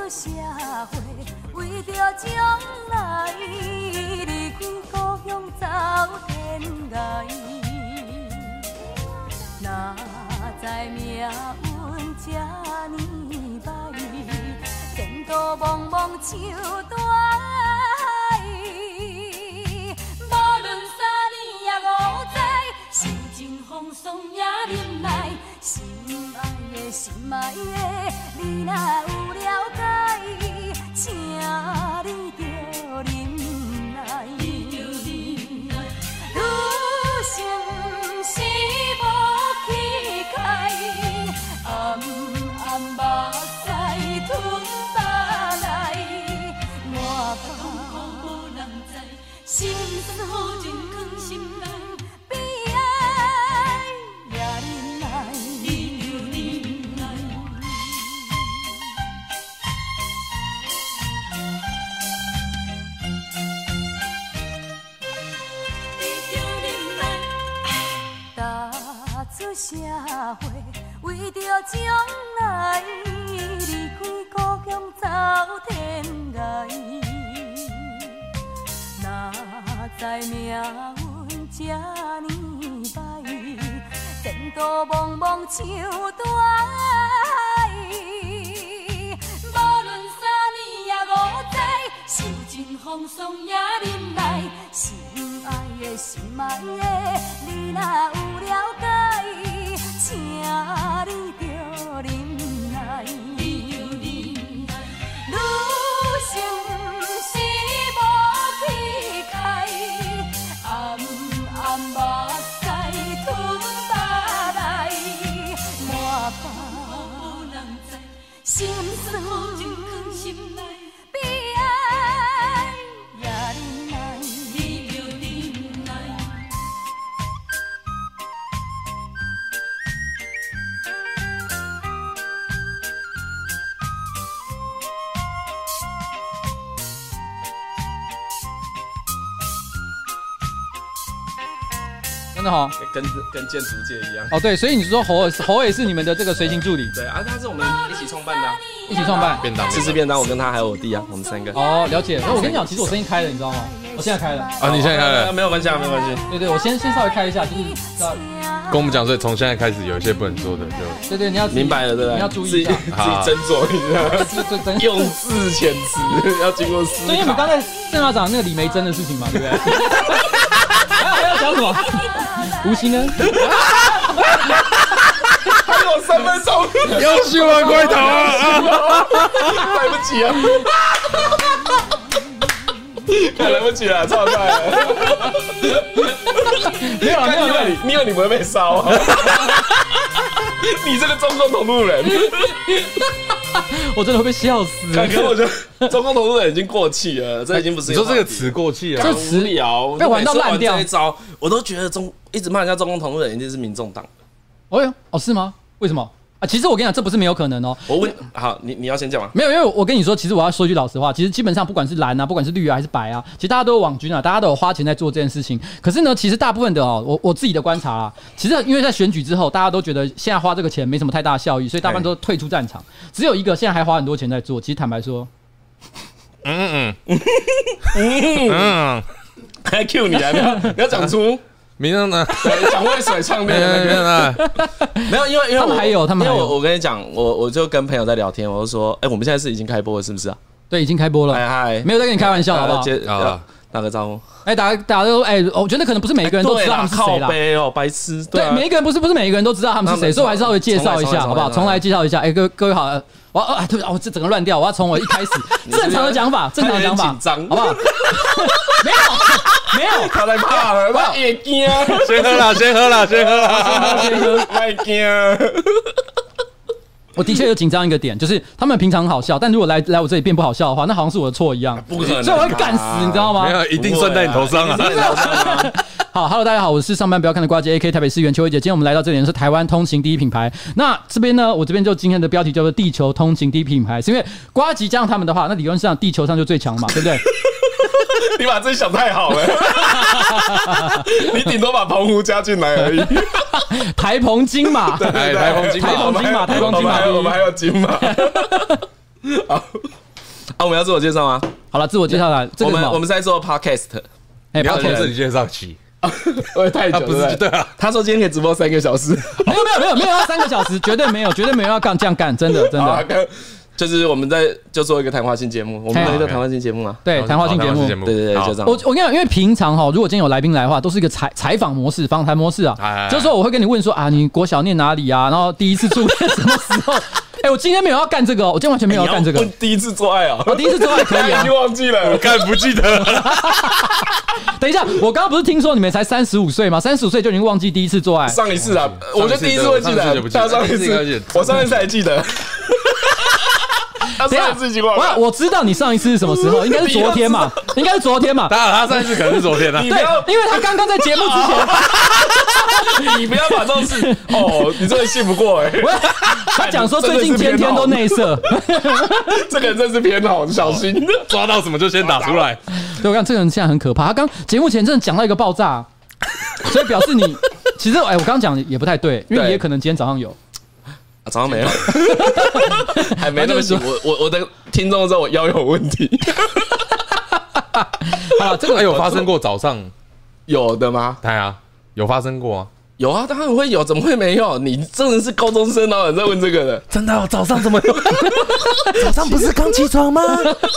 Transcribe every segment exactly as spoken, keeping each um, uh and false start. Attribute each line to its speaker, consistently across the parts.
Speaker 1: 社会，为着将来离开故乡走天涯。哪知命运这呢歹，前途茫茫像大海。无论三年也五载，受尽风霜也忍耐。心爱的，心爱的，你若有了解，请你着忍耐。女性不是无气概，暗暗目屎吞巴来，满腹无人知，心酸好人藏心内，悲哀也忍耐，你着忍耐。踏出社会，为着将来离开故乡走天涯。哪知命运这呢歹，前途茫茫像大海。无论三年也五载，受尽风霜也忍耐。心爱的，心爱的，你若有了解，请你着忍耐。女性不是无气概，暗暗目屎吞巴来，满腹无人知，心酸好人藏心内，悲哀也忍耐，你着忍耐。
Speaker 2: 真的好，
Speaker 3: 跟跟建筑界一样。
Speaker 2: 哦，对，所以你说侯尔侯尔是你们的这个随行助理，
Speaker 3: 对啊，他是我们一起创办的、啊，
Speaker 2: 一起创办
Speaker 4: 便当
Speaker 3: 吃吃便当，我跟他还有我弟啊，我们三个。
Speaker 2: 哦，了解。那我跟你讲，其实我声音开了，你知道吗？我现在开了。
Speaker 4: 啊，你现在开了，
Speaker 3: 没有关系啊，没有关系。
Speaker 2: 对对，我先先稍微开一下，就是
Speaker 4: 跟我们讲，所以从现在开始有一些不能说的就。
Speaker 2: 对对，你要
Speaker 3: 明白了，对不对？
Speaker 2: 你要注意一下，
Speaker 3: 自己斟酌一下，用字遣词要经过思考。
Speaker 2: 所以你们刚才郑校长那个李梅珍的事情嘛，对不对？还要讲什么？吴昕呢？
Speaker 3: 还有三分钟，
Speaker 4: 要去玩快逃啊！
Speaker 3: 来不及啊！来不及了，超快了！
Speaker 2: 没有没有没有，
Speaker 3: 你以为你不会被烧啊？你这个中共同路人，
Speaker 2: 我真的会被笑死。
Speaker 3: 可是我觉得中共同路人已经过气了，这已经不是。
Speaker 4: 你说这个词过气了，
Speaker 2: 这词
Speaker 3: 聊
Speaker 2: 被玩到烂掉。
Speaker 3: 这一招我都觉得中一直骂人家中共同路人一定是民众党的。
Speaker 2: 哦哟，哦是吗？为什么？啊，其实我跟你讲，这不是没有可能哦。
Speaker 3: 我问，好，你你要先讲吗？
Speaker 2: 没有，因为我跟你说，其实我要说句老实话，其实基本上不管是蓝啊，不管是绿啊，还是白啊，其实大家都有网军啊，大家都有花钱在做这件事情。可是呢，其实大部分的哦，我我自己的观察啊，其实因为在选举之后，大家都觉得现在花这个钱没什么太大的效益，所以大部分都退出战场。只有一个现在还花很多钱在做。其实坦白说，
Speaker 4: 嗯嗯嗯嗯，
Speaker 3: 还 Q 你啊？你要你要讲出。
Speaker 4: 民众党
Speaker 3: 蒋渭水唱片的那个，没有，因为因为
Speaker 2: 他们还有，他们还有。
Speaker 3: 因为我我跟你讲，我我就跟朋友在聊天，我就说，哎，我们现在是已经开播了，是不是啊？
Speaker 2: 对，已经开播了。
Speaker 3: 嗨嗨，
Speaker 2: 没有在跟你开玩笑，好不好？
Speaker 3: 好，打个招呼。
Speaker 2: 哎，打打个哎，我觉得可能不是每一个人都知道他们是谁啦。
Speaker 3: 靠背哦，白痴。
Speaker 2: 对，每一个人不是不是每一个人都知道他们是谁，所以我还是稍微介绍一下，好不好？重来介绍一下。哎，各各位好。我啊，对不起，我这整个乱掉，我要从我一开始正常的讲法，正常的讲法，好不好？没有，没有，
Speaker 3: 他在怕了，他也惊。
Speaker 4: 先喝啦，先喝啦，先喝啦，
Speaker 2: 先喝，
Speaker 3: 太惊。
Speaker 2: 我的确有紧张一个点，就是他们平常很好笑，但如果来来我这里变不好笑的话，那好像是我的错一样，
Speaker 3: 不可能，
Speaker 2: 所以我会干死，你知道吗？
Speaker 4: 没有，一定算在你头上啊！
Speaker 2: 好 ，Hello， 大家好，我是上班不要看的呱姐 A K 台北市议员邱慧姐。今天我们来到这里是台湾通勤第一品牌。那这边呢，我这边就今天的标题叫做“地球通勤第一品牌”，是因为呱吉加上他们的话，那理论上地球上就最强嘛，对不对？
Speaker 3: 你把自己想太好了，你顶多把澎湖加进来而已。
Speaker 2: 台澎金马，
Speaker 3: 对对对，
Speaker 4: 台澎金马，
Speaker 2: 台澎金马，台澎金马，
Speaker 3: 我们还有金马。 好，啊，我们要自我介绍吗？
Speaker 2: 好了，自我介绍了。
Speaker 3: 我们我们是在做 podcast，
Speaker 2: 哎，
Speaker 4: 你要从
Speaker 2: podcast
Speaker 4: 自己介绍起。
Speaker 3: 会太久，
Speaker 4: 不是对啊？
Speaker 3: 他说今天可以直播三个小时，
Speaker 2: 没有没有没有没有要三个小时，绝对没有，绝对没有要干这样干，真的真的。
Speaker 3: 就是我们在就做一个谈话性节目，我们的一个谈话性节目嘛，
Speaker 2: 对，谈话性节目，
Speaker 3: 对对对，就这样。
Speaker 2: 我我跟你讲，因为平常哈，如果今天有来宾来的话，都是一个采采访模式、访谈模式啊，就是说我会跟你问说啊，你国小念哪里啊？然后第一次住什么时候？哎，我今天没有要干这个，我今天完全没有要干这个。
Speaker 3: 第一次做爱啊？
Speaker 2: 我第一次做爱可以啊？
Speaker 3: 已经忘记了，
Speaker 4: 我干不记得。
Speaker 2: 等一下，我刚刚不是听说你们才三十五岁吗？三十五岁就已经忘记第一次做爱？
Speaker 3: 上一次啊，我就第一次会记得，他上一次，我上一次还记得。他上一次已经忘了。
Speaker 2: 我知道你上一次是什么时候，应该是昨天嘛，应该是昨天嘛。
Speaker 4: 当然，他上一次可能是昨天啊。
Speaker 2: 对，因为他刚刚在节目之前，
Speaker 3: 你不要把这种事哦，你真的信不过哎。
Speaker 2: 他讲说最近天天都内射，
Speaker 3: 这个人真是偏好，小心
Speaker 4: 抓到什么就先打出来。
Speaker 2: 对，我看这个人现在很可怕。他刚节目前真的讲到一个爆炸，所以表示你其实哎，我刚刚讲也不太对，因为你也可能今天早上有。
Speaker 3: 早上没有，还没那么醒。我我我的听众知道我腰有问题。
Speaker 4: 啊，这个有发生过早上
Speaker 3: 有的吗？
Speaker 4: 对啊，有发生过啊。
Speaker 3: 有啊，当然会有，怎么会没有？你真的是高中生啊！你在问这个的，
Speaker 4: 真的、哦？早上怎么有？早上不是刚起床吗？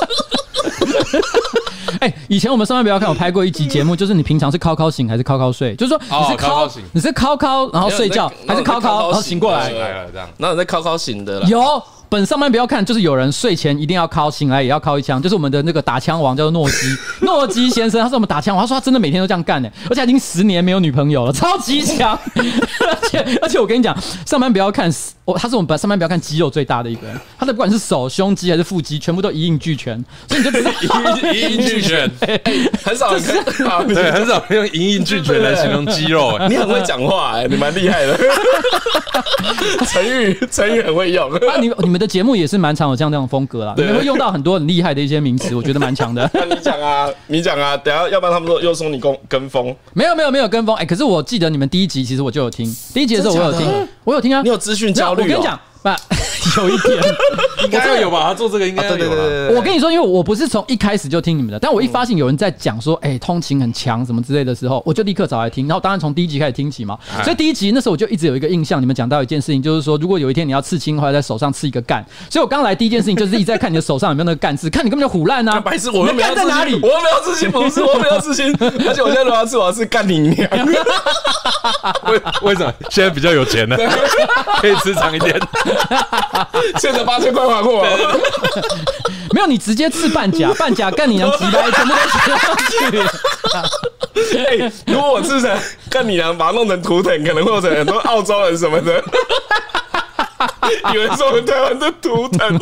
Speaker 2: 哎、欸，以前我们上班不要看，我拍过一集节目，就是你平常是靠靠醒还是靠靠睡？就是说你是靠、哦、你是靠靠然后睡觉，还是靠靠然后醒过来？
Speaker 4: 这样，
Speaker 3: 然后你在靠靠醒的啦。
Speaker 2: 有。本上班不要看，就是有人睡前一定要敲，醒来也要敲一枪，就是我们的那个打枪王叫做诺基，诺基先生，他是我们打枪王，他说他真的每天都这样干呢，而且他已经十年没有女朋友了，超级强。而且而且我跟你讲，上班不要看，他是我们上班不要看肌肉最大的一个人，他的不管是手、胸肌还是腹肌，全部都一应俱全，所以你就知道
Speaker 4: 一应俱全，
Speaker 3: 很少人
Speaker 4: 对，很少人用一应俱全来形容肌肉。
Speaker 3: 你很会讲话，哎，你蛮厉害的。成语成语很会用。
Speaker 2: 啊，你你们的节目也是蛮常有这样这样的风格啦，你们会用到很多很厉害的一些名词，我觉得蛮强的。
Speaker 3: 那你讲啊，你讲啊，等一下要不然他们说又说你跟跟风。
Speaker 2: 没有没有没有跟风，哎、欸，可是我记得你们第一集其实我就有听，第一集的时候我有听，我有听啊。
Speaker 3: 你有资讯焦虑、哦？
Speaker 2: 我跟你讲。啊，有一点，
Speaker 4: 应该有吧？他做这个应该有、啊。对对对对。
Speaker 2: 我跟你说，因为我不是从一开始就听你们的，但我一发现有人在讲说，哎、欸，通勤很强什么之类的时候，我就立刻找来听。然后当然从第一集开始听起嘛，所以第一集那时候我就一直有一个印象，你们讲到一件事情，就是说，如果有一天你要刺青的话，在手上刺一个干。所以我刚来第一件事情就是一直在看你的手上有没有那个干字，看你根本就唬烂啊！
Speaker 3: 白痴，我又没有
Speaker 2: 在哪里？
Speaker 3: 我又没有刺青，不是，我没有刺青，而且我现在如果要刺，我要刺干你娘！
Speaker 4: 为为什么？现在比较有钱呢，可以吃长一点。
Speaker 3: 现在八千块还过，
Speaker 2: 没有你直接刺半甲，半甲干你娘几百，全部都刺上去。
Speaker 3: 欸、如果我刺成干你娘，把它弄成图腾，可能会有很多澳洲人什么的，以为是我们台湾的图腾。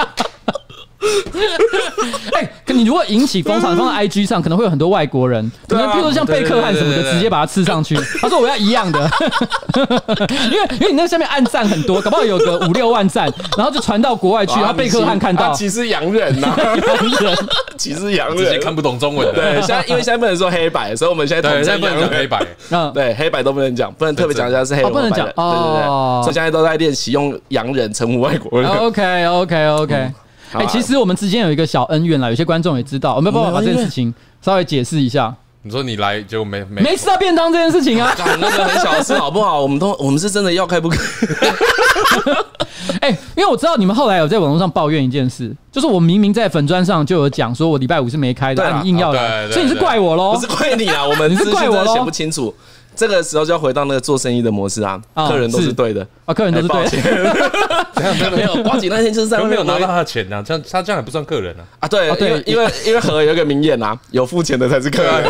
Speaker 2: 哎、欸，你如果引起风潮，放在 I G 上，可能会有很多外国人，可能比如说像贝克汉什么的，直接把它刺上去。他说我要一样的，因为因为你那下面按赞很多，搞不好有个五六万赞，然后就传到国外去，然后贝克汉看到，
Speaker 3: 歧视洋人呐、啊，
Speaker 2: 洋人
Speaker 3: 歧视洋人，
Speaker 4: 直接看不懂中文的。
Speaker 3: 对，现在因为现在不能说黑白，所以我们现在统称
Speaker 4: 不能讲黑白，
Speaker 3: 嗯，对，黑白都不能讲，不能特别讲一下是黑人、哦，
Speaker 2: 不能讲，
Speaker 3: 对对对，所以现在都在练习用洋人称呼外国人。
Speaker 2: OK OK OK。嗯哎、欸，其实我们之间有一个小恩怨啦，有些观众也知道，我们要不要把这件事情稍微解释一下？
Speaker 4: 你说你来结果没没
Speaker 2: 没吃到便当这件事情啊？
Speaker 3: 那个很小的事好不好？我们都我们是真的要开不开？
Speaker 2: 哎、欸，因为我知道你们后来有在网络上抱怨一件事，就是我明明在粉专上就有讲说我礼拜五是没开的，啊、你硬要来，所以你是怪我咯？
Speaker 3: 不是怪你啊，我们
Speaker 2: 你是怪我咯？
Speaker 3: 写不清楚。这个时候就要回到那个做生意的模式啊，哦、客人都是对的
Speaker 2: 啊，客人都是对
Speaker 3: 的。没有，瓜姐那天就是在
Speaker 4: 没有拿到他的钱啊，这样他这样也不算客人啊。
Speaker 3: 啊，对，啊、对，因为因为因为何有一个名言啊，有付钱的才是客人。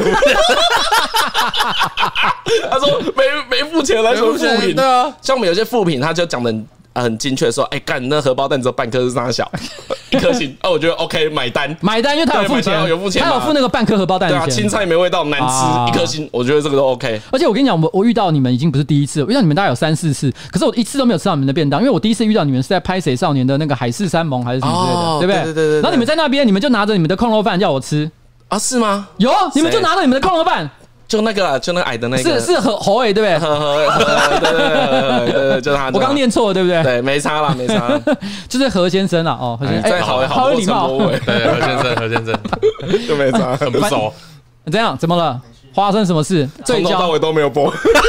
Speaker 3: 他说没没付钱来说副品，
Speaker 4: 对啊，
Speaker 3: 像我们有些副品，他就讲的很精确，说，哎、欸，干那荷包蛋只有半颗是啥小，一颗星，啊，我觉得 OK， 买单，
Speaker 2: 买单，因为他有付钱，
Speaker 3: 有付钱，
Speaker 2: 他有付那个半颗荷包蛋的钱，
Speaker 3: 对啊，青菜没味道，难吃，啊、一颗星，我觉得这个都 OK。
Speaker 2: 而且我跟你讲，我我遇到你们已经不是第一次，我遇到你们大概有三四次，可是我一次都没有吃到你们的便当，因为我第一次遇到你们是在拍《谁少年》的那个海誓山盟还是什么之类的，哦、对不对？
Speaker 3: 对对 对, 对。
Speaker 2: 然后你们在那边，你们就拿着你们的控肉饭要我吃
Speaker 3: 啊？是吗？
Speaker 2: 有，你们就拿着你们的控肉饭。
Speaker 3: 就那个，就那个矮的那个，
Speaker 2: 是是何侯伟对不对？
Speaker 3: 呵呵呵，对对对对对，就是他。
Speaker 2: 我刚念错了，对不对？
Speaker 3: 对，没差啦，没差啦，
Speaker 2: 就是何先生啊，哦，何先生，
Speaker 3: 哎，好
Speaker 2: 好有礼貌，
Speaker 4: 对，何先生，何先生
Speaker 3: 就没差，
Speaker 4: 很不熟。
Speaker 2: 怎样？怎么了？发生什么事？
Speaker 3: 从头到尾都没有播。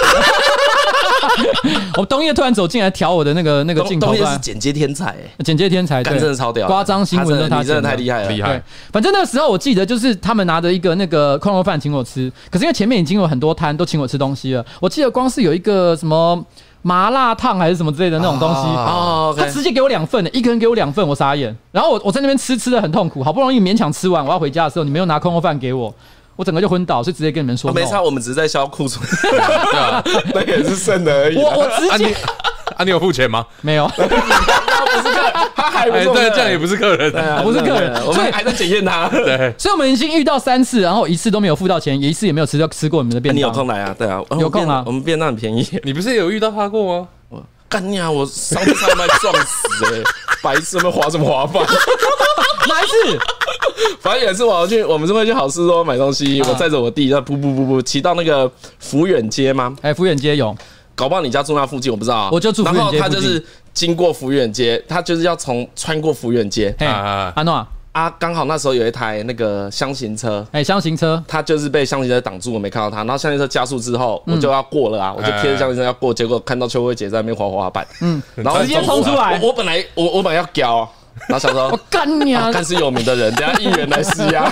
Speaker 2: 我东叶突然走进来调我的那个那个镜头，
Speaker 3: 东叶是剪接天才，
Speaker 2: 剪接天才，对，
Speaker 3: 真的超屌，
Speaker 2: 夸张新闻都他
Speaker 3: 真的太厉害了，
Speaker 4: 厉害。
Speaker 2: 反正那个时候我记得就是他们拿着一个那个空肉饭请我吃，可是因为前面已经有很多摊都请我吃东西了，我记得光是有一个什么麻辣烫还是什么之类的那种东西，
Speaker 3: 哦，
Speaker 2: 他直接给我两份的，一个人给我两份，我傻眼。然后我我在那边吃吃的很痛苦，好不容易勉强吃完，我要回家的时候，你没有拿空肉饭给我。我整个就昏倒，所以直接跟你们说、
Speaker 3: 啊，没差，我们只是在销库存，对啊，那也是剩的而已。
Speaker 2: 我我直接，
Speaker 4: 啊 你, 啊你有付钱吗？
Speaker 2: 没有，
Speaker 3: 不是客，他还不是、
Speaker 4: 欸，对，这样也不是客人，
Speaker 3: 对啊，
Speaker 2: 不是客人，
Speaker 3: 我们还在检验他。
Speaker 4: 对，
Speaker 2: 所以我们已经遇到三次，然后一次都没有付到钱，也一次也没有吃到吃过你们的便当。
Speaker 3: 啊、你有空来啊？对啊，
Speaker 2: 有空啊，
Speaker 3: 我们便当很便宜。
Speaker 4: 你不是有遇到他过吗？
Speaker 3: 干你啊！我上次差点把你撞死哎、欸！白痴们滑什么滑板？
Speaker 2: 哪一次？
Speaker 3: 反正有一次我要去，我们是会去好市多买东西，啊、我载着我弟，然后噗噗噗噗骑到那个福远街吗？
Speaker 2: 哎、欸，福远街有，
Speaker 3: 搞不好你家住那附近，我不知道、啊。
Speaker 2: 我就住福远街附近。
Speaker 3: 然后他就是经过福远街，他就是要从穿过福远街。
Speaker 2: 哎、啊，安诺
Speaker 3: 啊，刚好那时候有一台那个箱型车，
Speaker 2: 哎、欸，箱型车，
Speaker 3: 他就是被箱型车挡住，我没看到他。然后箱型车加速之后，我就要过了啊，嗯、我就贴着箱型车要过，结果看到邱慧姐在那边滑滑板，嗯，然后
Speaker 2: 直接冲出来。
Speaker 3: 我, 我本来我我本来要飙、啊，然后想说，
Speaker 2: 我干你啊！
Speaker 3: 看是有名的人，等下议员来施压。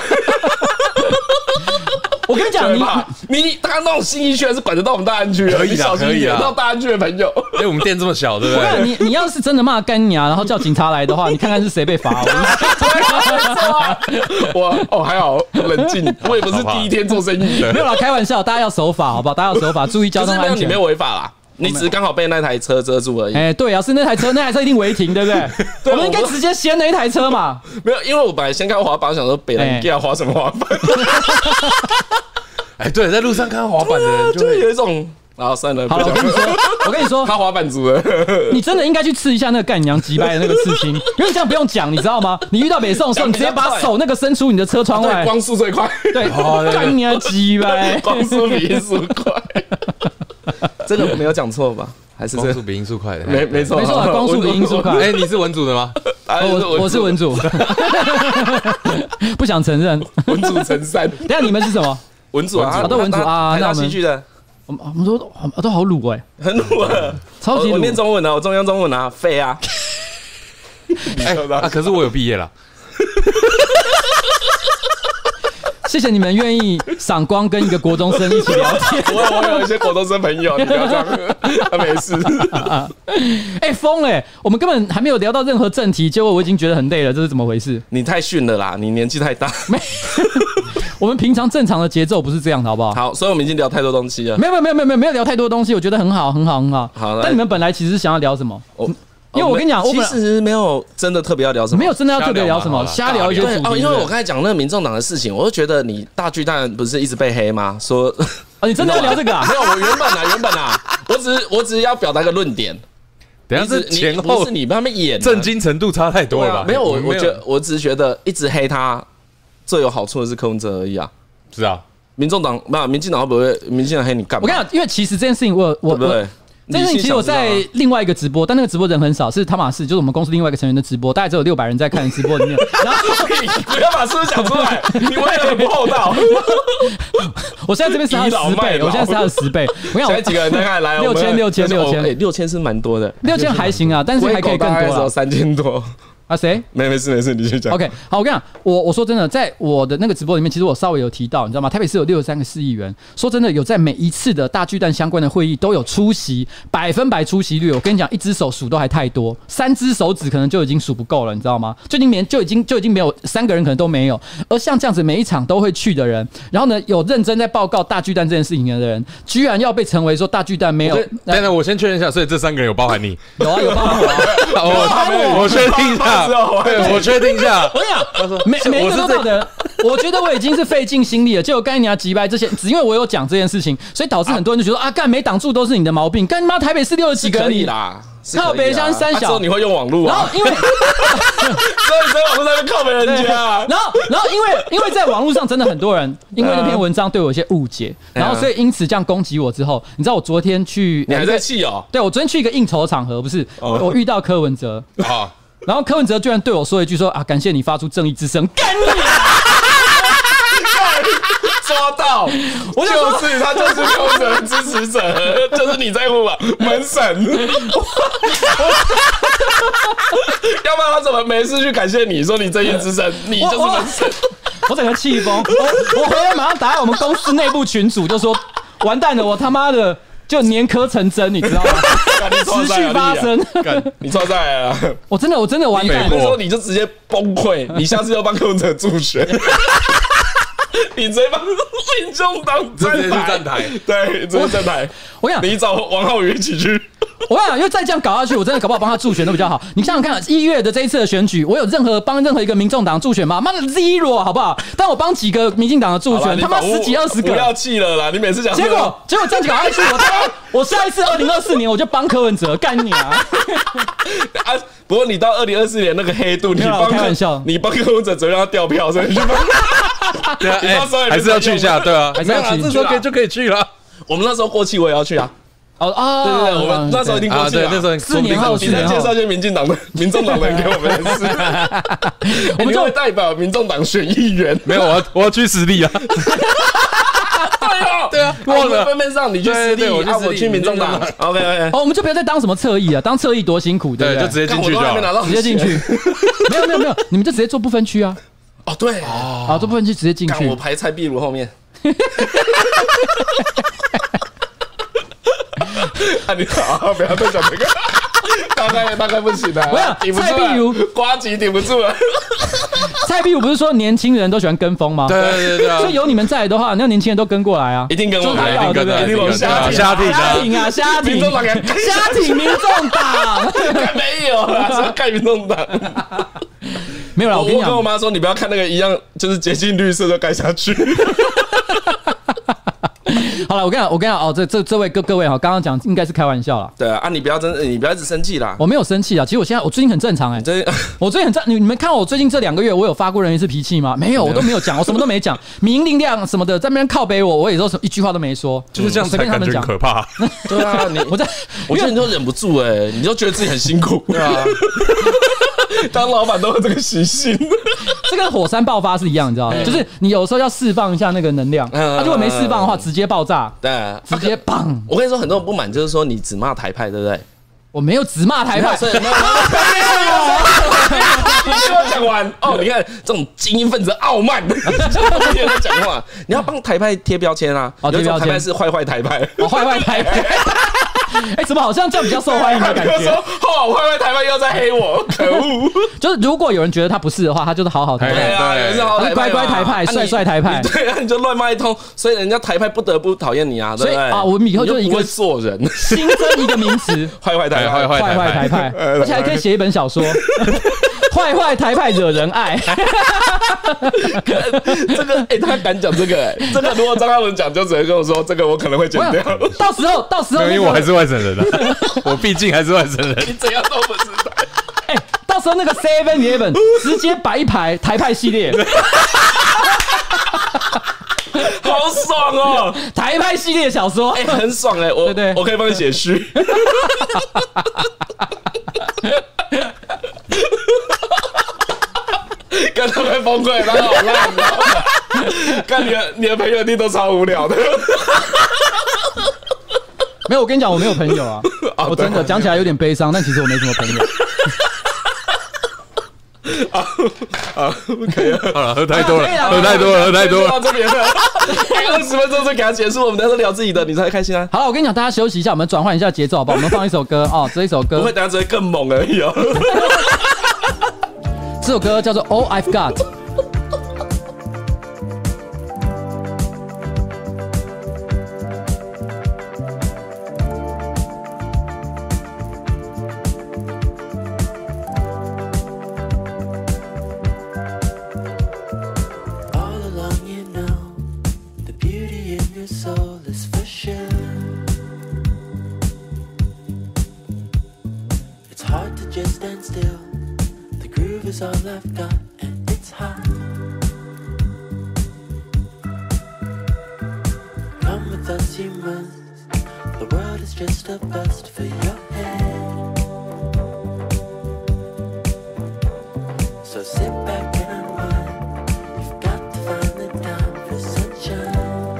Speaker 2: 我跟你讲，
Speaker 3: 你你他那种信义区还是管得到我们大安区的，
Speaker 4: 可以的，可以的，
Speaker 3: 到大安区的朋友。
Speaker 4: 因为我们店这么小，对不对？
Speaker 2: 你你要是真的骂干你啊，然后叫警察来的话，你看看是谁被罚。
Speaker 3: 我哦还好冷静，我也不是第一天做生意，
Speaker 2: 没有啦，开玩笑，大家要守法，好不好？大家要守法，注意交通安全。
Speaker 3: 你没有违法啦。你只是刚好被那台车遮住而已。
Speaker 2: 哎、欸，对啊，是那台车，那台车一定违停，对不对？对我们应该直接掀那一台车嘛。
Speaker 3: 没有，因为我本来先看滑板，想说北兰你要滑什么滑板？
Speaker 4: 哎、欸，对，在路上看到滑板的人就
Speaker 3: 会有一种，然后算了。
Speaker 2: 好了，我跟你说，我跟你说，
Speaker 3: 他滑板族的，
Speaker 2: 你真的应该去刺一下那个干娘击败的那个刺青，因为这样不用讲，你知道吗？你遇到北宋的时候，你直接把手那个伸出你的车窗外，
Speaker 3: 光速最快。
Speaker 2: 对，干娘击败，
Speaker 3: 光速比音速快。这个我没有讲错吧？还是
Speaker 4: 光速比音速快的？
Speaker 3: 没没错，
Speaker 2: 没错，光速比音速快。
Speaker 4: 哎、欸，你是文组的吗？
Speaker 2: 我我是文组，不想承认。
Speaker 3: 文组乘三。
Speaker 2: 等下你们是什么？
Speaker 3: 文组啊，
Speaker 2: 都文组啊。
Speaker 3: 那我们戏剧的，
Speaker 2: 我们我们都都好鲁哎，
Speaker 3: 很鲁啊，
Speaker 2: 超级鲁。
Speaker 3: 我念中文啊，我中央中文啊，废啊。
Speaker 4: 哎啊，可是我有毕业了。
Speaker 2: 谢谢你们愿意赏光跟一个国中生一起聊天。
Speaker 3: 我我有一些国中生朋友，你不要这样，他没事。
Speaker 2: 哎，疯了！我们根本还没有聊到任何正题，结果我已经觉得很累了，这是怎么回事？
Speaker 3: 你太逊了啦，你年纪太大。
Speaker 2: 没，我们平常正常的节奏不是这样的，好不好？
Speaker 3: 好，所以我们已经聊太多东西了。
Speaker 2: 没有没有没有没有没有聊太多东西，我觉得很好很好很好。
Speaker 3: 好，
Speaker 2: 但你们本来其实想要聊什么？因为我跟你讲，
Speaker 3: 其实没有真的特别要聊什么，
Speaker 2: 没有真的要特别聊什么，瞎聊一些主题。
Speaker 3: 哦，因为我刚才讲那个民众党的事情，我就觉得你大巨蛋不是一直被黑吗？说
Speaker 2: 哦，你真的要聊这个啊？
Speaker 3: 没有，我原本啊，原本啊，我只是我只是要表达一个论点。
Speaker 4: 等下这前后
Speaker 3: 不是你他们演
Speaker 4: 震惊程度差太多了吧？
Speaker 3: 没有，我我觉得我只是觉得一直黑他最有好处的是柯文哲而已啊。
Speaker 4: 是啊，
Speaker 3: 民众党不，民进党会不会民进党黑你干嘛？
Speaker 2: 我跟你讲，因为其实这件事情我我我。这件事情其实我在另外一个直播，但那个直播人很少，是汤马士，就是我们公司另外一个成员的直播，大概只有六百人在看直播里面。然后
Speaker 3: 不要把事讲出来，你为了很不厚道。
Speaker 2: 我现在这边是他的十倍，我现在是他的十倍。我想
Speaker 3: 现在几个人在看来
Speaker 2: 六千六千六千，
Speaker 3: 六千是蛮多的，
Speaker 2: 六千还行啊，但是还可以更多了，
Speaker 3: 三千多。
Speaker 2: 啊谁？
Speaker 3: 没没事没事，你去讲。
Speaker 2: OK， 好，我跟你讲，我我说真的，在我的那个直播里面，其实我稍微有提到，你知道吗？台北市有六十三个市议员，说真的，有在每一次的大巨蛋相关的会议都有出席，百分百出席率。我跟你讲，一只手数都还太多，三只手指可能就已经数不够了，你知道吗？就已经连就已经就已经没有三个人可能都没有。而像这样子每一场都会去的人，然后呢有认真在报告大巨蛋这件事情的人，居然要被成为说大巨蛋没有。
Speaker 4: 等等，我先确认一下，所以这三个人有包含你？
Speaker 2: 有啊，有包含我啊。
Speaker 4: 我我确定一下。我确定一下，
Speaker 2: 我跟你讲，他说每每一个都到的，我觉得我已经是费尽心力了。结果刚才你要击败这些，只因为我有讲这件事情，所以导致很多人就觉得啊，干没挡住都是你的毛病。干妈台北市六十几个人
Speaker 3: 啦，
Speaker 2: 靠北乡三小，
Speaker 3: 之后你会用网络啊？
Speaker 2: 然后因为
Speaker 3: 所以你在网络上面靠北人家、啊。
Speaker 2: 然后，然后因为因为在网络上真的很多人因为那篇文章对我有一些误解，然后所以因此这样攻击我之后，你知道我昨天去，
Speaker 3: 你还在气哦？
Speaker 2: 对，我昨天去一个应酬场合，不是、哦、我遇到柯文哲
Speaker 4: 啊，
Speaker 2: 然后柯文哲居然对我说一句说啊，感谢你发出正义之声，干你、啊！
Speaker 3: 抓到，我就就是他就是柯文哲的支持者，就是你在乎吧，门神。要不然他怎么没事去感谢你说你正义之声，你就是门神。
Speaker 2: 我整个气疯，我我回来马上打在我们公司内部群组，就说完蛋了，我他妈的就年科成真，你知道吗？持续发生，
Speaker 3: 你错在了，
Speaker 2: 我真的我真的完蛋，
Speaker 3: 那时候你就直接崩溃，你下次要帮柯文哲助选。你直接帮民众党站台，对，直接站台。
Speaker 2: 我跟你讲，
Speaker 3: 你找王浩宇一起去。
Speaker 2: 我跟你讲，因为再这样搞下去，我真的搞不好帮他助选都比较好。你想想看，一月的这一次的选举，我有任何帮任何一个民众党助选吗？妈的 zero 好不好？但我帮几个民进党的助选，他妈十几二十个，
Speaker 3: 不要气了啦！你每次讲，
Speaker 2: 结果结果这样搞下去，我他妈我下一次二零二四年我就帮柯文哲干你啊！
Speaker 3: 啊，不过你到二零二四年那个黑度，你帮
Speaker 2: 开玩笑，
Speaker 3: 你帮柯文哲只会让他掉票，所以你去帮。
Speaker 4: 对啊，哎，还是要去一下，对啊，
Speaker 2: 还是要去，
Speaker 4: 这时候可以就可以去了。
Speaker 3: 我们那时候过期，我也要去啊。
Speaker 2: 哦啊，
Speaker 3: 对对对，我们那时候一定过期了。
Speaker 4: 那时候
Speaker 2: 四年后，
Speaker 3: 你再介绍一些民进党的、民众党的人给我们认识。我们就会代表民众党选议员。
Speaker 4: 没有，我要我要去实力啊。
Speaker 3: 对啊，对啊，忘了分分上，你去实力，啊，我去民众党。OK OK，
Speaker 2: 哦，我们就不要再当什么侧翼了，当侧翼多辛苦，对不对？
Speaker 4: 就直接进去就好，
Speaker 2: 直接进去。没有没有没有，你们就直接做不分区啊。
Speaker 3: 哦，对，
Speaker 2: 啊，做不分区直接进去。
Speaker 3: 我排蔡壁如后面。啊，你好，不要再讲这个，大概大概不行的。
Speaker 2: 我想蔡壁如
Speaker 3: 呱吉顶不住了。
Speaker 2: 蔡壁如不是说年轻人都喜欢跟风吗？
Speaker 4: 对对对，
Speaker 2: 所以有你们在的话，那年轻人都跟过来啊，
Speaker 3: 一定跟过来，
Speaker 2: 对不对？
Speaker 3: 一定跟
Speaker 4: 瞎挺
Speaker 2: 瞎挺啊，瞎挺，瞎挺民众党，
Speaker 3: 没有啦，是看民众党。
Speaker 2: 没有啦，我跟你讲，
Speaker 3: 我跟我妈说，你不要看那个一样，就是接近绿色就盖下去。
Speaker 2: 好了，我跟你讲，我跟你讲哦，这这这位各各位哈，刚刚讲应该是开玩笑啦。
Speaker 3: 对啊，啊你不要真，你不要一直生气啦。
Speaker 2: 我没有生气啊，其实我现在我最近很正常哎、欸，
Speaker 3: 这
Speaker 2: 我最近很正，你们看我最近这两个月，我有发过人一次脾气吗？没有，我都没有讲，我什么都没讲，明力量什么的在那边靠北我，我也都一句话都没说，
Speaker 4: 就是这样才感觉可怕。
Speaker 3: 对啊，你
Speaker 2: 我在，
Speaker 3: 我觉得你都忍不住哎、欸，你就觉得自己很辛苦。对啊，当老板都有这个习性。
Speaker 2: 这跟火山爆发是一样，你知道吗？就是你有时候要释放一下那个能量，啊，如果没释放的话，直接爆炸。
Speaker 3: 对，
Speaker 2: 直接砰！
Speaker 3: 我跟你说，很多人不满，就是说你只骂台派，对不对？
Speaker 2: 我没有只骂台派，
Speaker 3: 所以没有。你听我讲完哦，你看这种精英分子傲慢，不听人讲话，你要帮台派贴标签啊！
Speaker 2: 哦，贴标签，
Speaker 3: 台派是坏坏台派，
Speaker 2: 哦，坏坏台派。哎，怎么好像这样比较受欢迎的感觉？
Speaker 3: 说哦，坏坏台派又在黑我，可恶！
Speaker 2: 就是如果有人觉得他不是的话，他就是好好台派，
Speaker 3: 对啊，有人是好台派，
Speaker 2: 乖乖台派，帅帅台派，
Speaker 3: 对啊，你就乱骂一通，所以人家台派不得不讨厌你啊，对不对？
Speaker 2: 啊，我们以后就是一个
Speaker 3: 做人，
Speaker 2: 新增一个名词，
Speaker 3: 坏坏台派，
Speaker 2: 坏坏台派，而且还可以写一本小说。坏坏台派惹人爱，
Speaker 3: 这个哎、欸，他敢讲这个哎、欸，这个如果张嘉伦讲，就只能跟我说，这个我可能会剪掉。
Speaker 2: 到时候，到时候、那個，
Speaker 4: 因为我还是外省人啊，我毕竟还是外省人，
Speaker 3: 你怎样都不知道。
Speaker 2: 哎、欸，到时候那个 Seven Eleven 直接摆一排台派系列，
Speaker 3: 好爽哦！
Speaker 2: 台派系列小说，
Speaker 3: 哎、欸，很爽哎、欸，我
Speaker 2: 对对，
Speaker 3: 我可以帮你写序。跟他们崩溃，他好烂哦！看你的你的朋友一定都超无聊的。
Speaker 2: 没有，我跟你讲，我没有朋友啊，哦、我真的讲起来有点悲伤，但其实我没什么朋友。
Speaker 3: 啊啊，可以了，
Speaker 4: 好了，喝太多了，喝太多了，喝太多了，
Speaker 3: 到这边了，二十分钟就给他结束，我们在这聊自己的，你才开心啊！
Speaker 2: 好了，我跟你讲，大家休息一下，我们转换一下节奏，好不好？我们放一首歌哦，这一首歌
Speaker 3: 不会，等下只会更猛而已哦。
Speaker 2: 这首歌叫做《All I've Got》。
Speaker 5: It's hard to just stand still. The groove is is all I've got and it's hot. Come with us, you must. The world is just a bust for your head. So sit back and unwind. You've got to find the time for sunshine.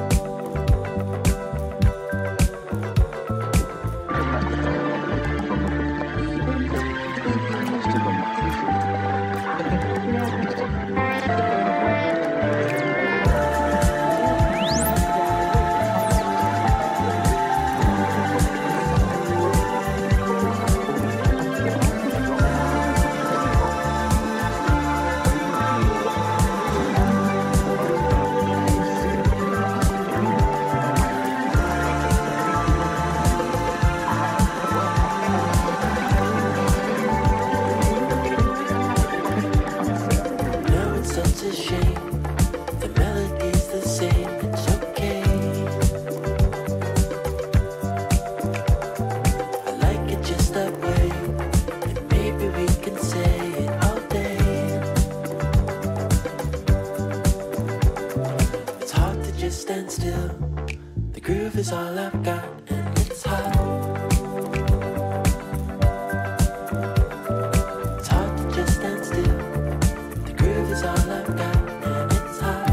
Speaker 5: Is all I've got and it's hot. It's hard to just stand still. The groove is all I've got and it's hot.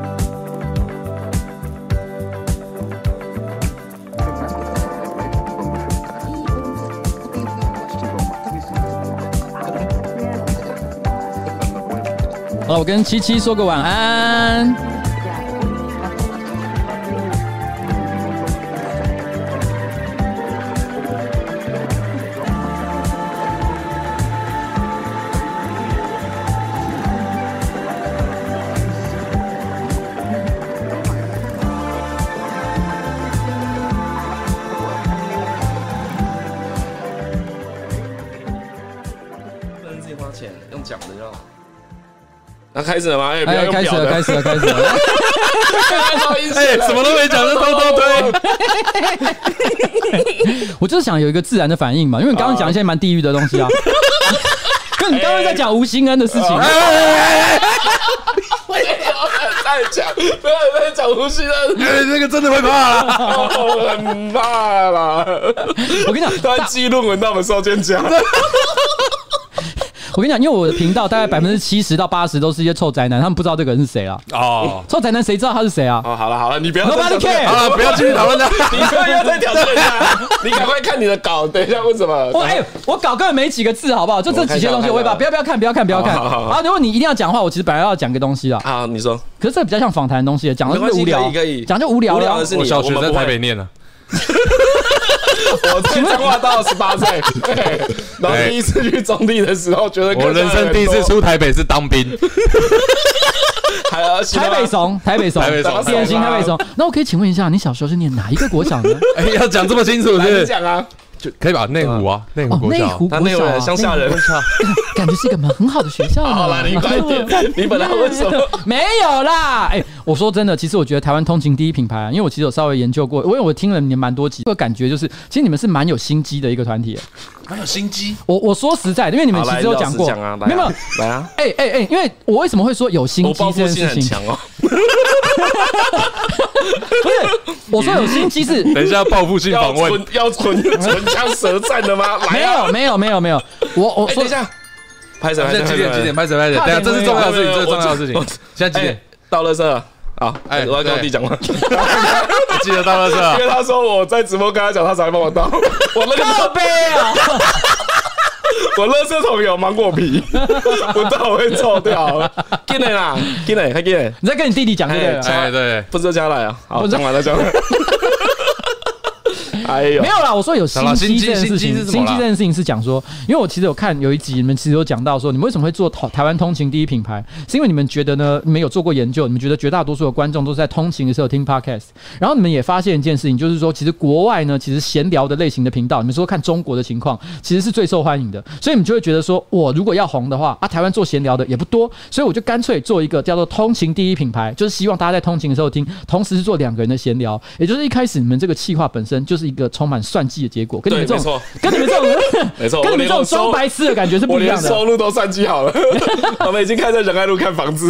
Speaker 2: 好，我跟七七说个晚安。
Speaker 3: 那开始了吗？哎、欸，不要用
Speaker 2: 开始了，开始了，开始了。
Speaker 4: 哎，什么都没讲就偷偷推。
Speaker 2: 我就是想有一个自然的反应嘛，因为你刚刚讲一些蛮地狱的东西啊。跟你刚刚在讲吴欣恩的事情。
Speaker 3: 不要再讲，不要再讲吴欣恩。
Speaker 4: 哎，那个真的会怕啦，
Speaker 3: 我很怕啦。
Speaker 2: 我跟你讲，
Speaker 3: 他记论文到我们收件夹。
Speaker 2: 我跟你讲，因为我的频道大概百分之七十到八十都是一些臭宅男，他们不知道这个人是谁啊。哦，臭宅男谁知道他是谁啊？
Speaker 3: 哦，好了好了，你不要
Speaker 2: Nobody care，
Speaker 4: 好了，不要继续讨论他。
Speaker 3: 你不要再挑战他，你赶快看你的稿，等一下问什么？
Speaker 2: 我哎、欸，我稿根本没几个字，好不好？就这几些东西，我会把不要不要看，不要看，不要看。好，如果你一定要讲话，我其实本来要讲个东西啦。
Speaker 3: 啊，你说。
Speaker 2: 可是这比较像访谈的东西，讲的是无聊，
Speaker 3: 可以，
Speaker 2: 讲就无聊了。
Speaker 4: 我小学在台北念了。
Speaker 3: 我在彰化到十八岁，然后第一次去中地的时候，觉得
Speaker 4: 我人生第一次出台北是当兵，
Speaker 3: 还有
Speaker 2: 台北怂，台北怂，
Speaker 4: 台北怂，
Speaker 2: 典型台北怂。那我可以请问一下，你小时候是念哪一个国小呢？
Speaker 4: 哎，要讲这么清楚是不是？
Speaker 3: 讲啊。
Speaker 4: 就可以吧？内湖啊，内湖国小，
Speaker 2: 内湖国小啊，
Speaker 3: 乡下人，
Speaker 2: 感觉是一个蛮很好的学校。
Speaker 3: 好了，你快点，你本来为什么
Speaker 2: 没有啦？哎，我说真的，其实我觉得台湾通勤第一品牌啊，因为我其实有稍微研究过，因为我听了你们蛮多集，这个感觉就是，其实你们是蛮有心机的一个团体，
Speaker 4: 蛮有心机。
Speaker 2: 我我说实在的，因为你们其实有讲过，没有
Speaker 3: 来啊，
Speaker 2: 哎哎哎，因为我为什么会说有心机这件事情？
Speaker 3: 哦。
Speaker 2: 不是，我说有心机是
Speaker 4: 等一下报复性访问，
Speaker 3: 要唇唇枪舌战的吗？
Speaker 2: 没有没有没有没有，我我
Speaker 3: 说等一下，拍谁？
Speaker 4: 现在几点？几点？拍谁？拍谁？等下，这是重要的事情，这是重要的事情。现在几点？
Speaker 3: 到垃圾了。好，哎，我要跟我弟讲话。
Speaker 4: 记得到垃圾啊！
Speaker 3: 因为他说我在直播跟他讲，他才帮我倒。我那个
Speaker 2: 杯啊！
Speaker 3: 我垃圾桶有芒果皮，不倒我会臭掉。进来啦，进来，快进来！
Speaker 2: 你在跟你弟弟讲对不对？
Speaker 4: 哎，对，
Speaker 3: 不知道将来啊。好，讲完了，讲完了。哎呦，
Speaker 2: 没有啦，我说有心机这件事情，心机这件事情是讲说，因为我其实有看有一集，你们其实有讲到说，你们为什么会做台湾通勤第一品牌，是因为你们觉得呢，你们有做过研究，你们觉得绝大多数的观众都是在通勤的时候听 podcast， 然后你们也发现一件事情，就是说，其实国外呢，其实闲聊的类型的频道，你们说看中国的情况，其实是最受欢迎的，所以你们就会觉得说，我如果要红的话，啊，台湾做闲聊的也不多，所以我就干脆做一个叫做通勤第一品牌，就是希望大家在通勤的时候听，同时是做两个人的闲聊，也就是一开始你们这个企划本身就是一个充满算计的结果，跟你们这
Speaker 3: 对
Speaker 2: 种
Speaker 3: 没错
Speaker 2: 跟你们这种
Speaker 3: 没错，
Speaker 2: 跟你们这种
Speaker 3: 我连我收
Speaker 2: 装白痴的感觉是不
Speaker 3: 我连
Speaker 2: 一样的。
Speaker 3: 收入都算计好了，我们已经开在仁爱路看房子，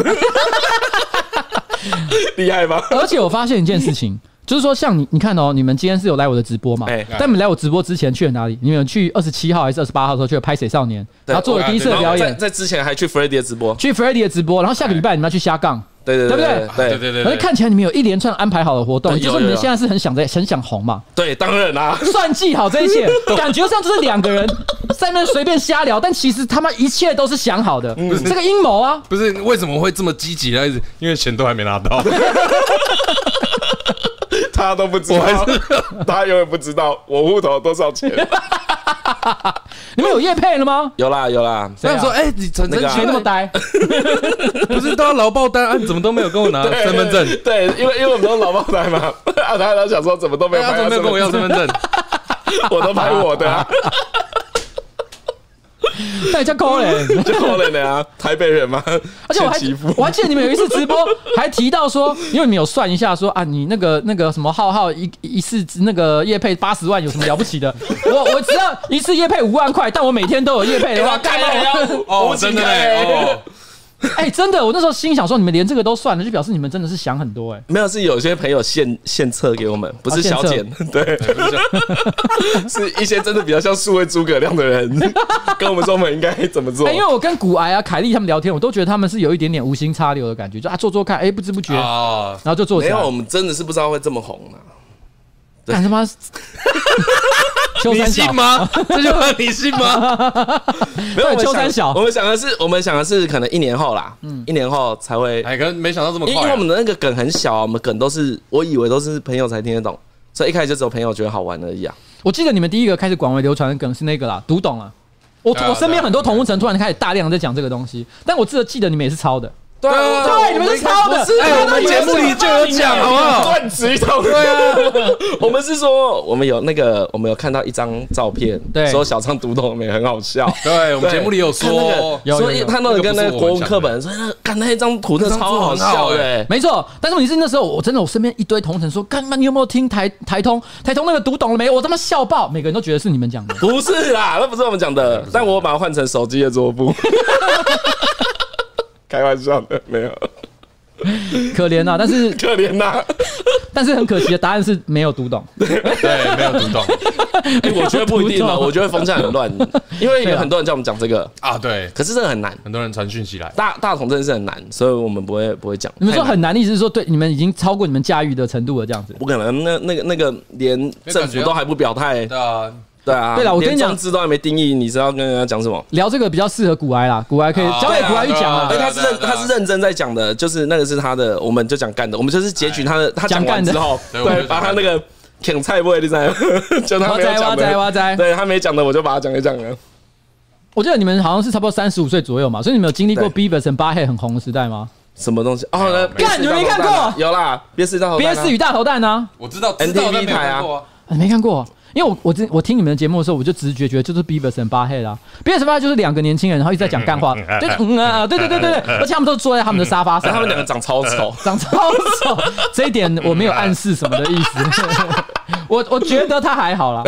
Speaker 3: 厉害吧？
Speaker 2: 而且我发现一件事情。就是说，像你，你看哦，你们今天是有来我的直播嘛？
Speaker 3: 哎
Speaker 2: 但你们来我直播之前去了哪里？你们有去二十七号还是二十八号的时候去了拍《水少年》，然后做了第一次的表演。
Speaker 3: 在在之前还去 Freddy 的直播，
Speaker 2: 去 Freddy 的直播，然后下个礼拜你们要去虾杠，
Speaker 3: 对对
Speaker 2: 对不对？
Speaker 3: 对
Speaker 4: 对对对对，
Speaker 2: 而且看起来你们有一连串安排好的活动，
Speaker 3: 对有有有
Speaker 2: 就是你们现在是很想在很想红嘛？
Speaker 3: 对，当然啦，
Speaker 2: 算计好这一切，感觉上就是两个人在那边随便瞎聊，但其实他妈一切都是想好的，这个阴谋啊！
Speaker 4: 不是为什么会这么积极呢？因为钱都还没拿到。
Speaker 3: 他都不知道，他永远不知道我户头有多少钱。
Speaker 2: 你们有业配了吗？
Speaker 3: 有啦有啦，
Speaker 4: 他想说，哎，你陈
Speaker 3: 那个啊
Speaker 2: 没那么呆，
Speaker 4: 不是都要劳报单啊？你怎么都没有跟我拿身份证？
Speaker 3: 对，因为因为我们都是老爆台嘛，啊，他他想说怎么都没有
Speaker 4: 他
Speaker 3: 拍到
Speaker 4: 怎么没有跟我要身份证？
Speaker 3: 我都拍我的啊，
Speaker 2: 那叫抠嘞。
Speaker 3: 就可怜的啊，台北人嘛，
Speaker 2: 而且我还
Speaker 3: 欠欺负
Speaker 2: 我还记得你们有一次直播还提到说，因为你们有算一下说啊，你那个那个什么浩浩一一次那个业配八十万有什么了不起的？我我知道一次业配五万块，但我每天都有业配的话，
Speaker 3: 干了要
Speaker 4: 哦，真的嘞，哦，
Speaker 2: 哎、真的，我那时候心想说，你们连这个都算了，就表示你们真的是想很多哎、
Speaker 3: 没有，是有些朋友献献策给我们，不是小简，对，是一些真的比较像数位诸葛亮的人，跟我们说我们应该怎么做
Speaker 2: 哎、。因为我跟古癌啊、凯莉他们聊天，我都觉得他们是有一点点无心插柳的感觉，就啊做做看，哎、不知不觉，
Speaker 4: 啊，
Speaker 2: 然后就做起来
Speaker 3: 没有，我。们真的是不知道会这么红啊！
Speaker 2: 干他妈！秋
Speaker 4: 你
Speaker 2: 三小
Speaker 4: 信吗？这句话你信吗？
Speaker 3: 没有，我们
Speaker 2: 秋三小
Speaker 3: 想我们想的是，我们想的是可能一年后啦，一年后才会，
Speaker 4: 哎，可能没想到这么
Speaker 3: 因为
Speaker 4: 快啊。
Speaker 3: 因为我们的那个梗很小啊，我们梗都是我以为都是朋友才听得懂，所以一开始就只有朋友觉得好玩而已啊。
Speaker 2: 我记得你们第一个开始广为流传的梗是那个啦，读懂了。我
Speaker 4: 对啊
Speaker 2: 我身边很多同温层突然开始大量的在讲这个东西，但我记得记得你们也是抄的。
Speaker 3: 对
Speaker 4: 啊
Speaker 2: 对，你们是抄的。
Speaker 3: 是
Speaker 4: 哎，我们节目里就有讲，好不好？
Speaker 3: 断指一通。对啊，我们是说，我们有那个，我们有看到一张照片，
Speaker 2: 对
Speaker 3: 说小昌读懂没很好笑。
Speaker 4: 对，我们节目里有
Speaker 3: 看那
Speaker 4: 说
Speaker 3: 个，所以
Speaker 2: 有有有
Speaker 3: 他那个跟那个国文课本，所以那看那一张图，那超好笑的、欸。
Speaker 2: 没错，但是问题是那时候我真的我身边一堆同城说，干嘛你有没有听台台通台通那个读懂了没？我他妈笑爆，每个人都觉得是你们讲的。
Speaker 3: 不是啦，那不是我们讲的，但我把它换成手机的桌布。开玩笑的，没有，
Speaker 2: 可怜啊，但是
Speaker 3: 可怜呐、
Speaker 2: 但是很可惜的答案是没有读懂。
Speaker 4: 对，没有读懂
Speaker 3: 欸我觉得不一定啊，我觉得风向很乱，因为有很多人叫我们讲这个，
Speaker 4: 啊。对，
Speaker 3: 可是这个很难，
Speaker 4: 很多人传讯息来，
Speaker 3: 大大同真的是很难，所以我们不会不会讲。
Speaker 2: 你们说
Speaker 3: 太
Speaker 2: 很难的意思是说，对你们已经超过你们驾驭的程度了，这样子。
Speaker 3: 不可能，那那个那个连政府都还不表态，
Speaker 4: 对啊，
Speaker 3: 对啊，
Speaker 2: 对啦我跟你讲
Speaker 3: 连装置都还没定义，你是要跟人家讲什么？
Speaker 2: 聊这个比较适合古埃啦，古埃可以
Speaker 4: 哦
Speaker 2: 交给古埃去讲啊
Speaker 3: 哎，
Speaker 4: 对。
Speaker 3: 他是认他是认真在讲的，就是那个是他的，我们就讲干的，我们就是截取他的，他讲完之后，对，
Speaker 4: 对我们就讲
Speaker 3: 把他那个啃菜味你知道吗？就他没有讲
Speaker 2: 哇哉哇哉哇哉
Speaker 3: 的，对他没讲的，我就把他讲一讲了。
Speaker 2: 我记得你们好像是差不多三十五岁左右嘛，所以你们有经历过
Speaker 3: 对
Speaker 2: Beavis and Butthead 很红的时代吗？
Speaker 3: 什么东西？哦，那
Speaker 2: 干你们没看过
Speaker 3: 有啦，憋死大头蛋啊，
Speaker 2: 憋死与大头蛋呢？
Speaker 4: 我知道
Speaker 3: N T V
Speaker 4: 知道但没有
Speaker 3: 台啊
Speaker 4: 看过啊。
Speaker 2: 你没看过？因为我我之我听你们的节目的时候，我就直觉觉得就是 Beavis and Butthead 啊 ，Beavis and Butthead 就是两个年轻人，然后一直在讲干话，对嗯啊，对对对对对，而且他们都坐在他们的沙发上，
Speaker 3: 但他们两个长超丑，
Speaker 2: 长超丑，这一点我没有暗示什么的意思。我我觉得他还好啦，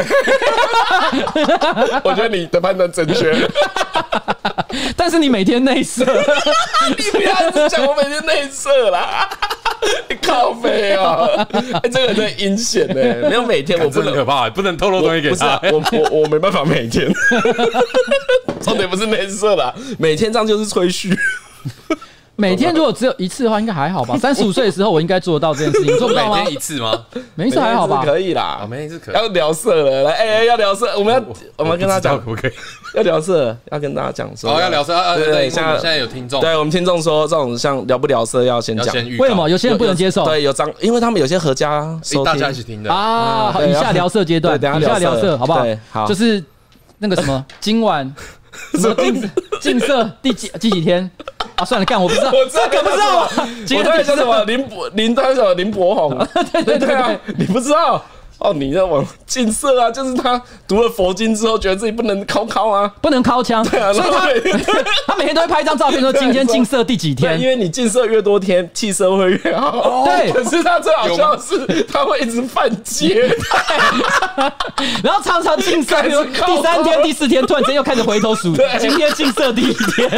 Speaker 3: 我觉得你的判断正确。
Speaker 2: 但是你每天内射，
Speaker 3: 你不要一直讲我每天内射啦，你靠背哦，哎，这个真的阴险呢，没有每天我不能
Speaker 4: 真的可怕，不能透露东西给
Speaker 3: 不是
Speaker 4: 他
Speaker 3: 啊。我我我没办法每天，重点不是内射啦，每天这样就是吹嘘。
Speaker 2: 每天如果只有一次的话，应该还好吧？三十五岁的时候，我应该做得到这件事情，你做不到吗
Speaker 4: 每？天一次吗？
Speaker 2: 每一次还好吧？
Speaker 3: 可以啦
Speaker 4: 啊，，每天一次可以。
Speaker 3: 要聊色了，来，哎、哎要聊色，我们要我们要跟他讲
Speaker 4: 我，不知道可不可以？
Speaker 3: 要聊色，要跟大家讲说，
Speaker 4: 哦，要聊色啊！
Speaker 3: 对对，
Speaker 4: 对对，
Speaker 3: 现在
Speaker 4: 现在现在有听众，
Speaker 3: 对我们听众说，这种像聊不聊色要先讲，
Speaker 4: 要先预告。
Speaker 2: 为什么有些人不能接受？
Speaker 3: 对，有张，因为他们有些合家收听，
Speaker 4: 大家一起听的？
Speaker 2: 啊，好，
Speaker 3: 对
Speaker 2: 以下聊色阶段，
Speaker 3: 对等下
Speaker 2: 以下
Speaker 3: 聊色
Speaker 2: 聊色，好不好
Speaker 3: 对？好
Speaker 2: 就是那个什么，今晚什么近近色第几第几天啊？算了，干我不知道，
Speaker 3: 我知道
Speaker 2: 这个不知道啊。今
Speaker 3: 我
Speaker 2: 天第几
Speaker 3: 在叫什么林博林，他叫什么林博宏，
Speaker 2: 对对对
Speaker 3: 对啊，你不知道， 哦，你在往近色啊，就是他读了佛经之后，觉得自己不能靠靠啊，
Speaker 2: 不能靠枪，
Speaker 3: 对啊，
Speaker 2: 所以他他每天都会拍一张照片，说今天近色第几
Speaker 3: 对，
Speaker 2: 天
Speaker 3: 因。为你近色越多天，气色会越好。
Speaker 2: 对
Speaker 3: 可是他最好笑的是，他会一直犯接。
Speaker 2: 然后常常近色，比如
Speaker 3: 开始靠
Speaker 2: 第三天、第四天，突然间又开始回头数
Speaker 3: 对，
Speaker 2: 今天近色第一天。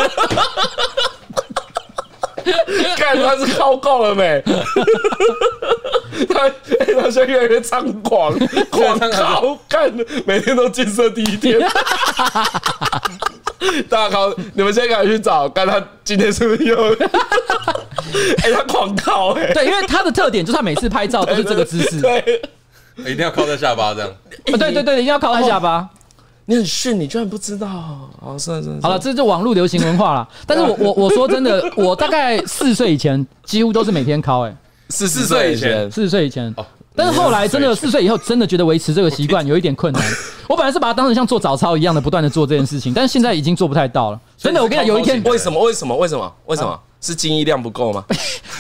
Speaker 3: 看他是靠够了没？他、欸、他现在越来越猖狂，狂靠，看每天都进色第一天。大家靠，你们现在赶紧去找，看他今天是不是又？哎、欸，他狂靠哎、欸！
Speaker 2: 对，因为他的特点就是他每次拍照都是这个姿势。
Speaker 3: 对，
Speaker 4: 一定要靠在下巴这样。
Speaker 2: 对对对，一定要靠在下巴。
Speaker 3: 你很逊，你居然不知道？好，算了算了。
Speaker 2: 好了，这就网络流行文化了。但是我我我说真的，我大概四岁以前几乎都是每天考，哎，
Speaker 3: 四十岁以前，
Speaker 2: 四十岁以前。但是后来真的四岁以后，真的觉得维持这个习惯有一点困难。我本来是把它当成像做早操一样的，不断的做这件事情，但是现在已经做不太到了。真的，我跟你讲，有一天
Speaker 3: 为什么？为什么？为什么？为什么？是精液量不够吗？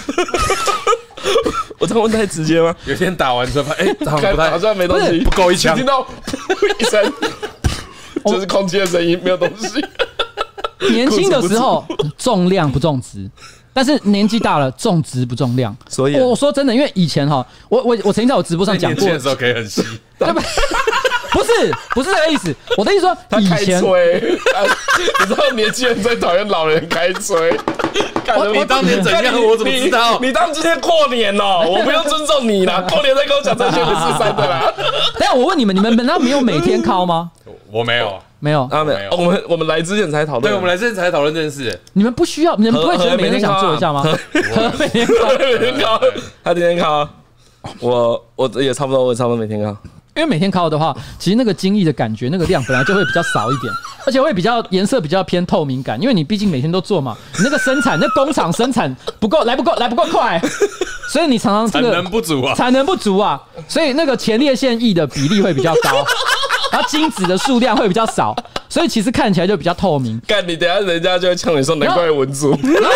Speaker 3: 我这样问太直接吗？
Speaker 4: 有一天打完之后，哎、欸，好像不太
Speaker 3: 好像没东西，
Speaker 4: 不够一枪，
Speaker 3: 听到一声，就是空气的声音，没有东西。
Speaker 2: 年轻的时候重量不重质。但是年纪大了，重质不重量，
Speaker 3: 所以
Speaker 2: 我说真的，因为以前哈，我我我曾经在我直播上讲过，
Speaker 4: 年轻的时候可以很细，
Speaker 2: 对不？不是不是这个意思，我的意思说，
Speaker 3: 他开
Speaker 2: 以前
Speaker 3: 吹，你知道年轻人最讨厌老人开吹。
Speaker 4: 你当年怎样，我怎么知道？
Speaker 3: 你当今天过年哦，我不用尊重你啦，过年再跟我讲这些不是三的啦。
Speaker 2: 但我问你们，你们难道没有每天考吗？
Speaker 4: 我没有。
Speaker 2: 没有
Speaker 3: 啊，没有，我们我们来之前才讨论，
Speaker 4: 对，我们来之前才讨论这件事。
Speaker 2: 你们不需要，你们不会觉得每天都想做一下吗？每天考，
Speaker 3: 每天考，他天天考，我我也差不多，我也差不多每天考。
Speaker 2: 因为每天考的话，其实那个精液的感觉，那个量本来就会比较少一点，而且会比较颜色比较偏透明感，因为你毕竟每天都做嘛，你那个生产，那工厂生产不够，来不够，来不够快，所以你常常这个
Speaker 4: 产能不足啊，
Speaker 2: 产能不足啊，所以那个前列腺液的比例会比较高。然后精子的数量会比较少，所以其实看起来就比较透明。
Speaker 3: 干你等一下人家就会呛你说难怪文组。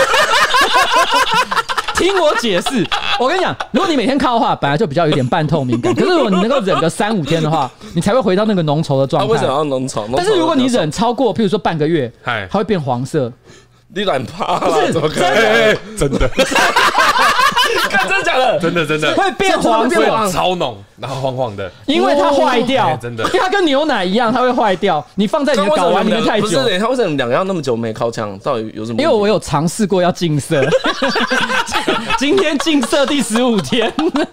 Speaker 2: 听我解释，我跟你讲，如果你每天靠的话，本来就比较有点半透明感。可是如果你能够忍个三五天的话，你才会回到那个浓稠的状态。
Speaker 3: 为什么要浓稠？
Speaker 2: 但是如果你忍超过，譬如说半个月，它会变黄色。
Speaker 3: 你软趴
Speaker 2: 不是
Speaker 3: 怎么可能？
Speaker 4: 真的，
Speaker 3: 看真的假的？
Speaker 4: 真的真的
Speaker 2: 会变黄色，
Speaker 4: 会超浓，然后黄黄的，
Speaker 2: 因为它坏掉，
Speaker 4: 欸、真的，
Speaker 2: 因为它跟牛奶一样，它会坏掉。你放在你的睾丸里面太久，
Speaker 3: 不是，他为什么两个要那么久没靠枪？到底有什么？
Speaker 2: 因为我有尝试过要净色，今天净色第十五天。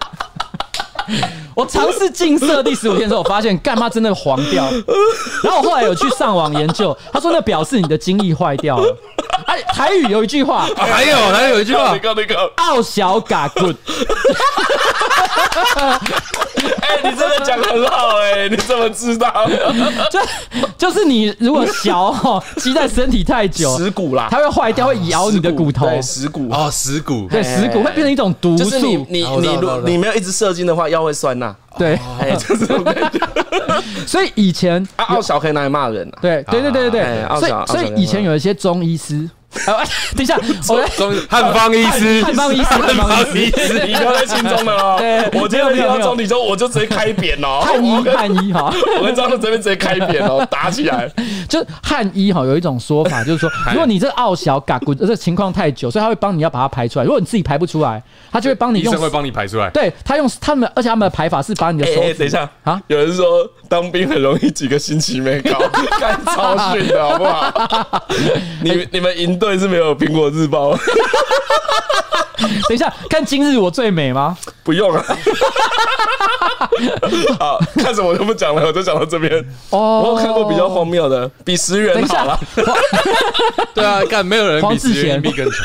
Speaker 2: 我尝试净色第十五天的时候，我发现干妈真的黄掉。然后我后来有去上网研究，他说那表示你的精液坏掉了。哎，台语有一句话，
Speaker 4: 啊、还有还有一句话，
Speaker 3: 那个那个
Speaker 2: 傲小嘎棍。
Speaker 3: 哎，你真的讲很好哎、欸，你怎么知道？
Speaker 2: 就就是你如果小哦积在身体太久，
Speaker 3: 蚀骨啦，
Speaker 2: 它会坏掉，会咬你的骨头。
Speaker 3: 对，蚀骨
Speaker 4: 哦，蚀骨，
Speaker 2: 对，蚀骨会变成一种毒素。
Speaker 3: 就是你你你你没有一直射精的话，腰会酸呐。
Speaker 2: 对，
Speaker 3: 哎，就是这种感觉。
Speaker 2: 所以以前
Speaker 3: 啊，傲小可以拿来骂人啊。
Speaker 2: 对对对对对对，所以所以以前有一些中医师。呃，等一下，我来
Speaker 4: 汉方医师，
Speaker 2: 汉方医师，汉方医师，
Speaker 3: 你不要再心中了哦。
Speaker 2: 对，
Speaker 3: 我今天听到中体之后，我就直接开扁哦。
Speaker 2: 汉医，汉医哈，
Speaker 3: 我跟张乐这边直接开扁哦，打起来。
Speaker 2: 就汉医哈，有一种说法，就是说，如果你这傲小嘎骨这个情况太久，所以他会帮你要把它排出来。如果你自己排不出来，他就会帮你用，
Speaker 4: 医生会帮你排出来。
Speaker 2: 对他用他们，而且他们的排法是把你的手指。
Speaker 3: 等一下
Speaker 2: 啊，
Speaker 3: 有人说当兵很容易几个星期没搞，干超逊的好不好？你你们营队是没有苹果日报？
Speaker 2: 等一下，看今日我最美吗？
Speaker 3: 不用啊。好，看什么就不讲了，我就讲到这边。哦，我有看过比较荒谬的，比十元好了。
Speaker 4: 对啊，干没有人比十元硬币更强。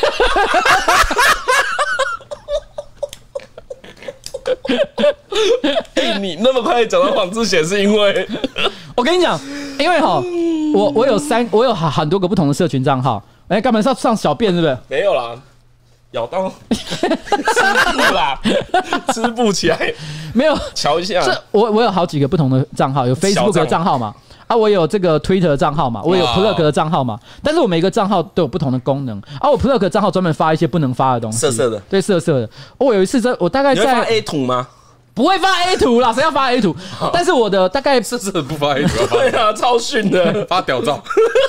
Speaker 3: 欸、你那么快讲到黄志贤，是因为
Speaker 2: 我跟你讲，因为哈，我我有三，我有很多个不同的社群账号。哎、欸，干嘛上上小便是不是？
Speaker 3: 没有啦，咬到吃布啦，吃布起来
Speaker 2: 没有
Speaker 3: 瞧一下。
Speaker 2: 这我我有好几个不同的账号，有 Facebook 的账号嘛，啊，我有这个 Twitter 的账号嘛，我有 Plug 的账号嘛，但是我每个账号都有不同的功能。啊，我 Plug 账号专门发一些不能发的东西，
Speaker 3: 色色的，
Speaker 2: 对，色色的。我有一次在，我大概在
Speaker 3: 你会发 A 图吗？
Speaker 2: 不会发 A 图啦，谁要发 A 图？但是我的大概
Speaker 4: 是是不发 A 图，
Speaker 3: 对啊，超逊的，
Speaker 4: 发屌照。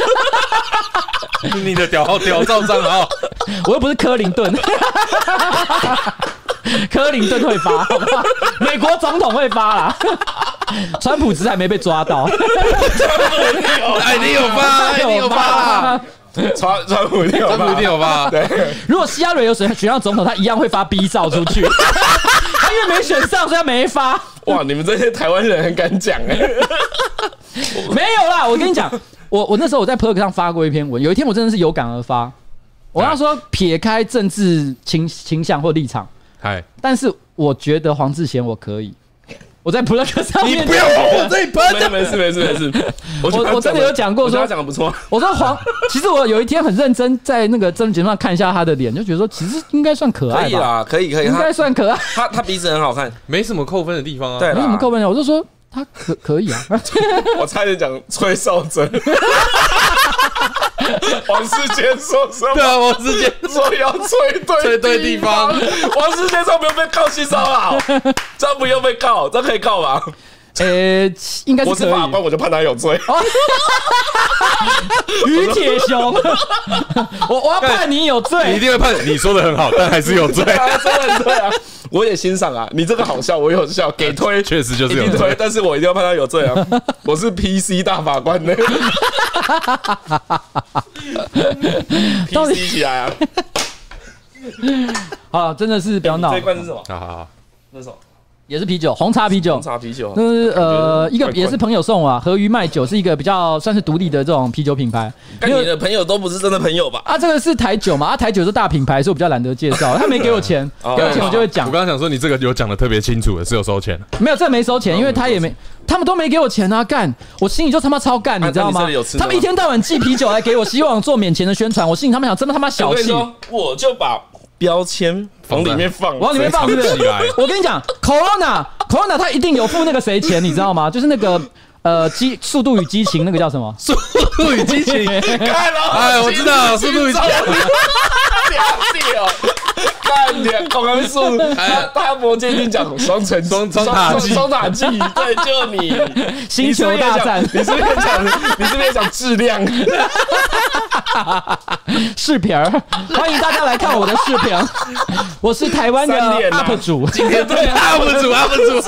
Speaker 4: 你的屌号屌照账号，
Speaker 2: 我又不是柯林顿，柯林顿会发，好不好？美国总统会发啦，川普只是还没被抓到。
Speaker 4: 哎，你有发，你有发啦。
Speaker 3: 川川普一定有发，
Speaker 4: 川普一定有发。
Speaker 3: 对，
Speaker 2: 如果希拉蕊有选选上总统，他一样会发 B 照出去。他因为没选上，所以他没发。
Speaker 3: 哇，你们这些台湾人很敢讲哎。
Speaker 2: 没有啦，我跟你讲，我我那时候我在 Plug 上发过一篇文，有一天我真的是有感而发。我要说，撇开政治倾倾向或立场，
Speaker 4: 嗨，
Speaker 2: 但是我觉得黄志贤我可以。我在 Plug 上面，
Speaker 4: 你不要往我这里喷。
Speaker 3: 没事没事没事，我
Speaker 2: 我真的有讲过说，
Speaker 3: 他讲的不错。
Speaker 2: 我说黄，其实我有一天很认真在那个政治节目上看一下他的脸，就觉得说其实应该算可爱吧，
Speaker 3: 可以啦，可以可以，
Speaker 2: 应该算可爱。
Speaker 3: 他他鼻子很好看，
Speaker 4: 没什么扣分的地方啊。
Speaker 3: 对，
Speaker 2: 没什么扣分的，我就说他可可以啊。
Speaker 3: 我差点讲崔少珍。王世坚说什么？
Speaker 4: 对啊，王世坚
Speaker 3: 说要吹对
Speaker 4: 吹对地方。
Speaker 3: 王世坚说不用被告性骚扰，这样不用被告，这样可以告吧？
Speaker 2: 呃，应该是可以。
Speaker 3: 我是法官，我就判他有罪。
Speaker 2: 于铁雄，我我要判你有罪，
Speaker 4: 你一定会判。你说的很好，但还是有罪。
Speaker 3: 对啊，真的很对啊，我也欣赏啊。你这个好笑，我有笑，给推，
Speaker 4: 确实就是有罪，
Speaker 3: 推，但是我一定要判他有罪啊。我是 P C 大法官呢。P C 起来啊！
Speaker 2: 好，真的是不要闹。
Speaker 3: 这一罐是什么？
Speaker 4: 好好好，
Speaker 3: 那是什么？
Speaker 2: 也是啤酒，红茶啤酒，
Speaker 3: 红茶啤酒，
Speaker 2: 那是呃一个也是朋友送我啊，和鱼麦酒是一个比较算是独立的这种啤酒品牌。
Speaker 3: 跟你的朋友都不是真的朋友吧？
Speaker 2: 啊，这个是台酒嘛，啊台酒是大品牌，所以我比较懒得介绍。他没给我钱，给我钱我就会讲。
Speaker 4: 我刚刚想说你这个有讲的特别清楚的，是有收钱？
Speaker 2: 没有，这个没收钱，因为他也没，他们都没给我钱啊，干，我心里就他妈超干，你知道吗？他们一天到晚寄啤酒来给我，希望做免钱的宣传，我心里他们想真的他妈小气。
Speaker 3: 我就把标签往里面放，
Speaker 2: 往里面放是不是？我跟你讲 ，Corona Corona 他一定有付那个谁钱，你知道吗？就是那个呃激速度与激情那个叫什么？
Speaker 4: 速度与激情，
Speaker 3: 看了，
Speaker 4: 哎，我知道速度与激情，
Speaker 3: 了解哦。看两广告数，他他魔界已经讲双层
Speaker 4: 双双塔技，
Speaker 3: 双塔技，对，就你
Speaker 2: 星球大战，
Speaker 3: 你是不是讲你是不是讲质量？
Speaker 2: 视频儿，欢迎大家来看我的视频。我是台湾的 U P 主，
Speaker 3: 今天对
Speaker 4: U P 主 U P 主，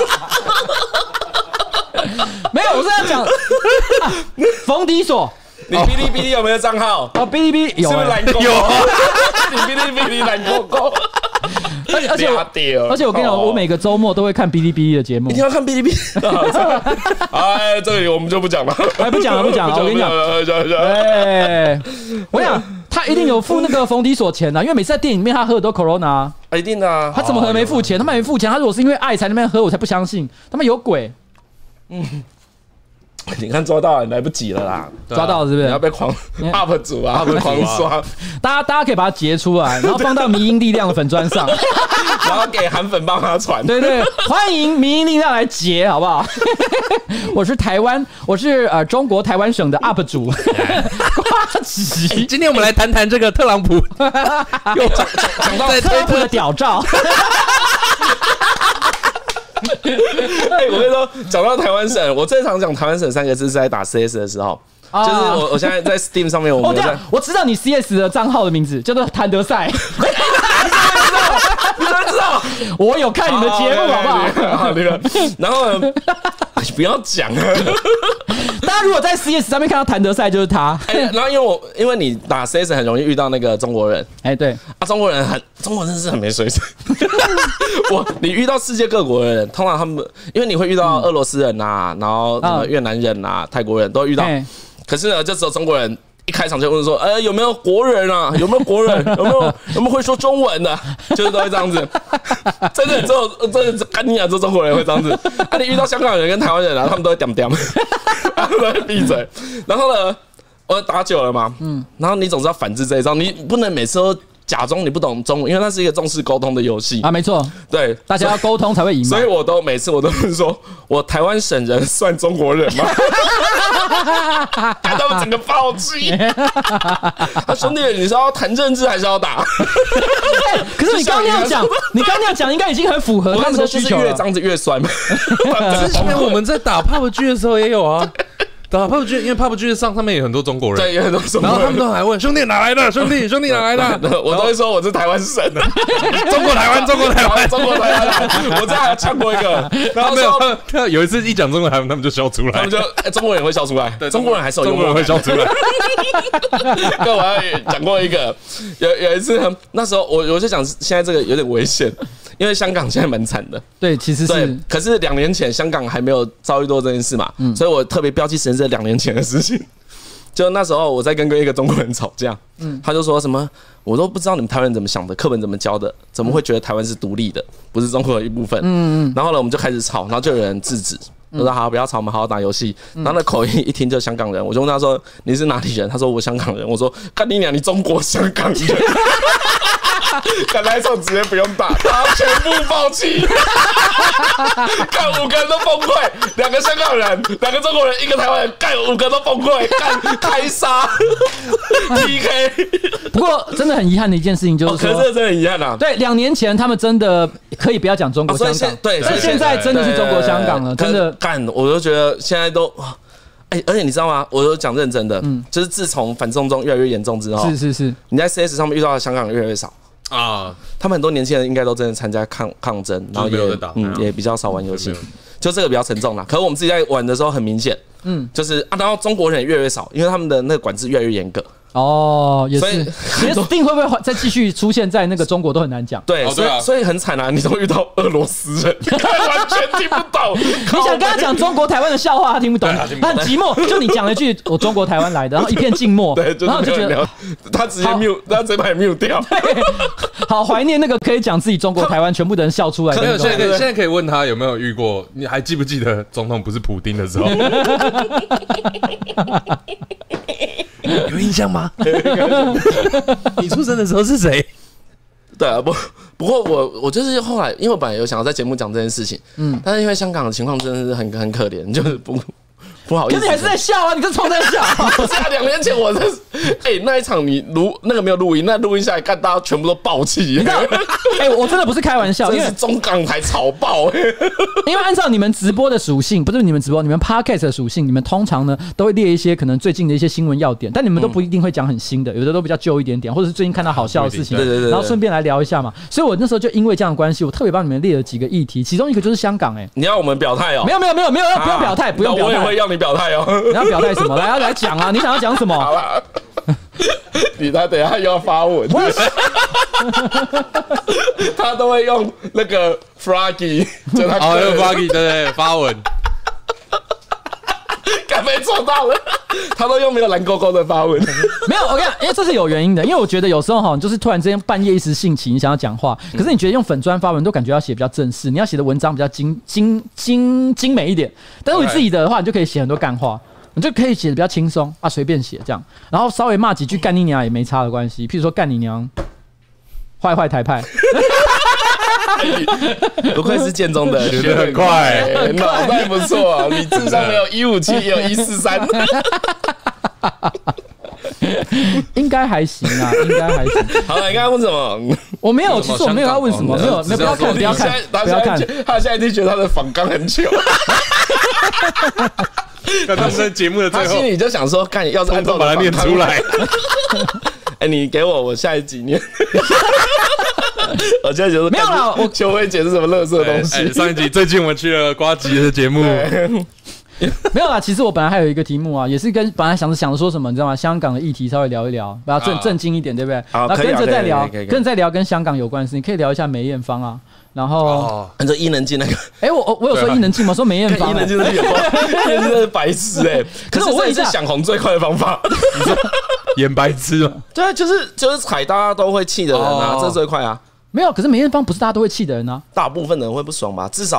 Speaker 2: 没有，我是在讲冯迪所。
Speaker 3: 你哔哩哔哩有没有账号？
Speaker 2: 哦，哔哩哔哩有，
Speaker 3: 是不是蓝勾？
Speaker 4: 有，
Speaker 3: 你哔哩哔哩蓝勾勾。
Speaker 2: 而且而且而且我跟你讲，我每个周末都会看哔哩哔哩的节目。
Speaker 3: 一定要看哔哩哔哩。哎，这里我们就不讲了，
Speaker 2: 哎，不讲了，不讲了。我跟你讲，哎，我想他一定有付那个冯迪所钱的，因为每次在电影里面他喝的都 Corona，
Speaker 3: 一定的啊。
Speaker 2: 他怎么可能没付钱？他们没付钱，他如果是因为爱才那边喝，我才不相信，他们有鬼。嗯。
Speaker 3: 你看抓到了，来不及了啦！
Speaker 2: 抓到了是不是？
Speaker 3: 你要被狂 U P 主啊，被狂刷。
Speaker 2: 大家大家可以把它截出来，然后放到迷因力量的粉专上，
Speaker 3: 然后给韩粉帮他传。
Speaker 2: 对对，欢迎迷因力量来截，好不好？我是台湾，我是呃中国台湾省的 U P 主瓜吉。
Speaker 4: 今天我们来谈谈这个特朗普，
Speaker 2: 又讲讲到特朗普的屌照。
Speaker 3: 哎，我跟你说，讲到台湾省，我最常讲台湾省三个字是在打 C S 的时候，啊、就是我我现在在 Steam 上面，我们在、哦、
Speaker 2: 我知道你 C S 的账号的名字叫做谭德赛，你怎
Speaker 3: 么知道？
Speaker 2: 我有看你的节目，好不好？
Speaker 3: 好，那个，然后呢，不要讲啊。
Speaker 2: 大家如果在 C S 上面看到谭德赛，就是他。
Speaker 3: 哎、然后因为我因为你打 C S 很容易遇到那个中国人，
Speaker 2: 哎，对
Speaker 3: 啊，中国人很中国人真是很没水准。我你遇到世界各国的人，通常他们因为你会遇到俄罗斯人呐、啊，然后什么越南人呐、啊、泰国人都遇到，可是呢，就只有中国人。一开场就问说，哎、欸，有没有国人啊？有没有国人？有没有有没有会说中文的？就是都会这样子。真的只有真的干你啊，只有中国人会这样子。啊，你遇到香港人跟台湾人啊，他们都会点点，他们都会闭嘴。然后呢，我打久了嘛，嗯，然后你总是要反制这一招，你不能每次都假装你不懂中文，因为那是一个重视沟通的游戏
Speaker 2: 啊，没错，
Speaker 3: 对，
Speaker 2: 大家要沟通才会赢嘛。
Speaker 3: 所以我都每次我都是说，我台湾省人算中国人吗？看他们整个爆气。他兄弟，你是要谈政治还是要打？
Speaker 2: 可是你刚刚那样讲，你刚刚那样讲，应该已经很符合他们的需求了。
Speaker 3: 越脏子越酸嘛。
Speaker 4: 之前我们在打 P U B G 的时候也有啊。打 P U B G， 因为 P U B G 上上面有很多中国人，
Speaker 3: 对，有很多中国人，
Speaker 4: 然后他们都还问兄弟哪来的，兄弟兄弟哪来的，
Speaker 3: 我都会说我是台湾省的，
Speaker 4: 中国台湾，中国台湾，
Speaker 3: 中国台湾，我这还呛过一个，然后
Speaker 4: 没有，他有一次一讲中国台湾，他们就笑出来，
Speaker 3: 他们就中国人会笑出来，中国人还是有
Speaker 4: 中国人会笑出来。
Speaker 3: 跟我还讲过一个，有有一次那时候我我就讲现在这个有点危险。因为香港现在蛮惨的，
Speaker 2: 对，其实是，
Speaker 3: 对，可是两年前香港还没有遭遇到这件事嘛，嗯、所以我特别标记时间是两年前的事情。就那时候我在跟一个中国人吵架，嗯，他就说什么我都不知道你们台湾人怎么想的，课本怎么教的，怎么会觉得台湾是独立的，不是中国的一部分？嗯嗯。然后呢，我们就开始吵，然后就有人制止，我说好，不要吵，我们好好打游戏。然后那口音一听就香港人，我就问他说你是哪里人？他说我香港人。我说干你娘，你中国香港人。看那一场直接不用打，他全部爆气，干五个人都崩溃，两个香港人，两个中国人，一个台湾人，干五个都崩溃，干开杀 P K。
Speaker 2: 不过真的很遗憾的一件事情就是说，
Speaker 3: 哦、可是真的很遗憾啊。
Speaker 2: 对，两年前他们真的可以不要讲中国香港，
Speaker 3: 啊、对，
Speaker 2: 但现在真的是中国香港了，真的
Speaker 3: 干，我就觉得现在都。哎、欸，而且你知道吗？我都讲认真的，嗯，就是自从反送中越来越严重之后，
Speaker 2: 是是是，
Speaker 3: 你在 C S 上面遇到的香港人越来越少
Speaker 4: 啊。他
Speaker 3: 们很多年轻人应该都真的参加抗抗争，然后也嗯也比较少玩游戏，就这个比较沉重啦。可是我们自己在玩的时候很明显，嗯，就是啊，然后中国人也越来越少，因为他们的那个管制越来越严格。
Speaker 2: 哦，也是，其实定会不会再继续出现在那个中国都很难讲。
Speaker 3: 对，所以所以很惨啊，你都遇到俄罗斯人，完全听不懂。
Speaker 2: 你想跟他讲中国台湾的笑话，他听不懂，他很寂寞。就你讲了一句“我中国台湾来的”，然后一片静默，
Speaker 3: 对，
Speaker 2: 然后就觉得
Speaker 3: 他直接 mute， 他直接把你 mute 掉。
Speaker 2: 好怀念那个可以讲自己中国台湾，全部的人笑出来。
Speaker 4: 没有，现在现在可以问他有没有遇过？你还记不记得总统不是普丁的时候？有印象吗？你出生的时候是谁？
Speaker 3: 对啊，不不过我我就是后来，因为我本来有想要在节目讲这件事事情，嗯，但是因为香港的情况真的是很很可怜，就是不不好意思。
Speaker 2: 可你还是在笑啊，你这冲在笑。
Speaker 3: 不是啊，两年前我在哎、欸、那一场你录那个没有录音，那录音下来看大家全部都爆气。
Speaker 2: 哎、欸，我真的不是开玩笑，因为
Speaker 3: 是中港台吵爆。
Speaker 2: 因为按照你们直播的属性，不是你们直播，你们 podcast 的属性，你们通常呢都会列一些可能最近的一些新闻要点，但你们都不一定会讲很新的，有的都比较旧一点点，或者是最近看到好笑的事情，
Speaker 3: 对对对，
Speaker 2: 然后顺便来聊一下嘛。所以我那时候就因为这样的关系，我特别帮你们列了几个议题，其中一个就是香港。哎、欸，
Speaker 3: 你要我们表态哦？
Speaker 2: 没有没有没有没有，不用表态，不用表态，
Speaker 3: 我也会要你表态哦。
Speaker 2: 你要表态什么？来来讲啊！你想要讲什么？
Speaker 3: 好啦，你他等一下又要发文，他都会用那个 Froggy， 就他
Speaker 4: 哦，用 Froggy 对对发文，
Speaker 3: 敢被撞到了，他都用没有蓝勾勾的发文，
Speaker 2: 没有我跟你讲，因为这是有原因的，因为我觉得有时候哈，就是突然之间半夜一时兴起，你想要讲话，可是你觉得用粉专发文都感觉要写比较正式，你要写的文章比较精精精精美一点，但是你自己的话，你就可以写很多干话。你就可以写的比较轻松啊，随便写这样，然后稍微骂几句干你娘也没差的关系。譬如说干你娘，坏坏台派，
Speaker 3: 不愧是建中的，
Speaker 4: 学得很快，
Speaker 3: 脑袋不错啊，你智商没有一五七，也有一四三，
Speaker 2: 应该还行啊，应该还行。
Speaker 3: 好了，你刚才问什么？
Speaker 2: 我没有，其实我没有要问什么，没有，没有，不要看，不要看，不要看。
Speaker 3: 他现在就觉得他的访纲很糗。
Speaker 4: 他是节目的最后，
Speaker 3: 他心里就想说：“干，要是按照
Speaker 4: 把它念出来。”
Speaker 3: 哎，你给我，我下一集念。我现在觉得
Speaker 2: 没有啦，我
Speaker 3: 邱薇姐是什么垃圾东西？
Speaker 4: 上一集最近我们去了呱吉的节目，
Speaker 2: 没有啦。其实我本来还有一个题目啊，也是跟本来想着想着说什么，你知道吗？香港的议题稍微聊一聊，把它正正经一点，对不对？然后跟着再聊，跟着再聊跟香港有关的事，你可以聊一下梅艳芳啊。然后，
Speaker 3: 按照伊能静那个，
Speaker 2: 哎，我我有说伊能静吗？说梅艳芳，
Speaker 3: 伊能静是有，伊能静是白痴哎。可是我问一下，想红最快的方法，
Speaker 4: 演白痴吗？
Speaker 3: 对啊，就是就是踩大家都会气的人啊，这最快啊。
Speaker 2: 没有，可是梅艳芳不是大家都会气的人啊，
Speaker 3: 大部分人会不爽吧？至少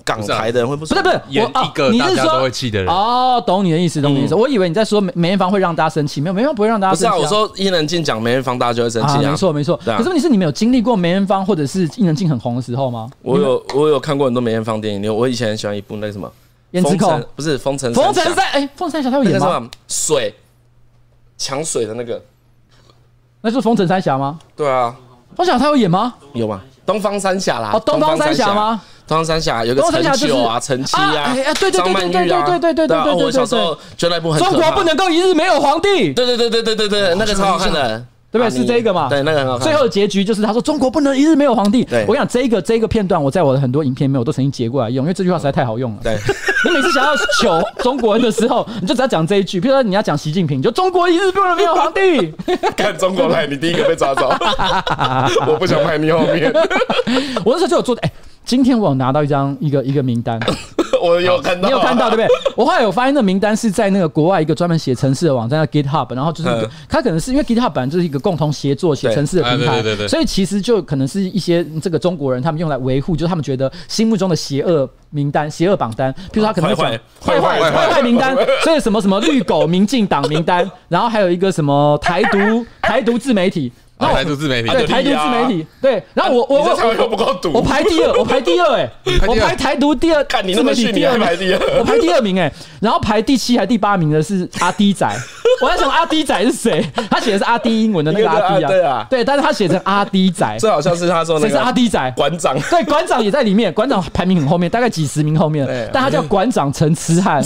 Speaker 3: 港台的人会不爽。
Speaker 2: 不是不是，
Speaker 4: 演
Speaker 2: 我
Speaker 4: 一个大家
Speaker 2: 你是说
Speaker 4: 都会气的人
Speaker 2: 哦，懂你的意思，懂你的意思。我以为你在说梅梅艳芳会让大家生气，没有，梅艳芳不会让大家
Speaker 3: 不是啊，
Speaker 2: 生气。
Speaker 3: 我说伊能静讲梅艳芳，大家就会生气啊。
Speaker 2: 没错没错。可是问题是，你们有经历过梅艳芳或者是伊能静很红的时候吗？
Speaker 3: 我有我有看过很多梅艳芳电影，我以前很喜欢一部那个什么
Speaker 2: 胭脂扣，
Speaker 3: 不是风尘
Speaker 2: 风尘三，哎，风尘三侠他有演吗？
Speaker 3: 水抢水的那个，
Speaker 2: 那是风尘三侠吗？
Speaker 3: 对啊，
Speaker 2: 风神侠他有演吗？
Speaker 3: 有吗？东方三侠啦，
Speaker 2: 哦，东方三侠吗？
Speaker 3: 东方三侠有个陈九啊、陈七啊、张曼玉啊，
Speaker 2: 对对对对对对对。
Speaker 3: 我小时候觉得那部很
Speaker 2: 中国不能够一日没有皇帝。
Speaker 3: 对对对对对对对，那个超好看的。
Speaker 2: 对不对？是这个嘛？
Speaker 3: 对，那个很好看。
Speaker 2: 最后的结局就是他说中国不能一日没有皇帝。我跟你讲，这个这个片段，我在我的很多影片里面我都曾经截过来用，因为这句话实在太好用了。
Speaker 3: 对，
Speaker 2: 你每次想要求中国人的时候，你就只要讲这一句，比如说你要讲习近平，就中国一日不能没有皇帝。
Speaker 3: 看中国来，你第一个被抓走。我不想排你后面。
Speaker 2: 我那时候就有做，哎、欸，今天我有拿到一张一个一个名单。
Speaker 3: 我有看到，
Speaker 2: 你有看到对不对？我后来有发现，那名单是在那个国外一个专门写程式的网站叫 GitHub， 然后就是它可能是因为 GitHub 本来就是一个共同协作写程式的平台，所以其实就可能是一些这个中国人他们用来维护，就是他们觉得心目中的邪恶名单、邪恶榜单，譬如他可能会讲坏坏坏坏名单，所以什么什么绿狗、民进党名单，然后还有一个什么台独台独自媒体。
Speaker 4: 然后台独自媒体，
Speaker 2: 对台独自媒体，对，然后我我我
Speaker 3: 我不够毒，
Speaker 2: 我排第二，我排第二，哎，我排台独第二，
Speaker 3: 看你那么逊，你还排第二，
Speaker 2: 我排第二名，哎，然后排第七还第八名的是阿迪仔，我在想阿迪仔是谁？他写的是阿迪英文的那个阿迪啊，
Speaker 3: 对啊，
Speaker 2: 对，但是他写成阿迪仔，
Speaker 3: 最好像是他说那个
Speaker 2: 是阿迪仔
Speaker 3: 馆长，
Speaker 2: 对，馆长也在里面，馆长排名很后面，大概几十名后面，但他叫馆长陈痴汉。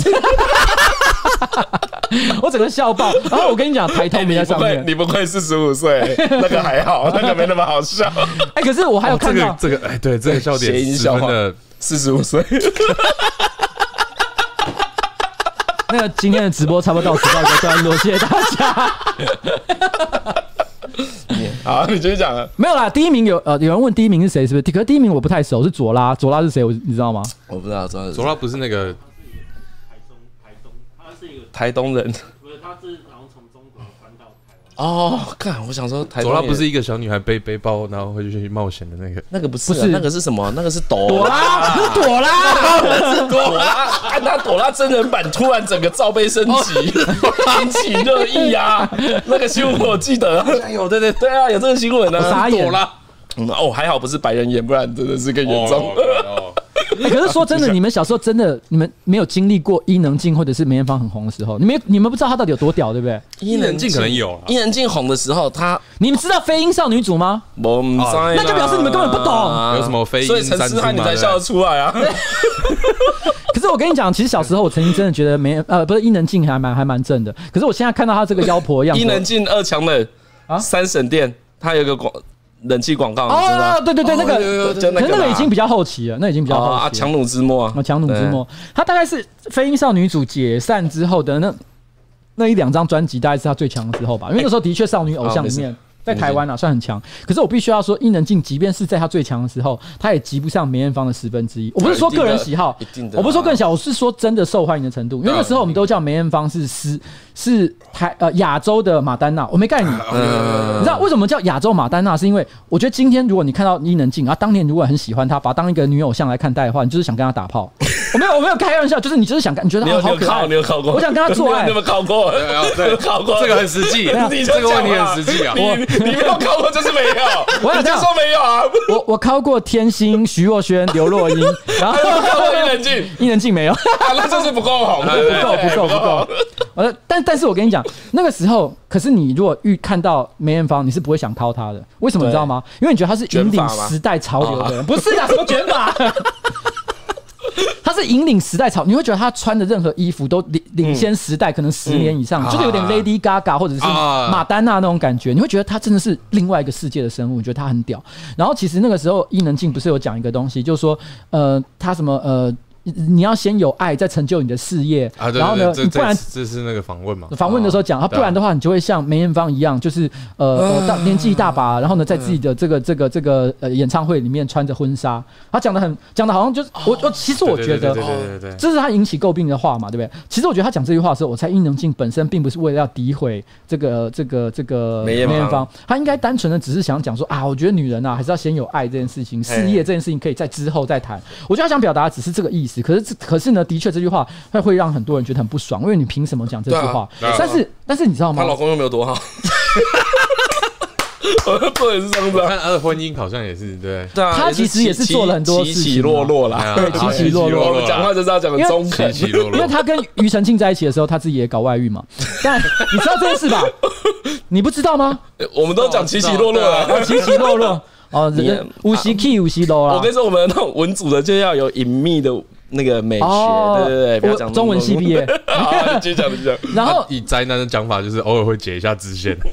Speaker 2: 我整个笑爆，然后我跟你讲，台通没在上面。
Speaker 3: 欸、你不愧四十五岁，那个还好，那个没那么好笑。
Speaker 2: 哎、欸，可是我还有看到、
Speaker 4: 哦、这个，这个，哎，对，这个笑点，
Speaker 3: 谐音笑话的四十五岁。
Speaker 2: 那个今天的直播差不多到此告一个段落，谢谢大家。
Speaker 3: 好，你继续讲了。
Speaker 2: 没有啦，第一名有呃，有人问第一名是谁，是不是？可是第一名我不太熟，是左拉。左拉是谁？你知道吗？
Speaker 3: 我不知道，左拉。
Speaker 4: 左拉不是那个。
Speaker 3: 台东人，
Speaker 6: 不是，他是好像从中国搬到台湾。
Speaker 3: 哦，看，我想说，台
Speaker 4: 左拉不是一个小女孩背背包，然后会去冒险的那个，
Speaker 3: 那个不是，不是，那个是什么？那个是朵
Speaker 2: 朵拉，是朵拉，
Speaker 3: 是朵拉。看他朵拉真人版，突然整个罩杯升级，引起热议啊！那个新闻我记得，
Speaker 4: 有对对
Speaker 3: 对啊，有这个新闻啊。
Speaker 2: 傻眼
Speaker 3: 朵拉，嗯哦，还好不是白人演，不然真的是更严重。
Speaker 2: 欸、可是说真的，你们小时候真的，你们没有经历过伊能静或者是梅艳芳很红的时候，你们你们不知道她到底有多屌，对不对？
Speaker 4: 伊能静可能有，
Speaker 3: 伊能静红的时候，她
Speaker 2: 你们知道飞鹰少女组吗？
Speaker 3: 我不知道，
Speaker 2: 那就表示你们根本不懂。
Speaker 4: 有什么飞鹰？
Speaker 3: 所以陈思翰你才笑得出来啊。
Speaker 2: 可是我跟你讲，其实小时候我曾经真的觉得梅呃不是伊能静还蛮还蛮正的，可是我现在看到她这个妖婆样子，
Speaker 3: 伊能静二强的啊三省店，她有一个广。冷气广告，你知道？
Speaker 2: 对对对，那个，
Speaker 3: 就那个，
Speaker 2: 可是那个已经比较后期了，那已经比较后期了。
Speaker 3: 啊，强弩之末啊，
Speaker 2: 强弩之末，他大概是飞鹰少女组解散之后的那那一两张专辑，大概是他最强的时候吧。因为那时候的确少女偶像里面，在台湾啊算很强。可是我必须要说，伊能静即便是在他最强的时候，他也及不上梅艳芳的十分之一。我不是说个人喜好，我不是说个人喜好，我是说真的受欢迎的程度。因为那时候我们都叫梅艳芳是是是台呃亚洲的马丹娜，我没概念。你知道为什么叫亚洲马丹娜？是因为我觉得今天如果你看到伊能静啊，当年如果很喜欢她，把她当一个女偶像来看待的话，你就是想跟她打炮。我没有我没有开玩笑，就是你就是想你觉得她好可爱，
Speaker 3: 你有考过？
Speaker 2: 我想跟她做爱。
Speaker 3: 你有没有考过？
Speaker 4: 对，考过。这个很实际，这个问题很实际啊。
Speaker 3: 你你没有考过就是没有。
Speaker 2: 我
Speaker 3: 想说没有啊。
Speaker 2: 我我考过天心、徐若瑄、刘若英，然后
Speaker 3: 考过伊能静，
Speaker 2: 伊能静没有。
Speaker 3: 那就是不够好，
Speaker 2: 不够不够不够。呃，但但是我跟你讲，那个时候，可是你如果遇看到梅艳芳，你是不会想掏她的。为什么你知道吗？因为你觉得她是引领时代潮流的人，不是啊，什么卷发。他是引领时代潮，你会觉得他穿的任何衣服都领领先时代，可能十年以上，嗯、就是有点 Lady Gaga 或者是马丹娜那种感觉，你会觉得他真的是另外一个世界的生物，你觉得他很屌。然后其实那个时候伊能静不是有讲一个东西，就是说呃，他什么呃。 你要先有爱，再成就你的事业。
Speaker 4: 啊，对
Speaker 2: 然后呢，
Speaker 4: 对对
Speaker 2: 不然
Speaker 4: 这是那个访问嘛？
Speaker 2: 访问的时候讲，他不然的话，你就会像梅艳芳一样，就是呃呃大年纪一大把，然后呢，在自己的这个这个这个呃演唱会里面穿着婚纱，他讲的很讲的好像就是我我其实我觉得，
Speaker 4: 对对对对对，
Speaker 2: 这是他引起诟病的话嘛，对不对？其实我觉得他讲这句话的时候，我猜伊能静本身并不是为了要诋毁这个这个这个
Speaker 3: 梅艳芳，
Speaker 2: 他应该单纯的只是想讲说啊，我觉得女人啊还是要先有爱这件事情，事业这件事情可以在之后再谈。我觉得他想表达只是这个意思，可是可是呢，的确这句话会会让很多人觉得很不爽，因为你凭什么讲这句话？
Speaker 3: 对啊、
Speaker 2: 但是但是你知道吗？
Speaker 3: 她老公又没有多好。做也是这样子、啊，
Speaker 4: 看他的婚姻好像也是对，
Speaker 3: 对啊，
Speaker 2: 他其实也是做了很多事情，
Speaker 3: 起起落落啦，
Speaker 2: 对，起起落落。
Speaker 3: 我们讲话就是要讲的中肯，
Speaker 4: 起起落落。
Speaker 2: 因为他跟庾澄庆在一起的时候，他自己也搞外遇嘛。但你知道这件事吧？你不知道吗？
Speaker 3: 我们都讲起起落落了，
Speaker 2: 起起落落。哦，五十 key 五十 low 啦。
Speaker 3: 我跟你说，我们那种文组的就要有隐秘的那个美学，哦、对对对，不要讲
Speaker 2: 中文系毕业。
Speaker 3: 好，继续讲，继续讲。
Speaker 2: 然后
Speaker 4: 以宅男的讲法，就是偶尔会解一下支线。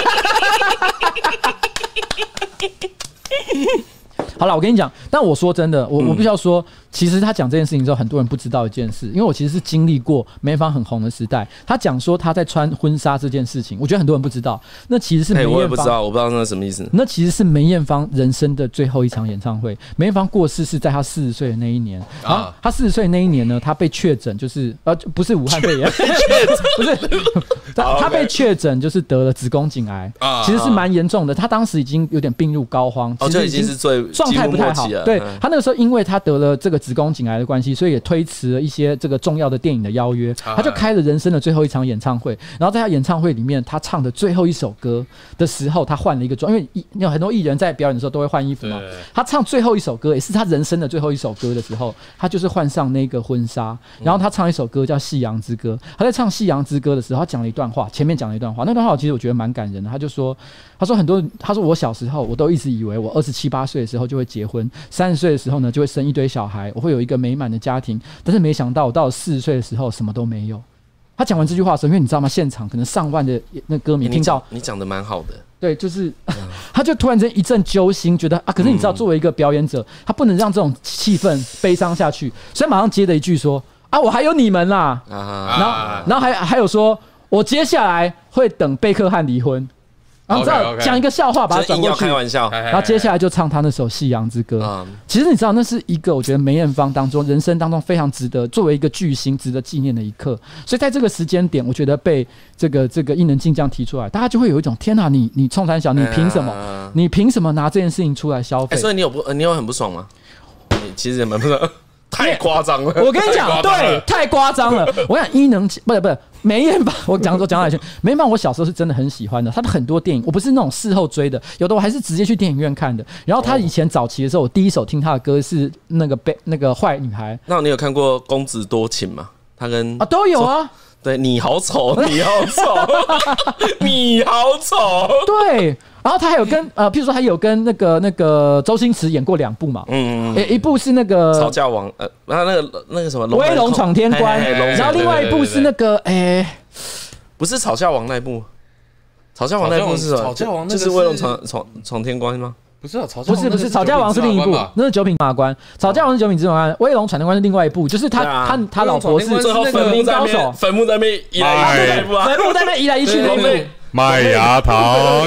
Speaker 2: 好了，我跟你讲，但我说真的，我我必须要说，其实他讲这件事情之后，很多人不知道一件事，因为我其实是经历过梅艳芳很红的时代。他讲说他在穿婚纱这件事情，我觉得很多人不知道，那其实是梅艳芳、欸，
Speaker 3: 我也不知道，我不知道那是什么意思。
Speaker 2: 那其实是梅艳芳人生的最后一场演唱会。梅艳芳过世是在她四十岁的那一年，然后她四十岁那一年呢，她被确诊就是呃不是武汉肺炎，不是，她被确诊就是得了子宫颈癌，其实是蛮严重的。她当时已经有点病入膏肓，
Speaker 3: 其实已经是最
Speaker 2: 状态不太好。对，她那个时候因为她得了这个子宫颈癌的关系，所以也推迟了一些这个重要的电影的邀约。她就开了人生的最后一场演唱会，然后在她演唱会里面，她唱的最后一首歌的时候，她换了一个妆，因为有很多艺人在表演的时候都会换衣服嘛。她唱最后一首歌，也是她人生的最后一首歌的时候，她就是换上那个婚纱，然后她唱一首歌叫《夕阳之歌》。她在唱《夕阳之歌》的时候，她讲了一段话，前面讲了一段话，那段话其实我觉得蛮感人的。她就说，她说很多，她说我小时候我都一直以为我二十七八岁的时候就会结婚，三十岁的时候呢就会生一堆小孩，我会有一个美满的家庭，但是没想到我到了四十岁的时候什么都没有。他讲完这句话的时候，因为你知道吗？现场可能上万的那歌迷听到，
Speaker 3: 你讲的蛮好的，
Speaker 2: 对，就是、嗯、他就突然间一阵揪心，觉得啊，可是你知道，作为一个表演者，他不能让这种气氛悲伤下去，所以马上接了一句说啊，我还有你们啦，啊、然后然后还还有说，我接下来会等贝克汉离婚。然后你知道讲一个笑话把它转过去，
Speaker 3: 开玩笑，
Speaker 2: 然后接下来就唱他那首《夕阳之歌》。其实你知道，那是一个我觉得梅艳芳当中人生当中非常值得作为一个巨星值得纪念的一刻。所以在这个时间点，我觉得被这个这个伊能静这样提出来，大家就会有一种天哪，你你冲三小，你凭什么？你凭什么拿这件事情出来消费？
Speaker 3: 所以你有不你有很不爽吗？你其实也蛮不爽。太夸张了！
Speaker 2: 我跟你讲，对，太夸张了。我想伊能不是不是梅艳芳，我讲说讲来去，梅艳芳我小时候是真的很喜欢的。她的很多电影，我不是那种事后追的，有的我还是直接去电影院看的。然后她以前早期的时候，我第一首听她的歌是那个被那个坏女孩。
Speaker 3: 那你有看过《公子多情》吗？他跟
Speaker 2: 啊都有啊。
Speaker 3: 对，你好丑，你好丑，你好丑。
Speaker 2: 对。然后他还有跟呃，譬如说他有跟那个那个周星驰演过两部嘛，嗯嗯，一部是那个
Speaker 3: 吵架王，呃，然后那个那个什么
Speaker 2: 威龙闯天关，然后另外一部是那个哎，
Speaker 3: 不是吵架王那一部，吵架王那一部是什么？
Speaker 4: 吵架王
Speaker 3: 就是威龙闯闯闯天关吗？
Speaker 4: 不是啊，吵架
Speaker 2: 不是不是吵架王是另一部，那是九品芝麻官，吵架王是九品芝麻官，威龙闯天关是另外一部，就是他他他老婆是
Speaker 3: 最后坟墓在那边，坟墓在那边移来移去，
Speaker 2: 坟墓在那边移来移去那一部。
Speaker 4: 麦芽糖，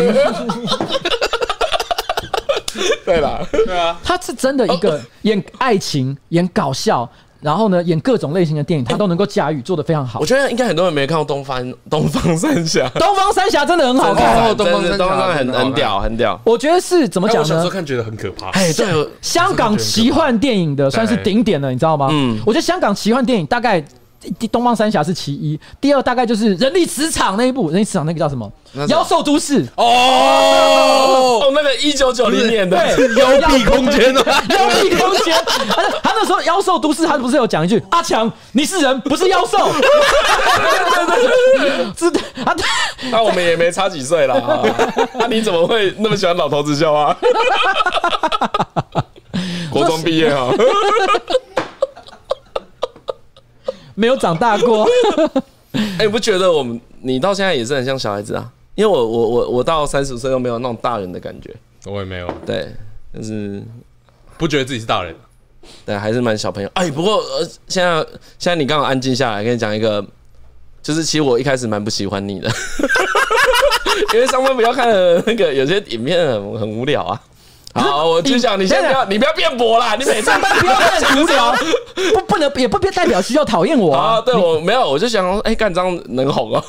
Speaker 3: 对啦，
Speaker 4: 对啊，
Speaker 2: 他是真的一个演爱情、演搞笑，然后呢演各种类型的电影，他都能够驾驭，做得非常好。
Speaker 3: 我觉得应该很多人没看过《东方东方三侠》，
Speaker 2: 《东方三侠》真的很好看，
Speaker 3: 东方三侠很很屌，很屌。
Speaker 2: 我觉得是怎么讲呢？
Speaker 4: 我小时候看觉得很可怕。
Speaker 2: 哎，对，香港奇幻电影的算是顶点了，你知道吗？嗯，我觉得香港奇幻电影大概。东方三侠是其一，第二大概就是人力磁场那一部，人力磁场那个叫什么？妖兽都市
Speaker 3: 哦哦，那个一九九零年的
Speaker 4: 幽闭空间哦，
Speaker 2: 幽闭空间。他他那时候妖兽都市，他不是有讲一句阿强，你是人不是妖兽？是的，啊，
Speaker 3: 那我们也没差几岁啦。那你怎么会那么喜欢老头子笑啊？国中毕业哈。
Speaker 2: 没有长大过，
Speaker 3: 哎、欸，你不觉得我们你到现在也是很像小孩子啊？因为我我我我到三十岁都没有那种大人的感觉，
Speaker 4: 我也没有，
Speaker 3: 对，但是
Speaker 4: 不觉得自己是大人，
Speaker 3: 对，还是蛮小朋友。哎，不过呃，现在现在你刚好安静下来，跟你讲一个，就是其实我一开始蛮不喜欢你的，因为上班不要看的那个有些影片很很无聊啊。好，我就讲，你先不要，你不要辩驳啦，你每次
Speaker 2: 上班不要很无聊，不不能也不代表需要讨厌我啊。
Speaker 3: 对我没有，我就想，哎，干这样能红哦。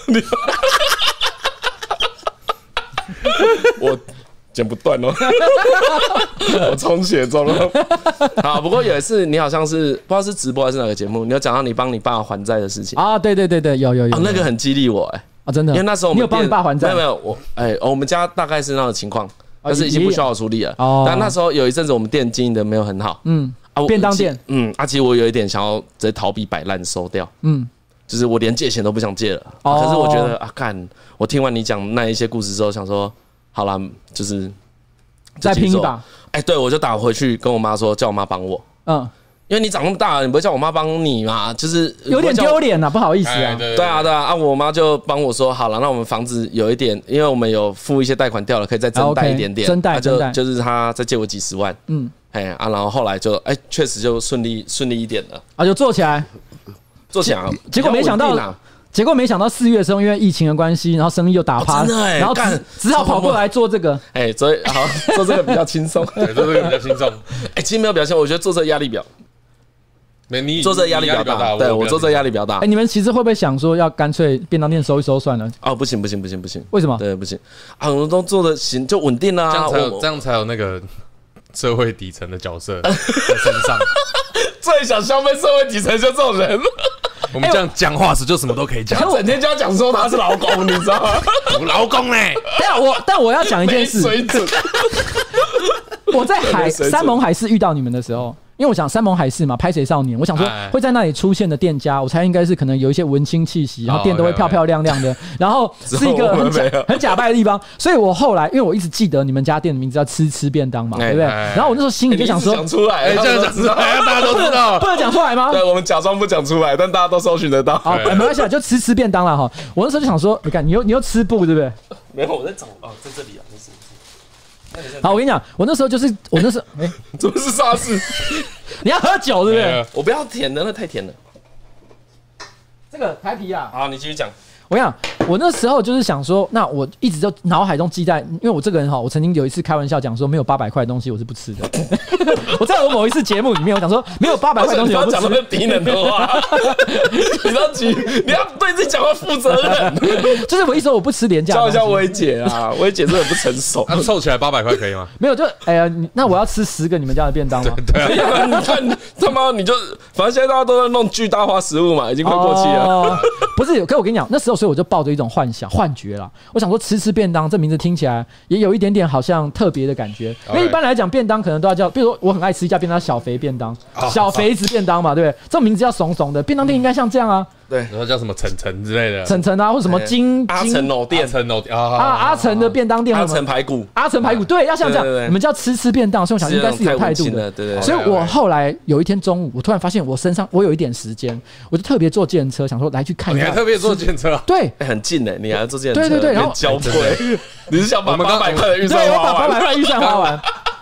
Speaker 3: 我剪不断哦，我充血中了。好，不过有一次你好像是不知道是直播还是哪个节目，你有讲到你帮你爸还债的事情
Speaker 2: 啊？对对对对，有有有，
Speaker 3: 哦，那个很激励我哎、欸，
Speaker 2: 啊真的，
Speaker 3: 因为那时候我们
Speaker 2: 你有帮你爸还债？
Speaker 3: 没有没有，我哎、欸，我们家大概是那种情况。但是已经不需要我处理了。
Speaker 2: 哦，
Speaker 3: 但那时候有一阵子我们店经营的没有很好。
Speaker 2: 嗯，啊，便当店。
Speaker 3: 嗯，啊，其实我有一点想要直接逃避摆烂收掉。嗯，就是我连借钱都不想借了。哦，可是我觉得啊，干，我听完你讲那一些故事之后，想说，好啦，就是
Speaker 2: 再拼一把。
Speaker 3: 哎，对，我就打回去跟我妈说，叫我妈帮我。嗯。因为你长那么大了，你不会叫我妈帮你嘛？就是
Speaker 2: 有点丢脸呐，不好意思啊。
Speaker 3: 对啊，对啊，啊，我妈就帮我说好了，那我们房子有一点，因为我们有付一些贷款掉了，可以再增贷一点点，
Speaker 2: 增贷，
Speaker 3: 就就是他再借我几十万，嗯，哎啊，然后后来就哎，确实就顺利顺利一点了，
Speaker 2: 啊，就做起来，
Speaker 3: 做起来，
Speaker 2: 结果没想到。结果没想到四月的时候，因为疫情的关系，然后生意又打趴，
Speaker 3: 欸、
Speaker 2: 然后只只好跑过来做这个。
Speaker 3: 哎、欸，所以好做这个比较轻松，
Speaker 4: 对，做这个比较轻松。
Speaker 3: 哎、欸，其实没有表现，我觉得做这个压力比较。
Speaker 4: 没你
Speaker 3: 做这个压力比较大，对我做这个压力比较大。
Speaker 2: 哎、欸，你们其实会不会想说要干脆便当店收一收算了？
Speaker 3: 哦，不行不行不行不行，
Speaker 2: 为什么？
Speaker 3: 对，不行啊，我们都做的行就稳定啦、
Speaker 4: 啊，这样才有这样才有那个社会底层的角色在身上。
Speaker 3: 最想消费社会底层就这种人。
Speaker 4: 我们这样讲话时就什么都可以讲，
Speaker 3: 他整天就要讲说他是劳工，你知道吗？
Speaker 4: 我劳工嘞。
Speaker 2: 但我但我要讲一件事，
Speaker 3: 水准。
Speaker 2: 我在海山盟海誓遇到你们的时候。因为我想山盟海誓嘛，拍谁少年，我想说会在那里出现的店家，我猜应该是可能有一些文青气息，然后店都会漂漂亮亮的，然后是一个很假很假掰的地方。所以我后来，因为我一直记得你们家店的名字叫吃吃便当嘛，对不对？然后我那时候心里就想说，
Speaker 3: 讲出来，
Speaker 4: 这样讲出来，大家都知道，
Speaker 2: 不能讲出来吗？
Speaker 3: 对，我们假装不讲出来，但大家都搜寻得到。
Speaker 2: 好，没关系，就吃吃便当了哈。我那时候就想说，你看，你又你又吃布，对不对？
Speaker 3: 没有，我在找哦，在这里啊，没事。
Speaker 2: 好，我跟你讲，我那时候就是我那时候，哎，
Speaker 3: 怎么是沙士？
Speaker 2: 你要喝酒对不对？
Speaker 3: 我不要甜的，那太甜了。
Speaker 2: 这个台啤啊。
Speaker 3: 好，你继续讲。
Speaker 2: 我跟你讲，我那时候就是想说，那我一直就脑海中记在，因为我这个人哈，我曾经有一次开玩笑讲说，没有八百块的东西我是不吃的。我在我某一次节目里面，我讲说，没有八百块的东西我不吃。
Speaker 3: 你要讲那么低能的话，你要举，你要对自己讲话负责任。
Speaker 2: 就是我一说我不吃廉价。
Speaker 3: 教一下薇姐啊，薇姐真的不成熟。
Speaker 4: 那凑起来八百块可以吗？
Speaker 2: 没有，就哎呀，那我要吃十个你们家的便当吗？
Speaker 3: 对啊，你看他妈你就，反正现在大家都在弄巨大化食物嘛，已经快过期了。
Speaker 2: 不是，可我跟你讲，那时候。所以我就抱着一种幻想、幻觉啦。我想说，吃吃便当这名字听起来也有一点点好像特别的感觉。因为一般来讲，便当可能都要叫，比如说我很爱吃一家便当，小肥便当、小肥子便当嘛，对不对？这种名字叫怂怂的，便当店应该像这样啊。
Speaker 3: 对，
Speaker 4: 然后叫什么晨晨之类的，
Speaker 2: 晨晨啊，或者什么金
Speaker 3: 阿成老店、
Speaker 4: 阿成老店啊，
Speaker 2: 阿成的便当店，
Speaker 3: 阿成排骨、
Speaker 2: 阿成排骨，对，要像这样。你们叫吃吃便当，所以我想应该是有态度的。
Speaker 3: 对对。
Speaker 2: 所以我后来有一天中午，我突然发现我身上我有一点时间，我就特别坐计程车，想说来去看一下。
Speaker 4: 你还特别坐计程车？
Speaker 2: 对，
Speaker 3: 很近哎，你还坐计程车？
Speaker 2: 对对对，然后
Speaker 3: 交配，你是想把八百块的预算花完？
Speaker 2: 对，我把八百块预算花完。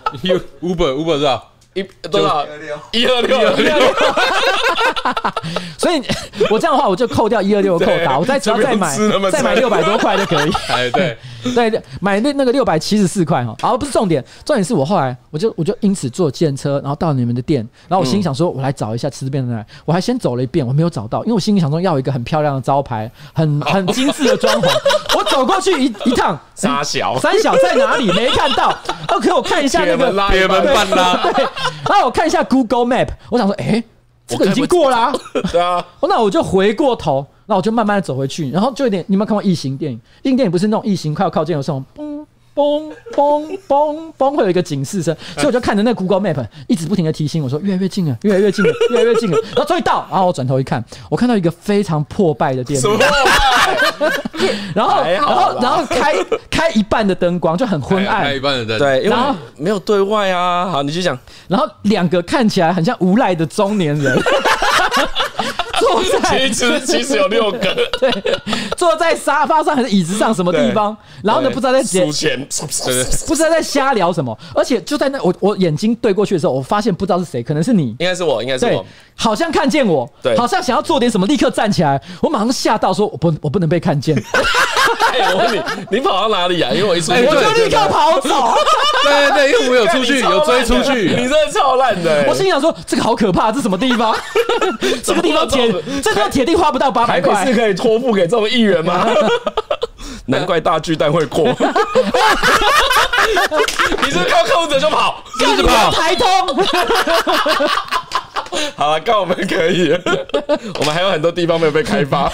Speaker 4: Uber Uber 是吧？
Speaker 3: 一多少？一二六，一二六。
Speaker 2: 所以，我这样的话，我就扣掉一二六的扣打，我再只要再买再买六百多块就可以。
Speaker 4: 哎，对
Speaker 2: 对，买那那个六百七十四块哈。然后不是重点，重点是我后来我就我就因此坐计程车，然后到你们的店，然后我心里想说，我来找一下吃便当来。我还先走了一遍，我没有找到，因为我心里想说要有一个很漂亮的招牌，很很精致的装潢。我走过去一一趟，
Speaker 3: 三小
Speaker 2: 三小在哪里？没看到。OK，我看一下那个
Speaker 4: 铁门半拉。
Speaker 2: 对，然后我看一下 Google Map， 我想说，哎、欸，这个已经过啦、啊。
Speaker 3: 对啊，
Speaker 2: 那我就回过头，那我就慢慢的走回去，然后就有点，你有没有看过异形电影？异形电影不是那种异形快要靠近有这种嘣嘣嘣嘣嘣，会有一个警示声，所以我就看着那 Google Map 一直不停的提醒我说，越来越近了，越来越近了，越来越近了，然后终于到，然后我转头一看，我看到一个非常破败的店面。然后，然后，然后开开一半的灯光就很昏暗，
Speaker 4: 开一半的灯，
Speaker 3: 对，因为没有对外啊。好，你去讲。
Speaker 2: 然后两个看起来很像无赖的中年人， 坐在
Speaker 3: 其实其实有六个，
Speaker 2: 对，坐在沙发上还是椅子上什么地方，然后呢不知道在
Speaker 3: 数钱，
Speaker 2: 不知道在瞎聊什么，而且就在那我我眼睛对过去的时候，我发现不知道是谁，可能是你，
Speaker 3: 应该是我，应该是
Speaker 2: 对
Speaker 3: 我，，
Speaker 2: 好像看见我，
Speaker 3: 对
Speaker 2: 好像想要做点什么，立刻站起来，我马上吓到说，我不我不能被看见，
Speaker 3: 哎，我问你，你跑到哪里啊？因为我一出去
Speaker 2: 我就立刻跑走。
Speaker 4: 对对，因为我们有出去，有追出去，
Speaker 3: 你真的超烂的。
Speaker 2: 我心想说，这个好可怕，这什么地方？这个地方铁，这个铁定花不到八百块。
Speaker 3: 台北市可以托付给这种议员吗？难怪大巨蛋会过。你是靠柯文哲就跑，
Speaker 2: 就是跑台通。
Speaker 3: 好了，干我们可以了，我们还有很多地方没有被开发。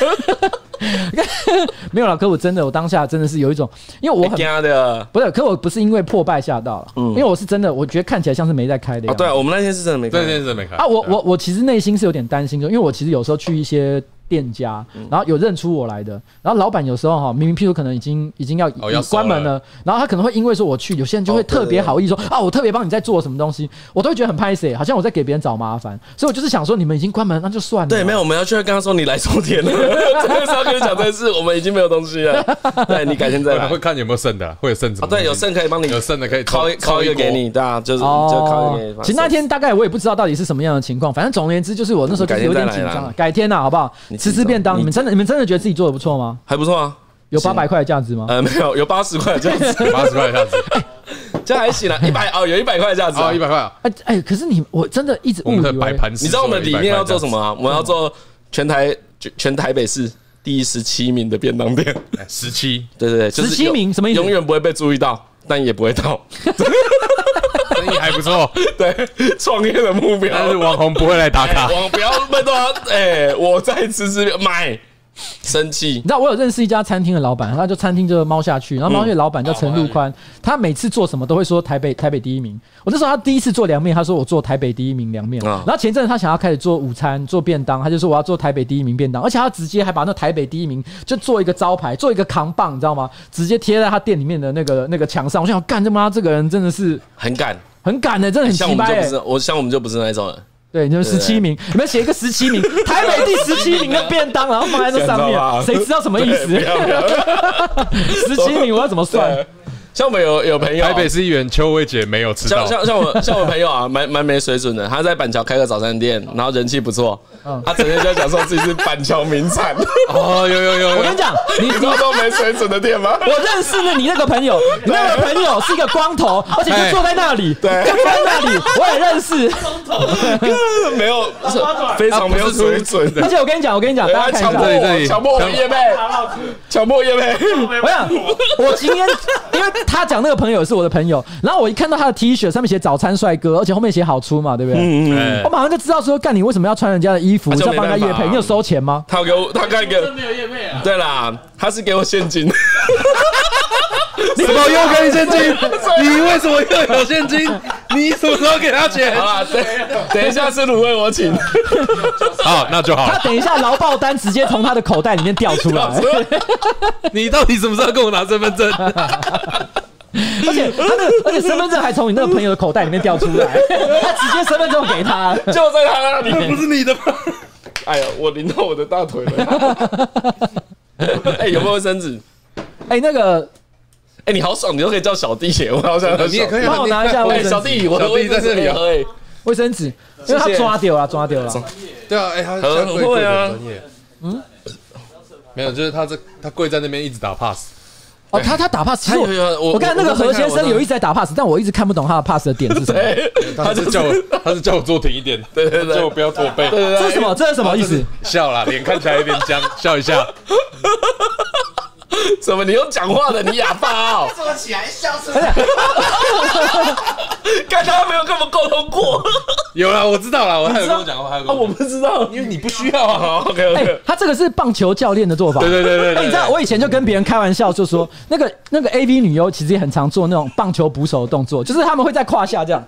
Speaker 2: 没有啦，可我真的，我当下真的是有一种，因为我很
Speaker 3: 惊的，
Speaker 2: 不是，可我不是因为破败吓到了，因为我是真的，我觉得看起来像是没在开的样
Speaker 3: 哦，
Speaker 2: 子。
Speaker 3: 对啊，我们那天是真的没开，
Speaker 4: 那天是真的没开
Speaker 2: 啊，我我我其实内心是有点担心的，因为我其实有时候去一些店家，然后有认出我来的，然后老板有时候哈，明明譬如可能已经已经要
Speaker 4: 哦要
Speaker 2: 关门了，然后他可能会因为说我去，有些人就会特别好意说啊，我特别帮你在做什么东西，我都会觉得很拍谁，好像我在给别人找麻烦，所以我就是想说，你们已经关门，那就算了。
Speaker 3: 对，没有，我们要去跟他说你来收tiền了，真的是要跟你讲这件事，我们已经没有东西了，对你改天再来。
Speaker 4: 会看有没有剩的，会有剩什么？
Speaker 3: 对，有剩可以帮你，
Speaker 4: 有剩的可以
Speaker 3: 敲敲一个给你，对啊，就是就敲一个给你。
Speaker 2: 其实那天大概我也不知道到底是什么样的情况，反正总而言之就是我那时候就是有点紧张了。改天呐，好不好？吃吃便当，你们真的你们真的觉得自己做的不错吗？
Speaker 3: 还不错啊，
Speaker 2: 有八百块的价值吗？
Speaker 3: 呃，没有，有八十块的价值，
Speaker 4: 八十块的价值，
Speaker 3: 这样还行啦，一百哦，有一百块的价值，
Speaker 4: 哦，一百块啊！
Speaker 2: 哎哎，可是你我真的一直误以为，
Speaker 4: 摆盘，
Speaker 3: 你知道我们里面要做什么啊？我们要做全台全台北市第十七名的便当店，
Speaker 4: 十七，
Speaker 3: 对对对，
Speaker 2: 十七名什么意思？
Speaker 3: 永远不会被注意到，但也不会到。
Speaker 4: 生意还不错，
Speaker 3: 对，创业的目标，
Speaker 4: 但是网红不会来打卡，
Speaker 3: 网不要被多少，哎，我在吃吃买。生气，
Speaker 2: 你知道我有认识一家餐厅的老板，他就餐厅就猫下去，然后猫下去老板叫陈陆宽，他每次做什么都会说台北台北第一名。我那时候他第一次做凉面，他说我做台北第一名凉面，然后前阵子他想要开始做午餐做便当，他就说我要做台北第一名便当，而且他直接还把那台北第一名就做一个招牌，做一个扛棒，你知道吗？直接贴在他店里面的那个那个墙上。我想干他妈这个人真的是
Speaker 3: 很敢，
Speaker 2: 很敢的、欸，真的很奇葩、欸。
Speaker 3: 我像我们就不是那种人。
Speaker 2: 对，你们十七名，你们写一个十七名，台北第十七名的便当，然后放在那上面，谁知道什么意思？十七名我要怎么算？
Speaker 3: 像我们有有朋友，
Speaker 4: 台北市议员邱薇姐没有吃到，
Speaker 3: 像像像我像我朋友啊，蛮蛮没水准的。他在板桥开个早餐店，然后人气不错，他整天就在讲说自己是板桥名产。
Speaker 4: 哦，有有有，
Speaker 2: 我跟你讲，你
Speaker 3: 你知道都没水准的店吗？
Speaker 2: 我认识的你那个朋友，你那个朋友是一个光头，而且就坐在那里，
Speaker 3: 对，
Speaker 2: 就坐在那里，我也认识。
Speaker 6: 光头，
Speaker 3: 没有，非常没有水准的。
Speaker 2: 而且我跟你讲，我跟你讲，大家看一下，
Speaker 4: 这里
Speaker 3: 强迫我业配，强迫业配。
Speaker 2: 我想，我今天因为他讲那个朋友是我的朋友，然后我一看到他的 T 恤上面写早餐帅哥，而且后面写好出嘛，对不对？嗯嗯。我马上就知道说，干你为什么要穿人家的衣服，是要帮人家业配？你有收钱吗？
Speaker 3: 他给我，他看一个，
Speaker 6: 没有业配啊。
Speaker 3: 对啦，他是给我现金。
Speaker 4: 什么又给你现金？你为什么又有现金？你什么时候给他钱？
Speaker 3: 好啦，等等一下吃卤味我请。
Speaker 4: 好，那就好。
Speaker 2: 他等一下劳报单直接从他的口袋里面掉出来。
Speaker 4: 你到底什么时候跟我拿身份证？
Speaker 2: 而且他的，而且身份证还从你那个朋友的口袋里面掉出来，他直接身份证给他，
Speaker 3: 就在他那里，
Speaker 4: 那不是你的吗？
Speaker 3: 哎呀，我淋到我的大腿了。哎，有没有卫生纸？
Speaker 2: 哎，那个，
Speaker 3: 哎，你好爽，你都可以叫小弟耶，我好想
Speaker 4: 你也可以
Speaker 2: 帮我拿一下卫生纸。
Speaker 3: 小弟，我的卫生纸在这里喝。哎，
Speaker 2: 卫生纸，因为他抓掉了，抓掉了。
Speaker 4: 对啊，哎，他
Speaker 3: 很会啊，
Speaker 4: 专业。嗯，没有，就是他这他跪在那边一直打 pass。
Speaker 2: 哦，他他打 pass，其实
Speaker 3: 有有
Speaker 2: 我我看那个何先生有一直在打 pass，但我一直看不懂他的 pass 的点是什么。
Speaker 4: 他是叫我，他是叫我坐挺一点，
Speaker 3: 对对对，
Speaker 4: 叫我不要驼背。
Speaker 2: 这是什么？这是什么意思？
Speaker 4: 笑啦，脸看起来有点僵，笑一下。
Speaker 3: 怎么你用讲话的？你哑巴哦！
Speaker 7: 坐起来笑出来。
Speaker 3: 看他没有跟我们沟通过。
Speaker 4: 有啦，我知道啦，我还有跟我讲过，还有跟
Speaker 3: 我不知道，
Speaker 4: 因为你不需要啊。
Speaker 3: OK OK，
Speaker 2: 他这个是棒球教练的做法。
Speaker 4: 对对对对。
Speaker 2: 哎，你知道我以前就跟别人开玩笑，就说那个那个 A V 女优其实也很常做那种棒球捕手的动作，就是他们会在胯下这样。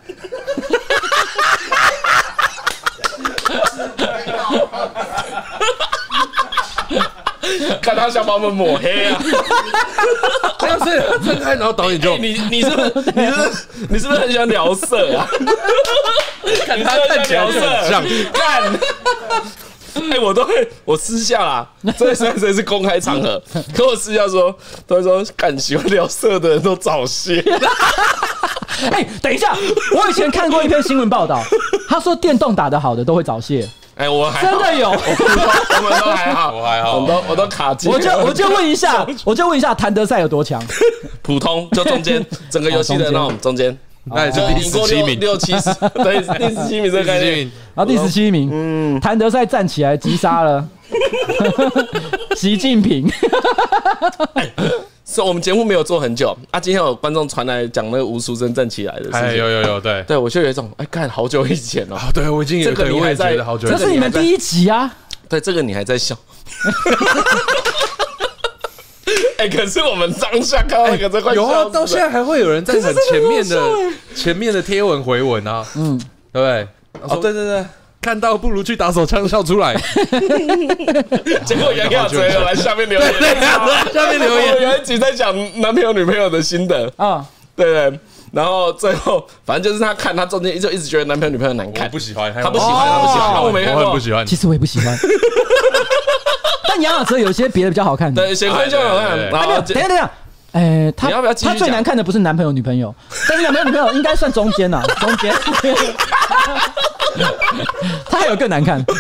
Speaker 3: 看他想把我们抹黑啊！
Speaker 4: 没有，所以他睁开，然后导演就
Speaker 3: 你你是不是你是不是你是不是很喜欢聊色啊？
Speaker 4: 看他看起来就很像
Speaker 3: 干。哎、欸，我都会，我私下啦，这虽然这是公开场合，可我私下说，都会说，干喜欢聊色的人都早泄。
Speaker 2: 哎、欸，等一下，我以前看过一篇新闻报道，他说电动打得好的都会早泄。
Speaker 3: 哎、欸，我还
Speaker 2: 真的有，
Speaker 3: 我们都还好，
Speaker 4: 我还好，
Speaker 3: 我都我都卡机。
Speaker 2: 我就我就问一下，我就问一下，谭德赛有多强？
Speaker 3: 普通，就中间，整个游戏的那种中间。
Speaker 4: 那也是第十七名，
Speaker 3: 六七十，对，第十七名这个概念。
Speaker 2: 然后第十七名，嗯，谭德赛站起来击杀了习近平。
Speaker 3: 是我们节目没有做很久啊，今天有观众传来讲那个吴淑珍站起来的事情。
Speaker 4: 哎，有有有，对
Speaker 3: 对，我就有一种哎，看好久以前哦。
Speaker 4: 对，我已经有
Speaker 3: 这个你还在，
Speaker 4: 好久，
Speaker 2: 这是你们第一集啊。
Speaker 3: 对，这个你还在笑。哎、欸，可是我们当下看到那个，这快
Speaker 4: 有啊，到现在还会有人在很前面的前面的贴文回文啊，嗯，对不对？
Speaker 3: 哦，对对对，
Speaker 4: 看到不如去打手枪笑出来。
Speaker 3: 结果杨亚哲有来下面留言，
Speaker 4: 对对，下面留言，
Speaker 3: 有一集在讲男朋友女朋友的心得啊，对对。然后最后，反正就是他看他中间就一直觉得男朋友女朋友难看，
Speaker 4: 不喜欢，
Speaker 3: 他不喜欢，他不喜欢，我没看过，
Speaker 4: 我很不喜欢。
Speaker 2: 其实我也不喜欢。但杨雅哲有些别的比较好看的，
Speaker 3: 对，显坤就好看。
Speaker 2: 然后等一下等一下，哎，他
Speaker 3: 要不要继续
Speaker 2: 他最难看的不是男朋友女朋友，但是男朋友女朋友应该算中间呐，中间。他还有更难看。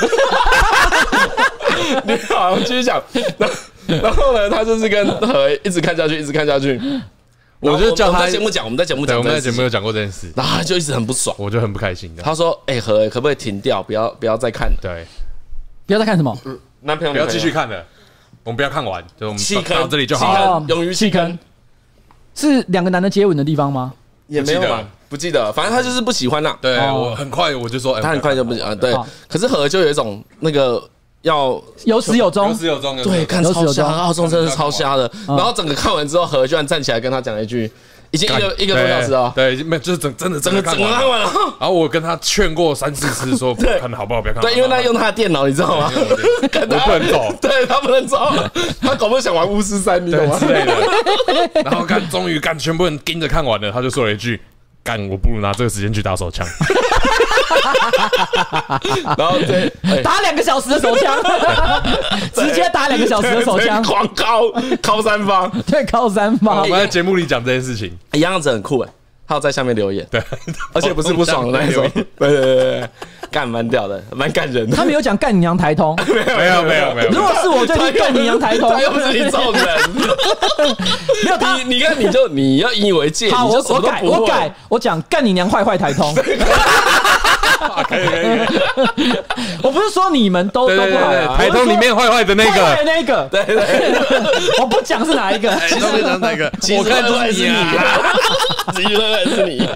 Speaker 3: 你好，继续讲。然后呢，他就是跟何一直看下去，一直看下去。
Speaker 4: 我就叫他
Speaker 3: 在节目讲，我们在节目讲，
Speaker 4: 我们在节目有讲过这件事，
Speaker 3: 然后他就一直很不爽，
Speaker 4: 我就很不开心的。
Speaker 3: 他说：“哎，何可不可以停掉，不要不要再看了？
Speaker 4: 对，
Speaker 2: 不要再看什么？
Speaker 3: 男朋友
Speaker 4: 不要继续看了，我们不要看完，就我们
Speaker 3: 弃坑
Speaker 4: 到这里就好了。
Speaker 3: 勇于弃坑
Speaker 2: 是两个男的接吻的地方吗？
Speaker 3: 也没有吧，不记得，反正他就是不喜欢啦。
Speaker 4: 对我很快我就说，
Speaker 3: 他很快就不喜欢。对，可是何就有一种那个。”要
Speaker 2: 有始有终，
Speaker 4: 有始有终，
Speaker 3: 对，看超瞎，澳洲真的是超瞎的。然后整个看完之后，何居然站起来跟他讲了一句，已经一个一个多小时了，
Speaker 4: 对，没就是整真的
Speaker 3: 整个整个看完了。
Speaker 4: 然后我跟他劝过三四次，说看的好不好，不要看。
Speaker 3: 对，因为他用他的电脑，你知道吗？
Speaker 4: 我不能走，
Speaker 3: 对他不能走，他搞不好想玩巫师三，你懂吗？
Speaker 4: 之类的。然后看，终于干，全部人盯着看完了，他就说了一句。干，我不如拿这个时间去打手枪。
Speaker 3: 然后对，
Speaker 2: 打两个小时的手枪，直接打两个小时的手枪，
Speaker 3: 狂敲敲三方，
Speaker 2: 对，敲三方。
Speaker 4: 我们在节目里讲这件事情，
Speaker 3: 杨子很酷哎，他有在下面留言，
Speaker 4: 对，
Speaker 3: 而且不是不爽的那一种，对对对对，干蛮屌的，蛮感人的。
Speaker 2: 他们有讲干你娘台通，
Speaker 4: 没有没有没有。
Speaker 2: 如果是我，就干你娘台通，
Speaker 3: 他又不是你这种人。
Speaker 2: 没有他，
Speaker 3: 你你看你就你要引以为戒，
Speaker 2: 好，我我改我改，我讲干你娘坏坏台通。
Speaker 4: 可以可以，
Speaker 2: 我不是说你们都都不好，
Speaker 4: 台通里面坏坏的那个，
Speaker 2: 那个，
Speaker 3: 对对，
Speaker 2: 我不讲是哪一个，
Speaker 4: 其实讲哪个，
Speaker 3: 我看就是你啊，其实是你，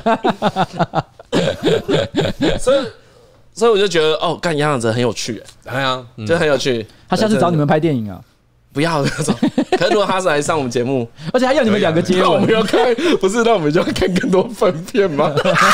Speaker 3: 所以所以我就觉得哦，干杨洋哲很有趣，
Speaker 4: 哎呀，
Speaker 3: 就很有趣，
Speaker 2: 他下次找你们拍电影啊。
Speaker 3: 不要那种，可是如果他是来上我们节目，
Speaker 2: 而且还要你们两个接吻，
Speaker 3: 我们要看，不是，那我们就要看更多分片吗？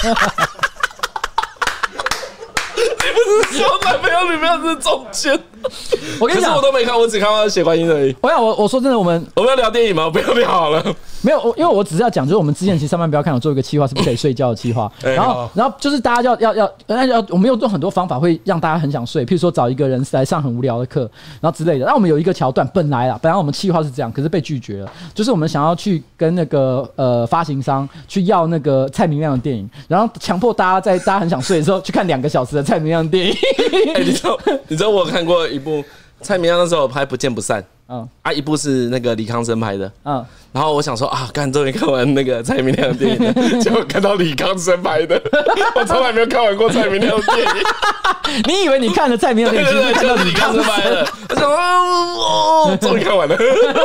Speaker 3: 说男朋友女朋友是中间，
Speaker 2: 我跟你讲，
Speaker 3: 我都没看，我只看到血观音而已。
Speaker 2: 我想，我我说真的，我们
Speaker 3: 我们要聊电影吗？不要聊好了。
Speaker 2: 没有，因为我只是要讲，就是我们之前其实上班不要看，有做一个企划是不可以睡觉的企划，然后然后就是大家要要要要要，我们有用很多方法会让大家很想睡，譬如说找一个人来上很无聊的课，然后之类的。那我们有一个桥段，本来啦，本来我们企划是这样，可是被拒绝了，就是我们想要去跟那个呃发行商去要那个蔡明亮的电影，然后强迫大家在大家很想睡的时候去看两个小时的蔡明亮的电影。
Speaker 3: 哎、欸，你知道你知道我有看过一部蔡明亮那时候拍《不见不散》，嗯，啊，一部是那个李康生拍的，嗯，然后我想说啊，干终于看完那个蔡明亮的电影了，结果看到李康生拍的，我从来没有看完过蔡明亮的电影。
Speaker 2: 你以为你看了蔡明亮的电影，
Speaker 3: 对对对，看到李康生拍的，我想哦，终于看完了，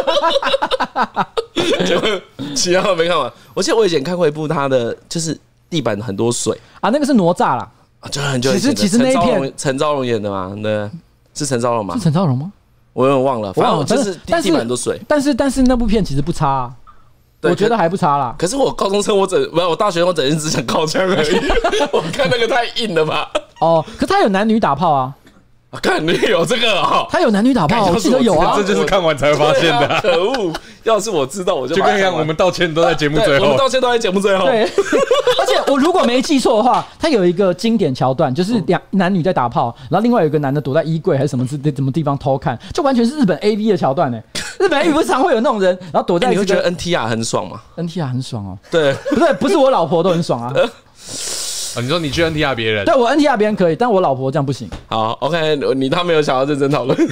Speaker 3: 结果其他都没看完。我记得我以前看过一部他的，就是地板很多水
Speaker 2: 啊，那个是哪吒啦。
Speaker 3: 就很久以前的，
Speaker 2: 其实其实那一片
Speaker 3: 陈昭荣演的嘛，对，是陈昭荣吗？
Speaker 2: 是陈昭荣吗？
Speaker 3: 我有点忘了，反正就是
Speaker 2: 地
Speaker 3: 地板很多水。
Speaker 2: 但是但是那部片其实不差、啊，我觉得还不差啦。
Speaker 3: 可是我高中生，我整不是我大学生，我整天只想靠枪而已。我看那个太硬了吧？
Speaker 2: 哦，可他有男女打炮啊。
Speaker 3: 啊，看你有这个哦，
Speaker 2: 他有男女打炮，我记得有啊。
Speaker 4: 这就是看完才会发现的、啊。
Speaker 3: 可恶！要是我知道，我就
Speaker 4: 就跟一样，我们道歉都在节目最后，
Speaker 3: 我们道歉都在节目最后。
Speaker 2: 对，而且我如果没记错的话，他有一个经典桥段，就是两男女在打炮，然后另外有一个男的躲在衣柜还是什么什么地方偷看，就完全是日本 A V 的桥段呢。日本 A V 不是常会有那种人，然后躲在、
Speaker 3: 欸。你会觉得 N T R 很爽吗
Speaker 2: ？N T R 很爽哦。
Speaker 3: 对，
Speaker 2: 不是不是我老婆都很爽啊。
Speaker 4: 哦、你说你去 N T R 别人，
Speaker 2: 对我 N T R 别人可以，但我老婆这样不行。
Speaker 3: 好 ，OK， 你他没有想要认真讨论。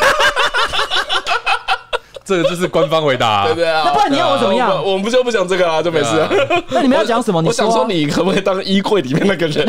Speaker 4: 这个就是官方回答、啊，
Speaker 3: 对不对啊？
Speaker 2: 那不然你要我怎么样？
Speaker 3: 我们就不讲这个啊，就没事、啊。
Speaker 2: 那你们要讲什么？你
Speaker 3: 我想说，你可不可以当衣柜里面那个人？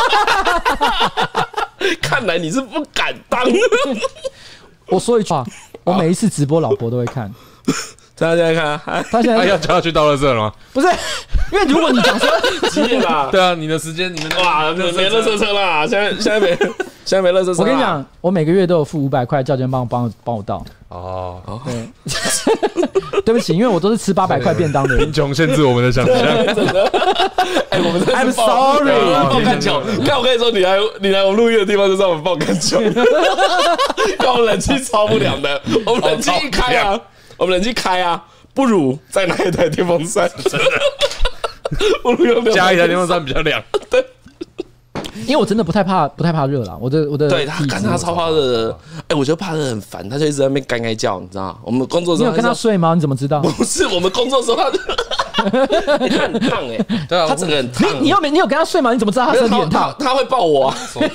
Speaker 3: 看来你是不敢当。
Speaker 2: 我说一句话，我每一次直播，老婆都会看。
Speaker 3: 大家看，
Speaker 2: 他现在
Speaker 4: 要叫他去倒垃圾了吗？
Speaker 2: 不是，因为如果你讲说
Speaker 3: 几点啦？
Speaker 4: 对啊，你的时间，你们
Speaker 3: 哇，没垃圾车啦！现在现在没，现在没垃圾车。
Speaker 2: 我跟你讲，我每个月都有付五百块，叫人帮我帮我帮我倒。
Speaker 4: 哦，
Speaker 2: 对，对不起，因为我都是吃八百块便当的人。
Speaker 4: 贫穷限制我们的想象。
Speaker 3: 真的，哎，我们
Speaker 2: I'm sorry，
Speaker 3: 爆干球。看我跟你说，你来你来我们录音的地方就知道我们爆干球。看我们冷气超不良的，我们冷气一开啊。我们冷气开啊，不如再拿一台电风扇，真的，不如用
Speaker 4: 加一台电风扇比较凉。
Speaker 3: 对，
Speaker 2: 因为我真的不太怕，不太怕热啦。我的我的，
Speaker 3: 对他干他超怕热的，哎，我觉得怕热很烦，他就一直在那边干干叫，你知道吗？我们工作时候
Speaker 2: 你有跟他睡吗？你怎么知道？
Speaker 3: 不是，我们工作时候他他很烫哎，
Speaker 4: 对啊，
Speaker 3: 他整个很烫。
Speaker 2: 你你有没你有跟他睡吗？你怎么知道他身体很烫？
Speaker 3: 他会抱我啊，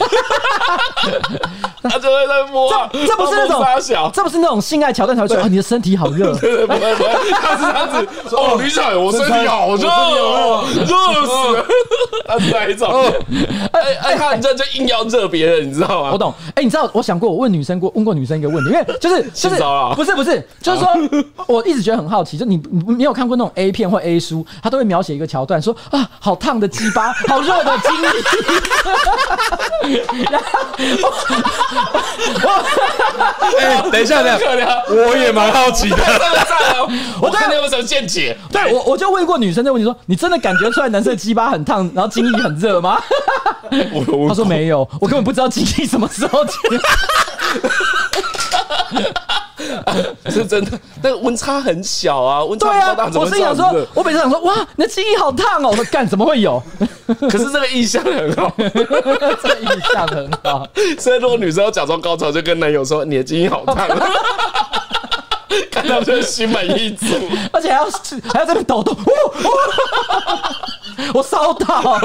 Speaker 3: 他就会在摸。
Speaker 2: 这这不是那种，这不是那种性爱桥段才会说，哦，你的身体好热。
Speaker 3: 对对，不会不会，他是这样子。哦，李彩，我身体好热哦，热死了。他是哪一种？哎哎，他这就硬要热别人，你知道吗？
Speaker 2: 我懂。哎，你知道，我想过，我问女生过，问过女生一个问题，因为就是就是不是不是，就是说，我一直觉得很好奇，就你你没有看过那种 A 片或 A 书，他都会描写一个桥段，说啊，好烫的鸡巴，好热的精液。
Speaker 4: 哎，等一下，等一下，我也蛮好奇的。
Speaker 3: 我看你有什么见解？
Speaker 2: 对我我就问过女生这个问题，说你真的感觉出来男生的鸡巴很烫，然后精液很热吗？他说没有，我根本不知道精液什么时候进。
Speaker 3: 是真的，那个温差很小啊，温差不够大，怎么
Speaker 2: 我是想说，我每次想说，哇，你的精液好烫哦，我说干，怎么会有？
Speaker 3: 可是这个意象很好，
Speaker 2: 这个意象很好。
Speaker 3: 所以如果女生要假装高潮，就跟男友说你的精液好烫，看到就心满意足，
Speaker 2: 而且还要还要在那边抖动，我烧到。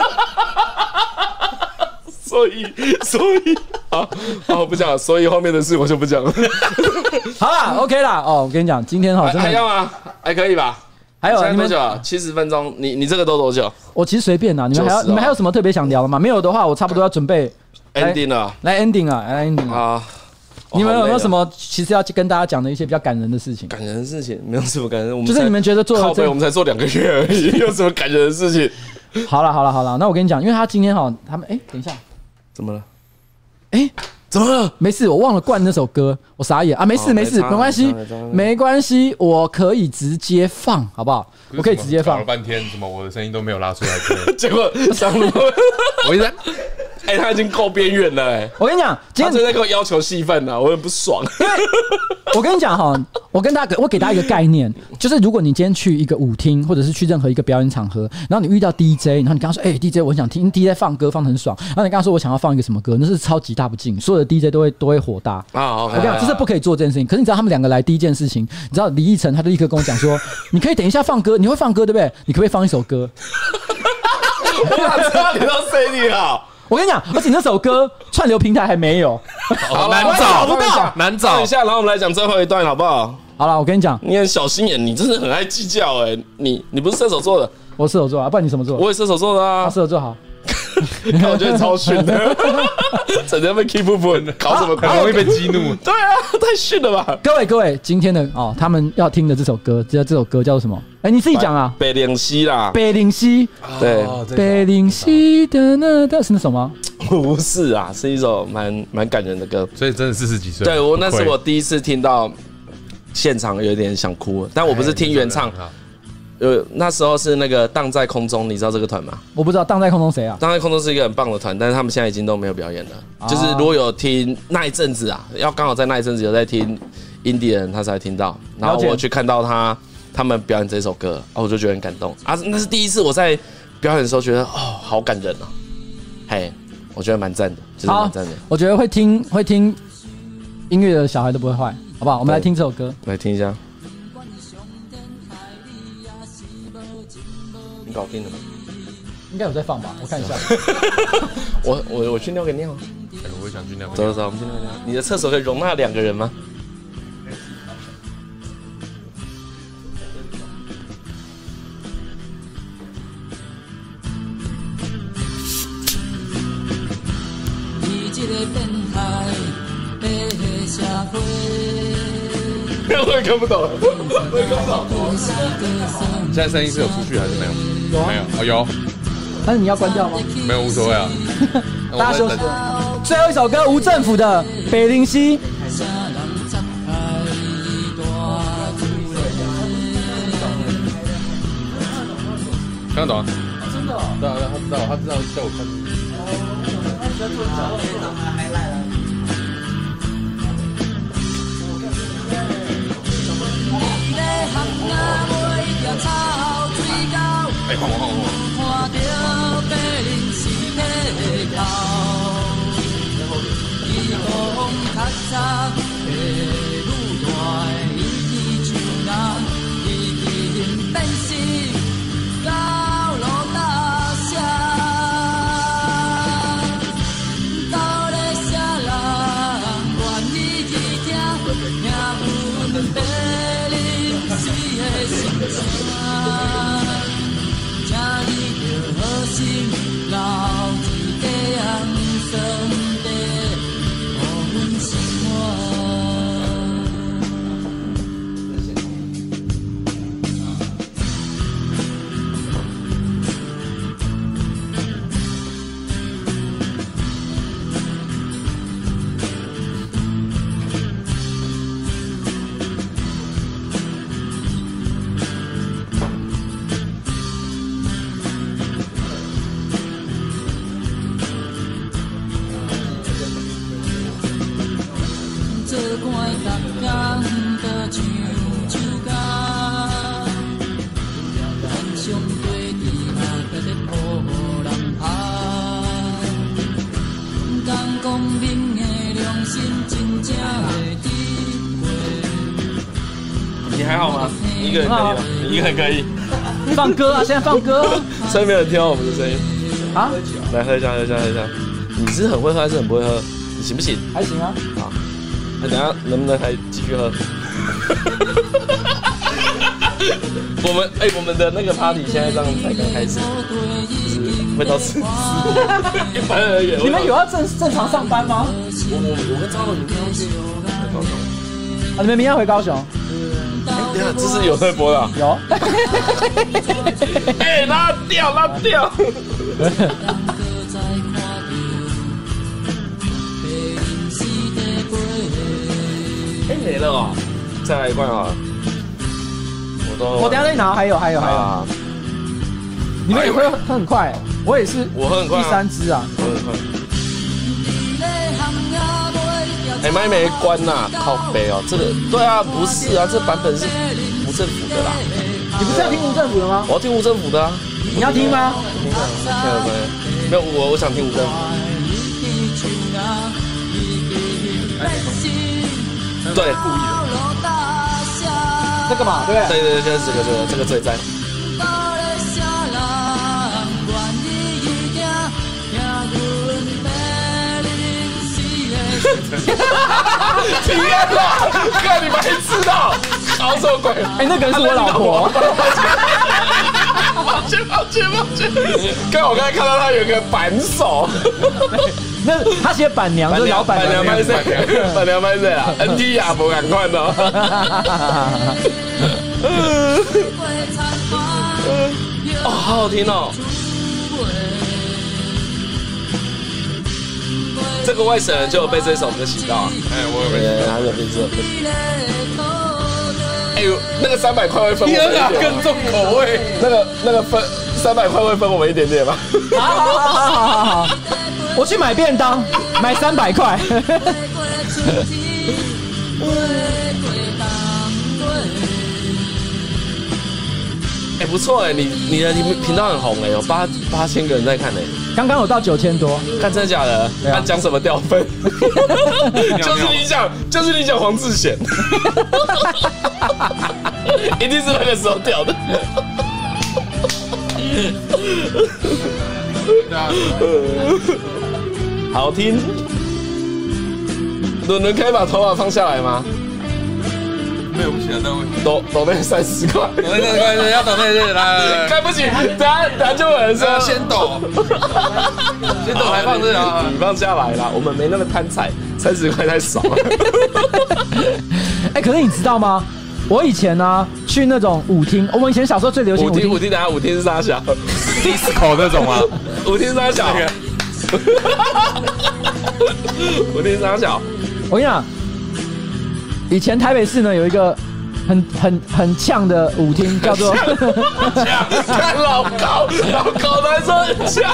Speaker 3: 所以，所以，好，好，我不讲了。所以后面的事我就不讲了。
Speaker 2: 好啦 ，OK 啦。哦，我跟你讲，今天哈，真的
Speaker 3: 还要吗？还可以吧？
Speaker 2: 还有
Speaker 3: 你们多久啊？七十分钟。你你这个都多久？
Speaker 2: 我其实随便啦。你们还要你们还有什么特别想聊的吗？没有的话，我差不多要准备
Speaker 3: ending 了。
Speaker 2: 来 ending 啊，来 ending 啊。你们有没有什么其实要跟大家讲的一些比较感人的事情？
Speaker 3: 感人的事情没有什么感人，我们
Speaker 2: 就是你们觉得做
Speaker 3: 靠背，我们才做两个月而已，有什么感人的事情？
Speaker 2: 好了好了好了，那我跟你讲，因为他今天哈，他们哎，等一下，
Speaker 3: 怎么了？
Speaker 2: 哎、欸，
Speaker 3: 怎么了？
Speaker 2: 没事，我忘了灌那首歌，我傻眼啊！没事、哦、没事，没关系，没关系，我可以直接放，好不好？我可以直接放。
Speaker 4: 搞了半天，怎么我的声音都没有拉出来？
Speaker 3: 结果上路，我一直，哎、欸，他已经够边缘了、欸，哎，
Speaker 2: 我跟你讲，今天
Speaker 3: 他在给我要求戏份呢，我很不爽。
Speaker 2: 因为我跟你讲哈，我跟大家，我给大家一个概念，就是如果你今天去一个舞厅，或者是去任何一个表演场合，然后你遇到 D J， 然后你跟他说，哎、欸、，D J， 我想听 D J 放歌，放得很爽，然后你跟他说我想要放一个什么歌，那是超级大不敬，所有的 D J 都会都会火大啊。我跟你讲，这是不可以做这件事情。可是你知道他们两个来第一件事情，你知道李奕晨他就立刻跟我讲说，你可以等一下放歌，你会放歌对不对？你可不可以放一首歌？
Speaker 3: 我哪知道你要 say 你好？
Speaker 2: 我跟你讲，而且那首歌串流平台还没有，
Speaker 3: 好
Speaker 4: 难找
Speaker 2: 不到，
Speaker 4: 难找
Speaker 3: 一下，然后我们来讲最后一段好不好？
Speaker 2: 好了，我跟你讲，
Speaker 3: 你很小心眼，你真的很爱计较哎、欸。你你不是射手座的，
Speaker 2: 我射手座啊，不然你什么座？
Speaker 3: 我也射手座的啊，
Speaker 2: 啊射手座好。
Speaker 3: 我觉得超逊的，整天被 keep up， 搞什么？
Speaker 4: 很容易被激怒。
Speaker 3: 对啊，太逊了吧！
Speaker 2: 各位各位，今天的哦，他们要听的这首歌，这这首歌叫做什么？哎、欸，你自己讲啊。
Speaker 3: 北岭西啦，
Speaker 2: 北岭西，
Speaker 3: 对，
Speaker 2: 北岭西的那的是那首吗？
Speaker 3: 不是啊，是一首蛮蛮感人的歌。
Speaker 4: 所以真的四十几岁。
Speaker 3: 对我那是我第一次听到现场，有点想哭了，但我不是听原唱。 有那时候是那个荡在空中，你知道这个团吗？
Speaker 2: 我不知道荡在空中谁啊？
Speaker 3: 荡在空中是一个很棒的团，但是他们现在已经都没有表演了。啊、就是如果有听那一阵子啊，要刚好在那一阵子有在听 indie 的人，他才听到。然后我去看到他他们表演这首歌，哦，我就觉得很感动啊！那是第一次我在表演的时候觉得哦，好感人哦。嘿，我觉得蛮赞的，就是蛮赞的。
Speaker 2: 我觉得会听会听音乐的小孩都不会坏，好不好？我们来听这首歌，
Speaker 3: 来听一下。很好听的吗？
Speaker 2: 应该有在放吧，我看一下。
Speaker 3: 我我我去尿个尿。
Speaker 4: 哎，我也想去尿个尿。
Speaker 3: 走走走，我们去尿个尿。你的厕所可以容纳两个人吗？我也看不懂，我也看不懂。
Speaker 4: 现在声音是有出去还是没有？
Speaker 2: 有啊，
Speaker 4: 没有哦有。
Speaker 2: 但是你要关掉吗？
Speaker 4: 没有，无所谓啊。
Speaker 2: 大家休息。最后一首歌，无政府的《北林溪》。
Speaker 4: 看得懂啊？
Speaker 2: 真的？
Speaker 4: 对啊，他知道，他知道叫我看。
Speaker 2: 他只在做脚本，还来了。
Speaker 4: 哎，换我换我。看到白林溪溪头，伊风较早的舞台，伊像人，伊已变成高楼大厦，到咧啥人愿意去听，听阮白林溪的心声。心留一个红酸地，予阮生活。
Speaker 3: 你还好吗？一个人可以吗？你一个人可以。
Speaker 2: 放歌啊！现在放歌。
Speaker 3: 所以没有人听到我们的声音
Speaker 2: 啊！
Speaker 3: 来喝一下，喝一下，喝一下。你是很会喝还是很不会喝？你行不行？
Speaker 2: 还行啊。
Speaker 3: 好，那等下能不能还继续喝？我们哎、欸，我们的那个 party 现在这样才刚开始，就是会到四十，一般而已。
Speaker 2: 你们有要正正常上班吗？
Speaker 3: 我我我跟张总明天要去回高雄。
Speaker 2: 啊，你们明天回高雄？
Speaker 3: 哎、欸，等下这是有在播的、啊。
Speaker 2: 有。
Speaker 3: 哎、欸，拉掉，拉掉。哎、欸，没了哦，再来一罐啊！
Speaker 2: 我等下再拿，还有还有还有，啊、你们也会喝很快、欸，我也是，
Speaker 3: 我喝很快、啊，
Speaker 2: 第三支啊，
Speaker 3: 我很快。哎、欸，麦没关呐、啊，靠北哦，这个对啊，不是啊，这版本是无政府的啦。
Speaker 2: 你不是要听无政府的吗？
Speaker 3: 我要听无政府的啊。
Speaker 2: 你要听吗？
Speaker 3: 听啊，听了没？没有，我我想听无政府。对，故意的。
Speaker 2: 这个嘛，对不
Speaker 3: 对？对对对，就是这个这个这个最赞。天哪！看你白痴的，搞什么鬼？
Speaker 2: 哎、欸，那个人是我老婆。
Speaker 3: 抱歉抱歉抱歉。刚我刚才看到他有一个扳手。
Speaker 2: 那他写板娘，就是老板
Speaker 3: 娘拍谁？板娘拍谁啊 ？N T 亚不敢看哦。哦，好好听哦。这个外省人就有被这首歌洗到啊！
Speaker 4: 哎，我有被洗到，
Speaker 3: 还有被这首歌洗到。 哎呦，那个三百块会分我们一点吗？
Speaker 6: 更重口味。
Speaker 3: 那个那个分三百块会分我们一点点吗？
Speaker 2: 好好好好好好好，我去买便当，买三百块。
Speaker 3: 哎，不错哎，你你的频道很红哎，有八八千个人在看哎。
Speaker 2: 刚刚有到九千多，
Speaker 3: 看真的假的？他讲什么掉分？就是你讲，就是你讲黄志贤，一定是那个时候掉的。好听。伦伦可以把头发放下来吗？
Speaker 6: 没有不行，但会
Speaker 3: 抖抖那三十块，
Speaker 6: 抖那个块，要抖那个来，
Speaker 3: 该不行，等下等下就有人说
Speaker 6: 先抖，先抖还放这啊，
Speaker 3: 你放下来啦，我们没那么贪财，三十块太少了。
Speaker 2: 哎，可是你知道吗？我以前呢、啊、去那种舞厅，我们以前小时候最流行
Speaker 3: 舞厅，舞厅等下舞厅是啥小
Speaker 6: ？disco 那种吗？
Speaker 3: 舞厅是啥小？舞厅是啥小？
Speaker 2: 我跟你讲，以前台北市呢有一个很很很呛的舞厅，叫做
Speaker 3: 看老高，老高还说很呛。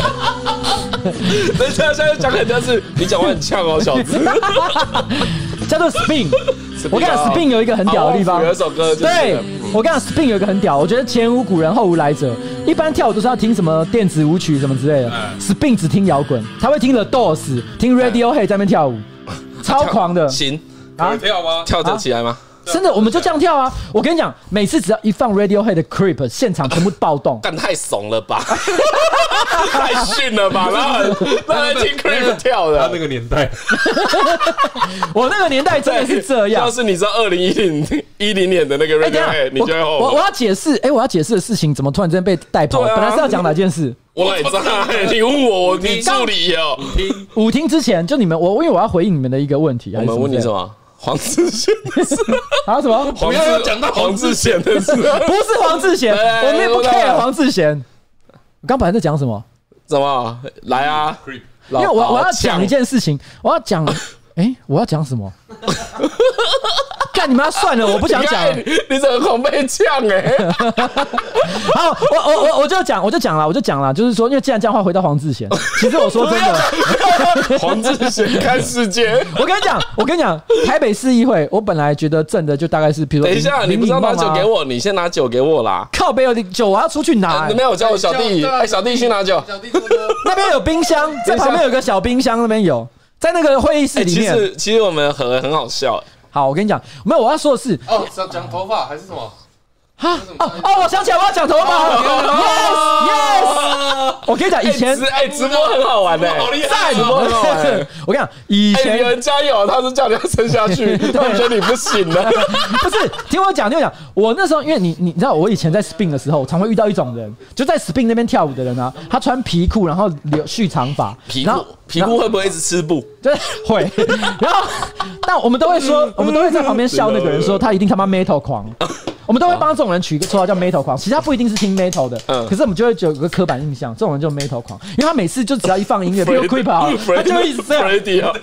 Speaker 3: 等一下，现在讲很像是你讲话很呛哦，小子。
Speaker 2: 叫做 Spin。我跟你讲 ，Spin 有一个很屌的地方。
Speaker 3: 有一首歌就是，
Speaker 2: 对，我跟你讲 ，Spin 有一个很屌，我觉得前无古人后无来者。一般跳舞都是要听什么电子舞曲什么之类的 ，Spin 只听摇滚，他会听 The Doors， 听 Radiohead 在那边跳舞，超狂的。
Speaker 3: 行
Speaker 6: 啊，跳吗？
Speaker 3: 跳得起来吗？
Speaker 2: 真的，我们就这样跳啊！我跟你讲，每次只要一放 Radiohead 的 Creep， 现场全部暴动。
Speaker 3: 干太怂了吧，太逊了吧！然后让人听 Creep 跳的，
Speaker 6: 他那个年代，
Speaker 2: 我那个年代真的是这样。
Speaker 3: 要是你知道二零一零一零年的那个 Radiohead， 你就会后悔。
Speaker 2: 我我要解释，哎，我要解释的事情怎么突然之间被带跑？本来是要讲哪件事？
Speaker 3: 我哪知道？你问我，我你助理哦。
Speaker 2: 舞厅之前就你们，我因为我要回应你们的一个问题。
Speaker 3: 我们问你什么？黄志贤的事
Speaker 2: 啊？什么？
Speaker 3: 黄志讲到黄志贤的事，
Speaker 2: 不是黄志贤，我们也不 care 黄志贤。我刚本来在讲什么？
Speaker 3: 什么？来啊！
Speaker 2: 因为我我要讲一件事情，我要讲，哎，我要讲什么？干你们要算了，我不想讲了。
Speaker 3: 你怎么恐被呛哎？
Speaker 2: 好，我我我我就讲，我就讲了，我就讲了，就是说，因为既然这样的话，回到黄志贤，其实我说真的，
Speaker 3: 黄志贤看世界。
Speaker 2: 我跟你讲，我跟你讲，台北市议会，我本来觉得挣的就大概是，比如说，
Speaker 3: 等一下，你不是要拿酒给我，你先拿酒给我啦。
Speaker 2: 靠背有酒，我要出去拿。
Speaker 3: 没有叫我小弟，哎，小弟去拿酒。
Speaker 6: 小弟说
Speaker 2: 那边有冰箱，在旁边有个小冰箱，那边有，在那个会议室里面。
Speaker 3: 其实其实我们很很好笑。
Speaker 2: 好，我跟你讲，没有，我要说的是，
Speaker 6: 哦，讲讲头发还是什么？
Speaker 2: 哈哦哦，我想起来，我要讲头发了 ，yes yes。我跟你讲，以前
Speaker 3: 哎，直播很好玩的，好厉害，直播很好玩。
Speaker 2: 我跟你讲，以前
Speaker 3: 有人加油，他是叫你要撑下去，他们觉得你不行了。
Speaker 2: 不是，听我讲，听我讲，我那时候因为你你知道，我以前在 Spin 的时候，常会遇到一种人，就在 Spin 那边跳舞的人啊，他穿皮裤，然后留蓄长发，
Speaker 3: 皮裤皮裤会不会一直吃布？
Speaker 2: 对，会。然后，但我们都会说，我们都会在旁边笑那个人，说他一定他妈 metal 狂。我们都会帮这种人取一个绰号叫 metal 狂，其实他不一定是听 metal 的，可是我们就会有个刻板印象，这种人就 metal 狂，因为他每次就只要一放音乐，比如 Creep 好，他就会一直这样。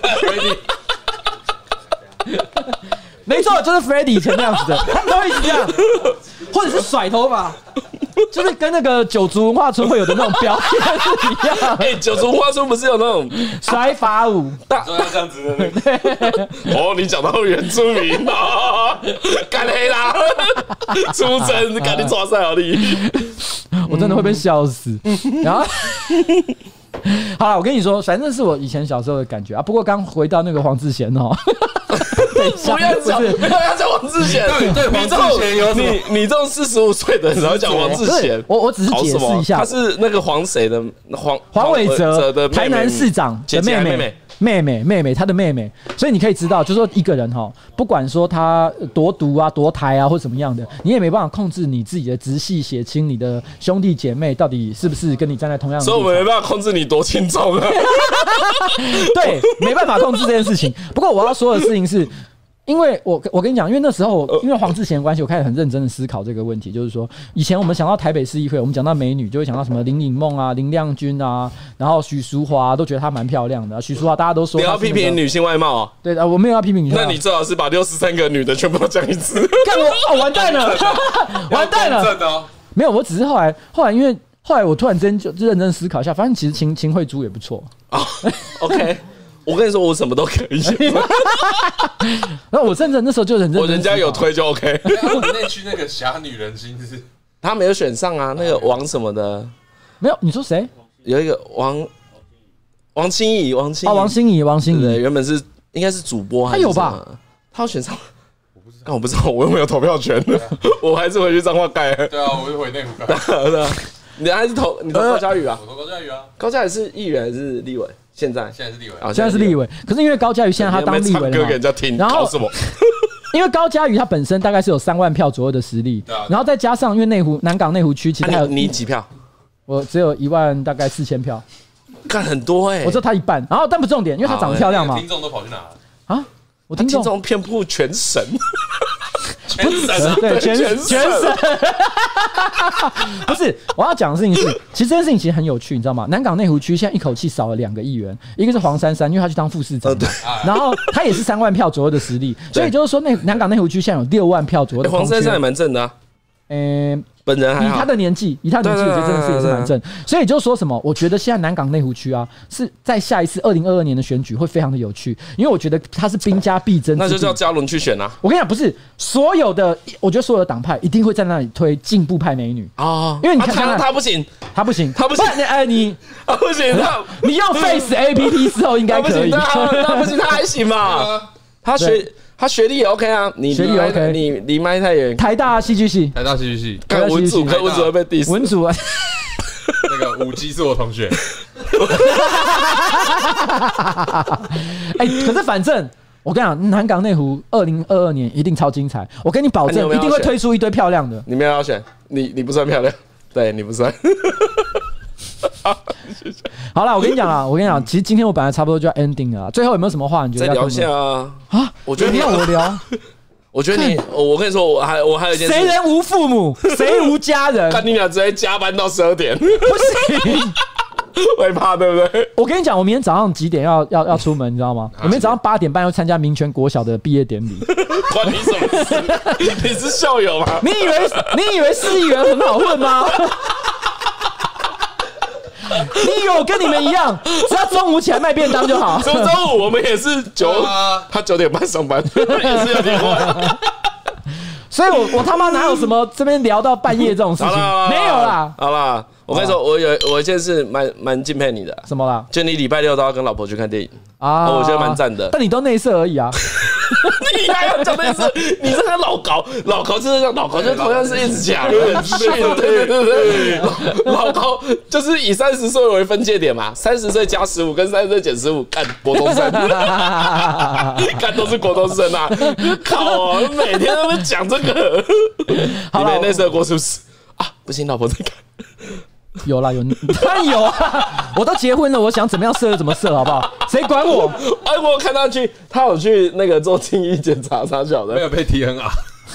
Speaker 2: 没错，就是 Freddie 以前那样子的，他们都会一直这样，或者是甩头发，就是跟那个九族文化村会有的那种表演是一样。
Speaker 3: 哎，九族文化村不是有那种
Speaker 2: 甩发舞，
Speaker 6: 大这样子的那个。
Speaker 3: 哦，你讲到原住民啊，干黑啦，出征赶紧抓赛好力，
Speaker 2: 我真的会被笑死。然后。好了，我跟你说，反正是我以前小时候的感觉啊。不过刚回到那个黄志贤哦，
Speaker 3: 不要讲，不要讲黄志贤。
Speaker 6: 对对，黄志贤有
Speaker 3: 你你这种四十五岁的人，然后讲黄志贤，
Speaker 2: 我我只是解释一下，
Speaker 3: 他是那个黄谁的黄
Speaker 2: 黄伟哲
Speaker 3: 的
Speaker 2: 台南市长的妹妹。妹妹，妹妹，她的妹妹，所以你可以知道，就是说一个人哈，不管说他多毒啊、多台啊，或怎么样的，你也没办法控制你自己的直系血亲、你的兄弟姐妹到底是不是跟你站在同样的。
Speaker 3: 所以我们没办法控制你多轻重啊。
Speaker 2: 对，没办法控制这件事情。不过我要说的事情是。因为我我跟你讲，因为那时候因为黄志贤的关系，我开始很认真的思考这个问题，就是说，以前我们想到台北市议会，我们讲到美女就会想到什么林颖梦啊、林亮君啊，然然后许淑华都觉得她蛮漂亮的。许淑华大家都说
Speaker 3: 你要批评女性外貌啊？
Speaker 2: 对啊，我没有要批评女性外貌。
Speaker 3: 那你最好是把六十三个女的全部都讲一次。
Speaker 2: 干我哦，完蛋了，完蛋了！没有，我只是后来后来因为后来我突然之间就认真思考一下，发现其实秦秦慧珠也不错。
Speaker 3: 哦 ，OK。我跟你说，我什么都可以。
Speaker 2: 然后我甚至那时候就认真，
Speaker 3: 我人家有推就 OK。
Speaker 6: 我们那区那个侠女人心是，
Speaker 3: 他没有选上啊，那个王什么的，
Speaker 2: 没有。你说谁？
Speaker 3: 有一个王王心怡，王心怡
Speaker 2: 啊，王心怡，王心怡，
Speaker 3: 原本是应该是主播，
Speaker 2: 他有吧？
Speaker 3: 他要选上，我不知道，我不知道，我又没有投票权，我还是回去彰化盖。
Speaker 6: 对啊，我就回内湖盖。
Speaker 3: 对啊，你还是投你投高嘉瑜啊？
Speaker 6: 我投高嘉瑜啊。
Speaker 3: 高嘉瑜是议员还是立委？现在
Speaker 6: 现在是立委，
Speaker 2: 现在是立委。可是因为高嘉瑜现在他当立委了，
Speaker 3: 歌给人家听，然后什么？
Speaker 2: 因为高嘉瑜他本身大概是有三万票左右的实力，然后再加上因为内湖南港内湖区其实还有
Speaker 3: 你几票？
Speaker 2: 我只有一万大概四千票，
Speaker 3: 干很多哎，
Speaker 2: 我知道他一半。然后但不重点，因为他长得漂亮嘛。
Speaker 6: 听众都跑去哪了？
Speaker 2: 啊，我听众
Speaker 3: 遍布全省。
Speaker 6: 全省
Speaker 2: 对全全省，不是我要讲的事情是，其实这件事情其实很有趣，你知道吗？南港内湖区现在一口气少了两个议员，一个是黄珊珊，因为他去当副市长，然后他也是三万票左右的实力，所以就是说内南港内湖区现在有六万票左右的空缺。
Speaker 3: 黄珊珊也蛮正的啊，
Speaker 2: 嗯。
Speaker 3: 本人还好，
Speaker 2: 以他的年纪，以他的年纪，我觉得这件事也是蛮正。所以就说什么，我觉得现在南港内湖区啊，是在下一次二零二二年的选举会非常的有趣，因为我觉得它是兵家必争。
Speaker 3: 那就叫嘉伦去选啊！
Speaker 2: 我跟你讲，不是所有的，我觉得所有的党派一定会在那里推进步派美女啊，因为你看
Speaker 3: 他他不行，
Speaker 2: 他不行，
Speaker 3: 他不行，
Speaker 2: 哎你
Speaker 3: 他不行，
Speaker 2: 你用 Face A P P 之后应该可以，
Speaker 3: 他不行，他还行嘛，他学。他学历也 OK 啊，你
Speaker 2: 学历 OK，
Speaker 3: 你离麦太远。
Speaker 2: 台大戏剧系，
Speaker 6: 台大戏剧系，
Speaker 3: 看文组，看文组会被 diss。
Speaker 2: 文组啊，
Speaker 6: 那个五 G 是我同学。
Speaker 2: 哎，可是反正我跟你讲，南港内湖二零二二年一定超精彩，我跟你保证，一定会推出一堆漂亮的。
Speaker 3: 你没有要选，你你不算漂亮，对你不算。
Speaker 2: 好了，我跟你讲啦，我跟你讲，其实今天我本来差不多就要 ending 了，最后有没有什么话你觉得
Speaker 3: 再聊一下啊？啊，我觉得
Speaker 2: 你要我聊，
Speaker 3: 我觉得你，我跟你说，我还我还有一件事，
Speaker 2: 谁人无父母，谁无家人？
Speaker 3: 看你俩直接加班到十二点，不
Speaker 2: 行，
Speaker 3: 会怕对不对？
Speaker 2: 我跟你讲，我明天早上几点要要要出门，你知道吗？我明天早上八点半要参加民权国小的毕业典礼，
Speaker 3: 关你什么事？你是校友吗？
Speaker 2: 你以为你以为市议员很好混吗？你以为我跟你们一样，只要中午起来卖便当就好？
Speaker 3: 什么中午？我们也是九，他九点半上班，也是有点晚。
Speaker 2: 所以我我他妈哪有什么这边聊到半夜这种事情？没有啦。
Speaker 3: 好啦，我跟你说，我有我一件事蛮蛮敬佩你的。
Speaker 2: 什么啦？
Speaker 3: 就你礼拜六都要跟老婆去看电影啊，我觉得蛮赞的。
Speaker 2: 但你都内射而已啊。
Speaker 3: 你还要讲内射？你这个老高，老高就是这样，老高就同样是一直讲，对对对对，老高就是以三十岁为分界点嘛，三十岁加十五跟三十岁减十五，干国中生，干都是国中生啊！靠啊，每天都在讲这个。你没内射过是不是？啊，不行，老婆在看。
Speaker 2: 有啦有，当然有啊！我都结婚了，我想怎么样射就怎么射，好不好？谁管我？
Speaker 3: 哎，我有看他去，他有去那个做精液检查，啥小的，
Speaker 6: 没有被 T N R。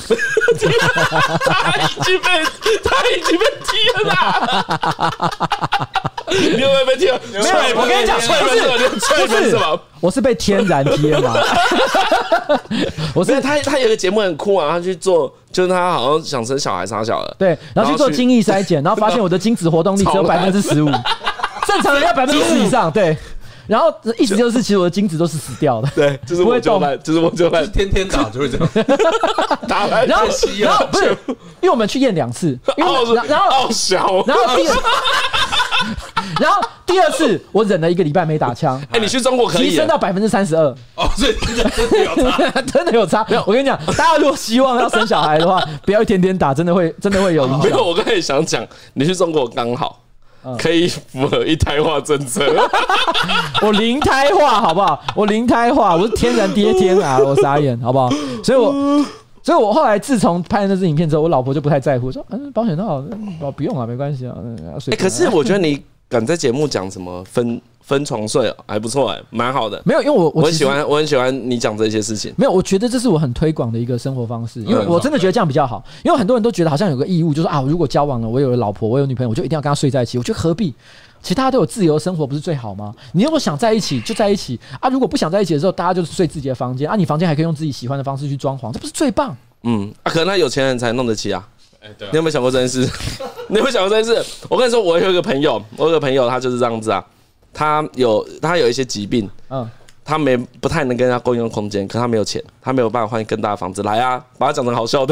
Speaker 3: 他已经被他已经被 T N R。你有没有被 T N R？没有，
Speaker 2: 我跟你讲，不是，不是，我是被天然 T N R。我是
Speaker 3: 他，他有个节目很酷啊，他去做，就是他好像想生小孩，啥小的，
Speaker 2: 对，然后去做精液筛检，然后发现我的精子活动力只有百分之十五，正常人要百分之十以上，对。然后意思就是，其实我的精子都是死掉的，
Speaker 3: 对，就是我就烂，就是我就烂，
Speaker 6: 天天打就会这样，
Speaker 3: 打来
Speaker 2: 然后然后不是，因为我们去验两次，因为然后
Speaker 3: 好小，
Speaker 2: 然后第然后第二次我忍了一个礼拜没打枪，
Speaker 3: 哎，你去中国可以
Speaker 2: 提升到百分之三十二，
Speaker 6: 哦，所以真的有差，
Speaker 2: 真的有差。我跟你讲，大家如果希望要生小孩的话，不要一天天打，真的会真的会有影响。
Speaker 3: 没有，我刚才想讲，你去中国刚好。可以符合一胎化政策，
Speaker 2: 我零胎化好不好？我零胎化，我是天然爹天啊，我傻眼好不好？所以我，所以我后来自从拍了那支影片之后，我老婆就不太在乎，说嗯保险套不用啊，没关系啊。
Speaker 3: 哎，可是我觉得你敢在节目讲什么分分床睡还不错哎，蛮好的。
Speaker 2: 没有，因为我
Speaker 3: 我很喜欢，我很喜欢你讲这些事情。
Speaker 2: 没有，我觉得这是我很推广的一个生活方式，因为我真的觉得这样比较好。因为很多人都觉得好像有个义务，就是啊，如果交往了，我有了老婆，我有女朋友，我就一定要跟她睡在一起。我觉得何必？其实大家都有自由的生活，不是最好吗？你如果想在一起就在一起啊，如果不想在一起的时候，大家就睡自己的房间啊，你房间还可以用自己喜欢的方式去装潢，这不是最棒？
Speaker 3: 嗯，啊，可能他有钱人才弄得起啊。
Speaker 6: 哎，对啊，
Speaker 3: 你有没有想过这件事？你有没有想过这件事？我跟你说，我有一个朋友，我有一个朋友，他就是这样子啊，他有他有一些疾病，嗯，他没不太能跟人家共用空间，可他没有钱，他没有办法换更大的房子。来啊，把他讲成好笑的。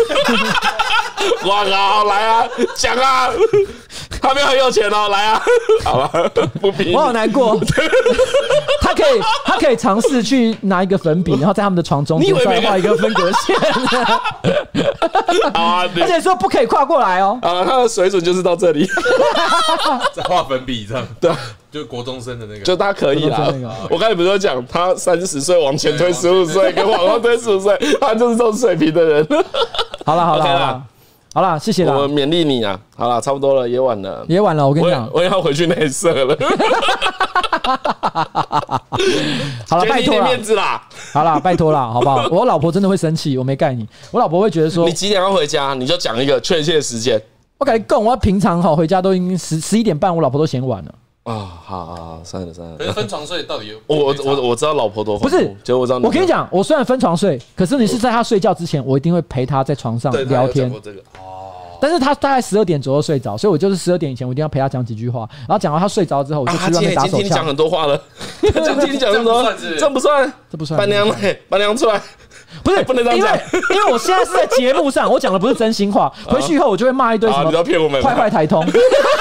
Speaker 3: 哇靠，来啊，讲啊，他没有很有钱哦，来啊，好吧，不逼。
Speaker 2: 我好难过。他可以，他可以尝试去拿一个粉笔，然后在他们的床中间再画一个分隔线。
Speaker 3: 好啊，
Speaker 2: 而且说不可以跨过来哦。
Speaker 3: 啊，他的水准就是到这里。
Speaker 6: 在画粉笔这样，
Speaker 3: 对，
Speaker 6: 就国中生的那个，
Speaker 3: 就他可以啦。我刚才不是讲他三十岁往前推十五岁，跟往后推十五岁，他就是这种水平的人。
Speaker 2: 好了好了好了。好啦，谢谢啦。
Speaker 3: 我勉励你啊！好啦，差不多了，也晚了，
Speaker 2: 也晚了。我跟你讲，
Speaker 3: 我要回去内射了。
Speaker 2: 好了，拜托啦，
Speaker 3: 面子啦。
Speaker 2: 好啦，拜托啦，好不好？我老婆真的会生气，我没盖你。我老婆会觉得说，
Speaker 3: 你几点要回家？你就讲一个确切时间。
Speaker 2: 我跟你讲，我平常好回家都已经十十一点半，我老婆都嫌晚了。
Speaker 3: 啊，好好好，算了算了。
Speaker 6: 可是分床睡到底有？
Speaker 3: 我我我知道老婆多
Speaker 2: 不是，
Speaker 3: 就我知道。
Speaker 2: 我跟你讲，我虽然分床睡，可是你是在她睡觉之前，我一定会陪她在床上聊天。但是他大概十二点左右睡着，所以我就是十二点以前我一定要陪他讲几句话，然后讲到他睡着之后，我就去外面打手枪。
Speaker 3: 今天讲很多话了，今天讲很多，这不算，
Speaker 2: 这不算。
Speaker 3: 板娘嘞，板娘出来，
Speaker 2: 不是
Speaker 3: 不能这样讲，
Speaker 2: 因为我现在是在节目上，我讲的不是真心话，回去以后我就会骂一堆什么，
Speaker 3: 你要骗我们，
Speaker 2: 坏坏台通。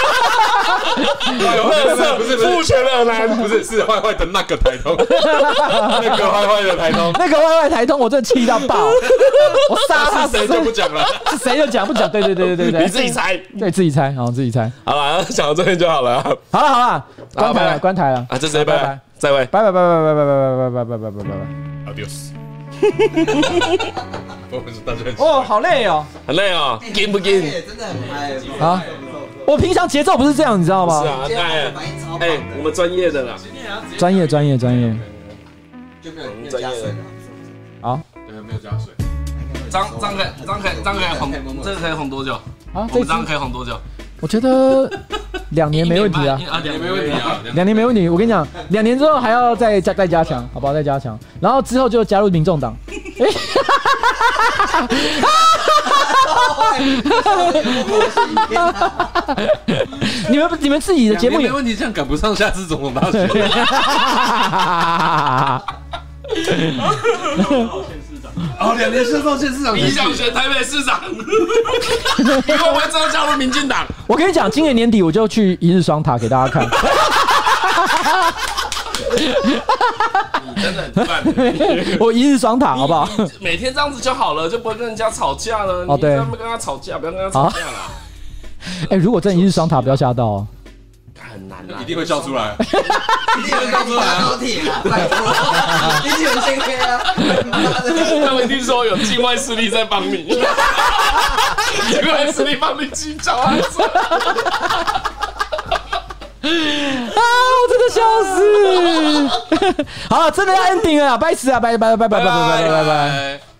Speaker 6: 不是
Speaker 3: 父权的男，
Speaker 6: 不是是坏坏的那个台通，那个坏坏的台通，
Speaker 2: 那个坏坏台通，我真的气到爆，我杀他
Speaker 6: 谁就不讲了，
Speaker 2: 是谁就讲不讲？对对对对对对，
Speaker 3: 你自己猜，
Speaker 2: 对自己猜，好自己猜。
Speaker 3: 好了，讲到这边就好了。
Speaker 2: 好了好了，关台了关台了
Speaker 3: 啊，就直接拜拜，再会，
Speaker 2: 拜拜拜拜拜拜拜拜拜拜拜拜拜拜。
Speaker 6: Adios。
Speaker 2: 哦，好累哦，
Speaker 3: 很累哦，劲不劲？
Speaker 7: 真的很嗨
Speaker 2: 啊！我平常节奏不是这样，你知道吗？
Speaker 3: 是啊，哎哎，我们专业的啦，
Speaker 2: 专业专业专业，
Speaker 7: 就没有没有加水了。
Speaker 2: 好，
Speaker 6: 对，没有加水。
Speaker 3: 张张可张可张可以红，这个可以红多久？
Speaker 2: 啊，
Speaker 3: 我们张可以红多久？
Speaker 2: 我觉得两年没问题啊，
Speaker 6: 啊，两年没问题啊，
Speaker 2: 两年没问题。我跟你讲，两年之后还要再加再加强，好不好？再加强，然后之后就加入民众党。哎，你们你们自己的节目
Speaker 6: 没问题，这样赶不上下次总统大选。哦，两年市长县市长，
Speaker 3: 你想选台北市长？你会不会真的加入民进党？
Speaker 2: 我跟你讲，今年年底我就去一日双塔给大家看。
Speaker 3: 你真的很烦。
Speaker 2: 我一日双塔，好不好？
Speaker 3: 每天这样子就好了，就不会跟人家吵架了。
Speaker 2: 哦，对，
Speaker 3: 你不跟他吵架，不要跟他吵架啦。
Speaker 2: 哎，如果真一日双塔，不要吓到哦。
Speaker 3: 很难啊，
Speaker 6: 一定会笑出来，
Speaker 7: 一定会笑出来啊！高铁啊，拜托，一定很先黑啊！
Speaker 3: 他们一定说有境外势力在帮你，境外势力帮你去找他。
Speaker 2: 啊！我真的笑死。好了，真的要 ending 了，拜死啊！拜拜拜拜拜拜拜拜拜。